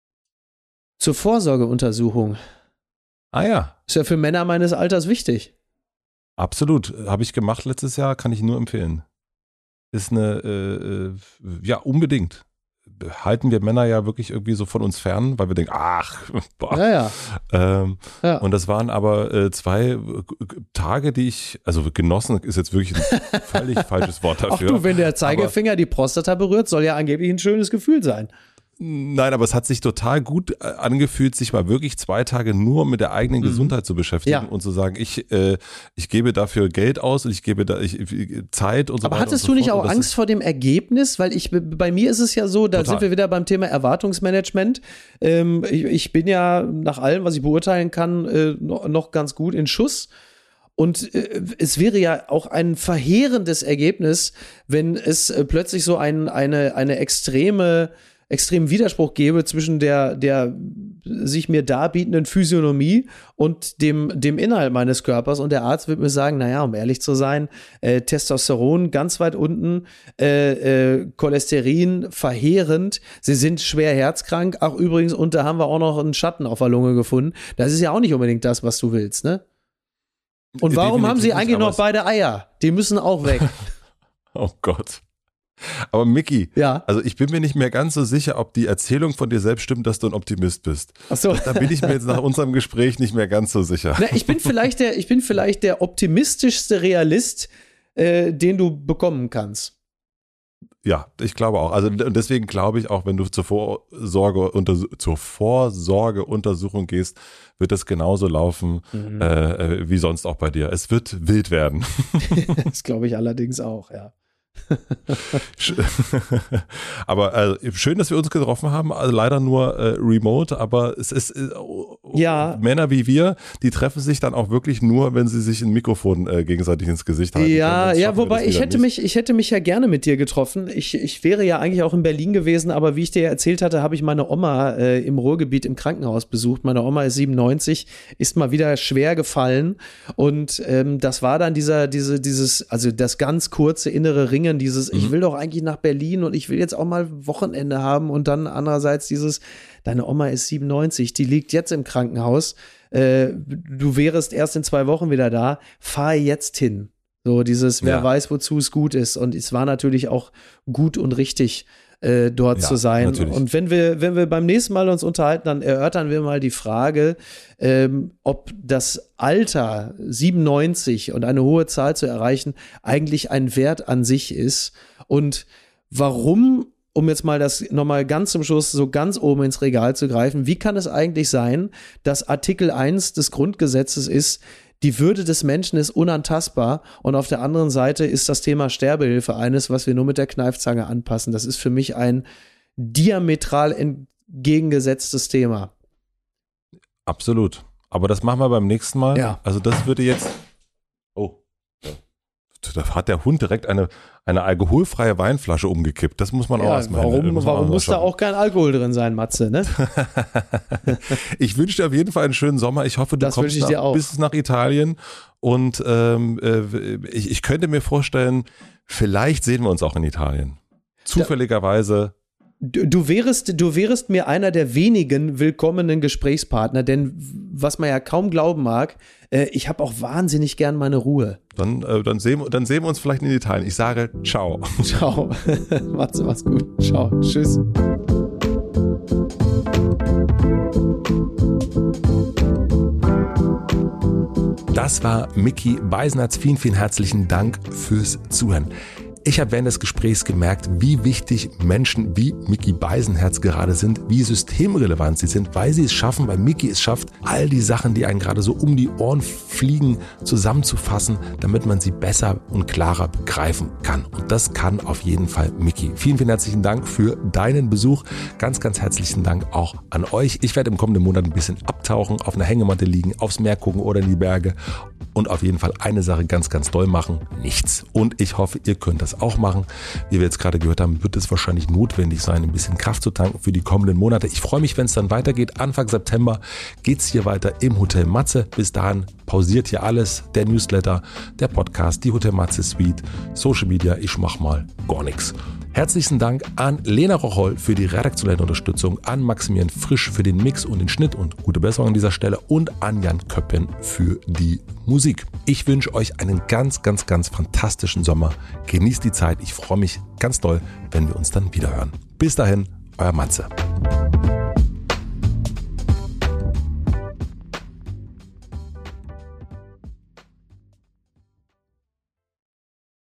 Zur Vorsorgeuntersuchung. Ah ja. Ist ja für Männer meines Alters wichtig. Absolut. Habe ich gemacht letztes Jahr, kann ich nur empfehlen. Ist eine, äh, ja, unbedingt. Halten wir Männer ja wirklich irgendwie so von uns fern, weil wir denken, ach, boah. Ja, ja. Ähm, ja. Und das waren aber äh, zwei äh, Tage, die ich, also genossen ist jetzt wirklich ein völlig falsches Wort dafür. Ach du, wenn der Zeigefinger die Prostata berührt, soll ja angeblich ein schönes Gefühl sein. Nein, aber es hat sich total gut angefühlt, sich mal wirklich zwei Tage nur mit der eigenen mhm. Gesundheit zu beschäftigen ja. und zu sagen, ich, äh, ich gebe dafür Geld aus und ich gebe da ich, Zeit und so aber weiter. Aber hattest so du nicht fort. auch Angst vor dem Ergebnis? Weil ich, bei mir ist es ja so, da total. sind wir wieder beim Thema Erwartungsmanagement. Ähm, ich, ich bin ja nach allem, was ich beurteilen kann, äh, noch, noch ganz gut in Schuss. Und äh, es wäre ja auch ein verheerendes Ergebnis, wenn es äh, plötzlich so ein, eine, eine extreme extremen Widerspruch gäbe zwischen der, der sich mir darbietenden Physiognomie und dem, dem Inhalt meines Körpers und der Arzt wird mir sagen, naja, um ehrlich zu sein, äh, Testosteron ganz weit unten, äh, äh, Cholesterin verheerend, sie sind schwer herzkrank, ach übrigens, und da haben wir auch noch einen Schatten auf der Lunge gefunden. Das ist ja auch nicht unbedingt das, was du willst, ne? Und warum Definitiv haben sie eigentlich noch beide Eier? Die müssen auch weg. Oh Gott. Aber Micky, ja. also ich bin mir nicht mehr ganz so sicher, ob die Erzählung von dir selbst stimmt, dass du ein Optimist bist. Ach so. Da bin ich mir jetzt nach unserem Gespräch nicht mehr ganz so sicher. Na, ich bin vielleicht der, ich bin vielleicht der optimistischste Realist, äh, den du bekommen kannst. Ja, ich glaube auch. Also deswegen glaube ich auch, wenn du zur Vorsorge zur Vorsorgeuntersuchung gehst, wird das genauso laufen mhm. äh, wie sonst auch bei dir. Es wird wild werden. Das glaube ich allerdings auch, ja. Aber also, schön, dass wir uns getroffen haben, also leider nur äh, remote, aber es ist äh, ja. Männer wie wir, die treffen sich dann auch wirklich nur, wenn sie sich ein Mikrofon äh, gegenseitig ins Gesicht halten. Ja, ja, wobei ich hätte mich, ich hätte mich ja gerne mit dir getroffen. Ich, ich wäre ja eigentlich auch in Berlin gewesen, aber wie ich dir erzählt hatte, habe ich meine Oma äh, im Ruhrgebiet im Krankenhaus besucht. Meine Oma ist siebenundneunzig, ist mal wieder schwer gefallen und ähm, das war dann dieser, diese, dieses, also das ganz kurze innere Ringen, dieses, mhm. ich will doch eigentlich nach Berlin und ich will jetzt auch mal Wochenende haben und dann andererseits dieses, deine Oma ist siebenundneunzig, die liegt jetzt im Krankenhaus, äh, du wärest erst in zwei Wochen wieder da, fahr jetzt hin. So dieses, wer ja. weiß, wozu es gut ist. Und es war natürlich auch gut und richtig, äh, dort ja, zu sein. Natürlich. Und wenn wir, wenn wir beim nächsten Mal uns unterhalten, dann erörtern wir mal die Frage, ähm, ob das Alter siebenundneunzig und eine hohe Zahl zu erreichen eigentlich ein Wert an sich ist und warum, um jetzt mal das nochmal ganz zum Schluss so ganz oben ins Regal zu greifen, wie kann es eigentlich sein, dass Artikel eins des Grundgesetzes ist, die Würde des Menschen ist unantastbar und auf der anderen Seite ist das Thema Sterbehilfe eines, was wir nur mit der Kneifzange anpassen. Das ist für mich ein diametral entgegengesetztes Thema. Absolut. Aber das machen wir beim nächsten Mal. Ja. Also das würde jetzt, oh, da hat der Hund direkt eine, eine alkoholfreie Weinflasche umgekippt. Das muss man ja, auch erstmal. Warum, muss, warum muss da auch kein Alkohol drin sein, Matze, ne? Ich wünsche dir auf jeden Fall einen schönen Sommer. Ich hoffe, du das kommst nach, bis nach Italien. Und ähm, ich, ich könnte mir vorstellen, vielleicht sehen wir uns auch in Italien. Zufälligerweise. Du, du, wärest, du wärst mir einer der wenigen willkommenen Gesprächspartner, denn was man ja kaum glauben mag, äh, ich habe auch wahnsinnig gern meine Ruhe. Dann, äh, dann, sehen, dann sehen wir uns vielleicht in Italien. Ich sage ciao. Ciao. Matze, mach's gut. Ciao. Tschüss. Das war Micky Beisenherz. Vielen, vielen herzlichen Dank fürs Zuhören. Ich habe während des Gesprächs gemerkt, wie wichtig Menschen wie Micky Beisenherz gerade sind, wie systemrelevant sie sind, weil sie es schaffen, weil Micky es schafft, all die Sachen, die einen gerade so um die Ohren fliegen, zusammenzufassen, damit man sie besser und klarer begreifen kann. Und das kann auf jeden Fall Micky. Vielen, vielen herzlichen Dank für deinen Besuch. Ganz, ganz herzlichen Dank auch an euch. Ich werde im kommenden Monat ein bisschen abtauchen, auf einer Hängematte liegen, aufs Meer gucken oder in die Berge und auf jeden Fall eine Sache ganz, ganz doll machen. Nichts. Und ich hoffe, ihr könnt das auch machen. Wie wir jetzt gerade gehört haben, wird es wahrscheinlich notwendig sein, ein bisschen Kraft zu tanken für die kommenden Monate. Ich freue mich, wenn es dann weitergeht. Anfang September geht es hier weiter im Hotel Matze. Bis dahin pausiert hier alles. Der Newsletter, der Podcast, die Hotel Matze Suite, Social Media. Ich mach mal gar nichts. Herzlichen Dank an Lena Rocholl für die redaktionelle Unterstützung, an Maximilian Frisch für den Mix und den Schnitt und gute Besserung an dieser Stelle und an Jan Köppen für die Musik. Ich wünsche euch einen ganz, ganz, ganz fantastischen Sommer. Genießt die Zeit. Ich freue mich ganz doll, wenn wir uns dann wieder hören. Bis dahin, euer Matze.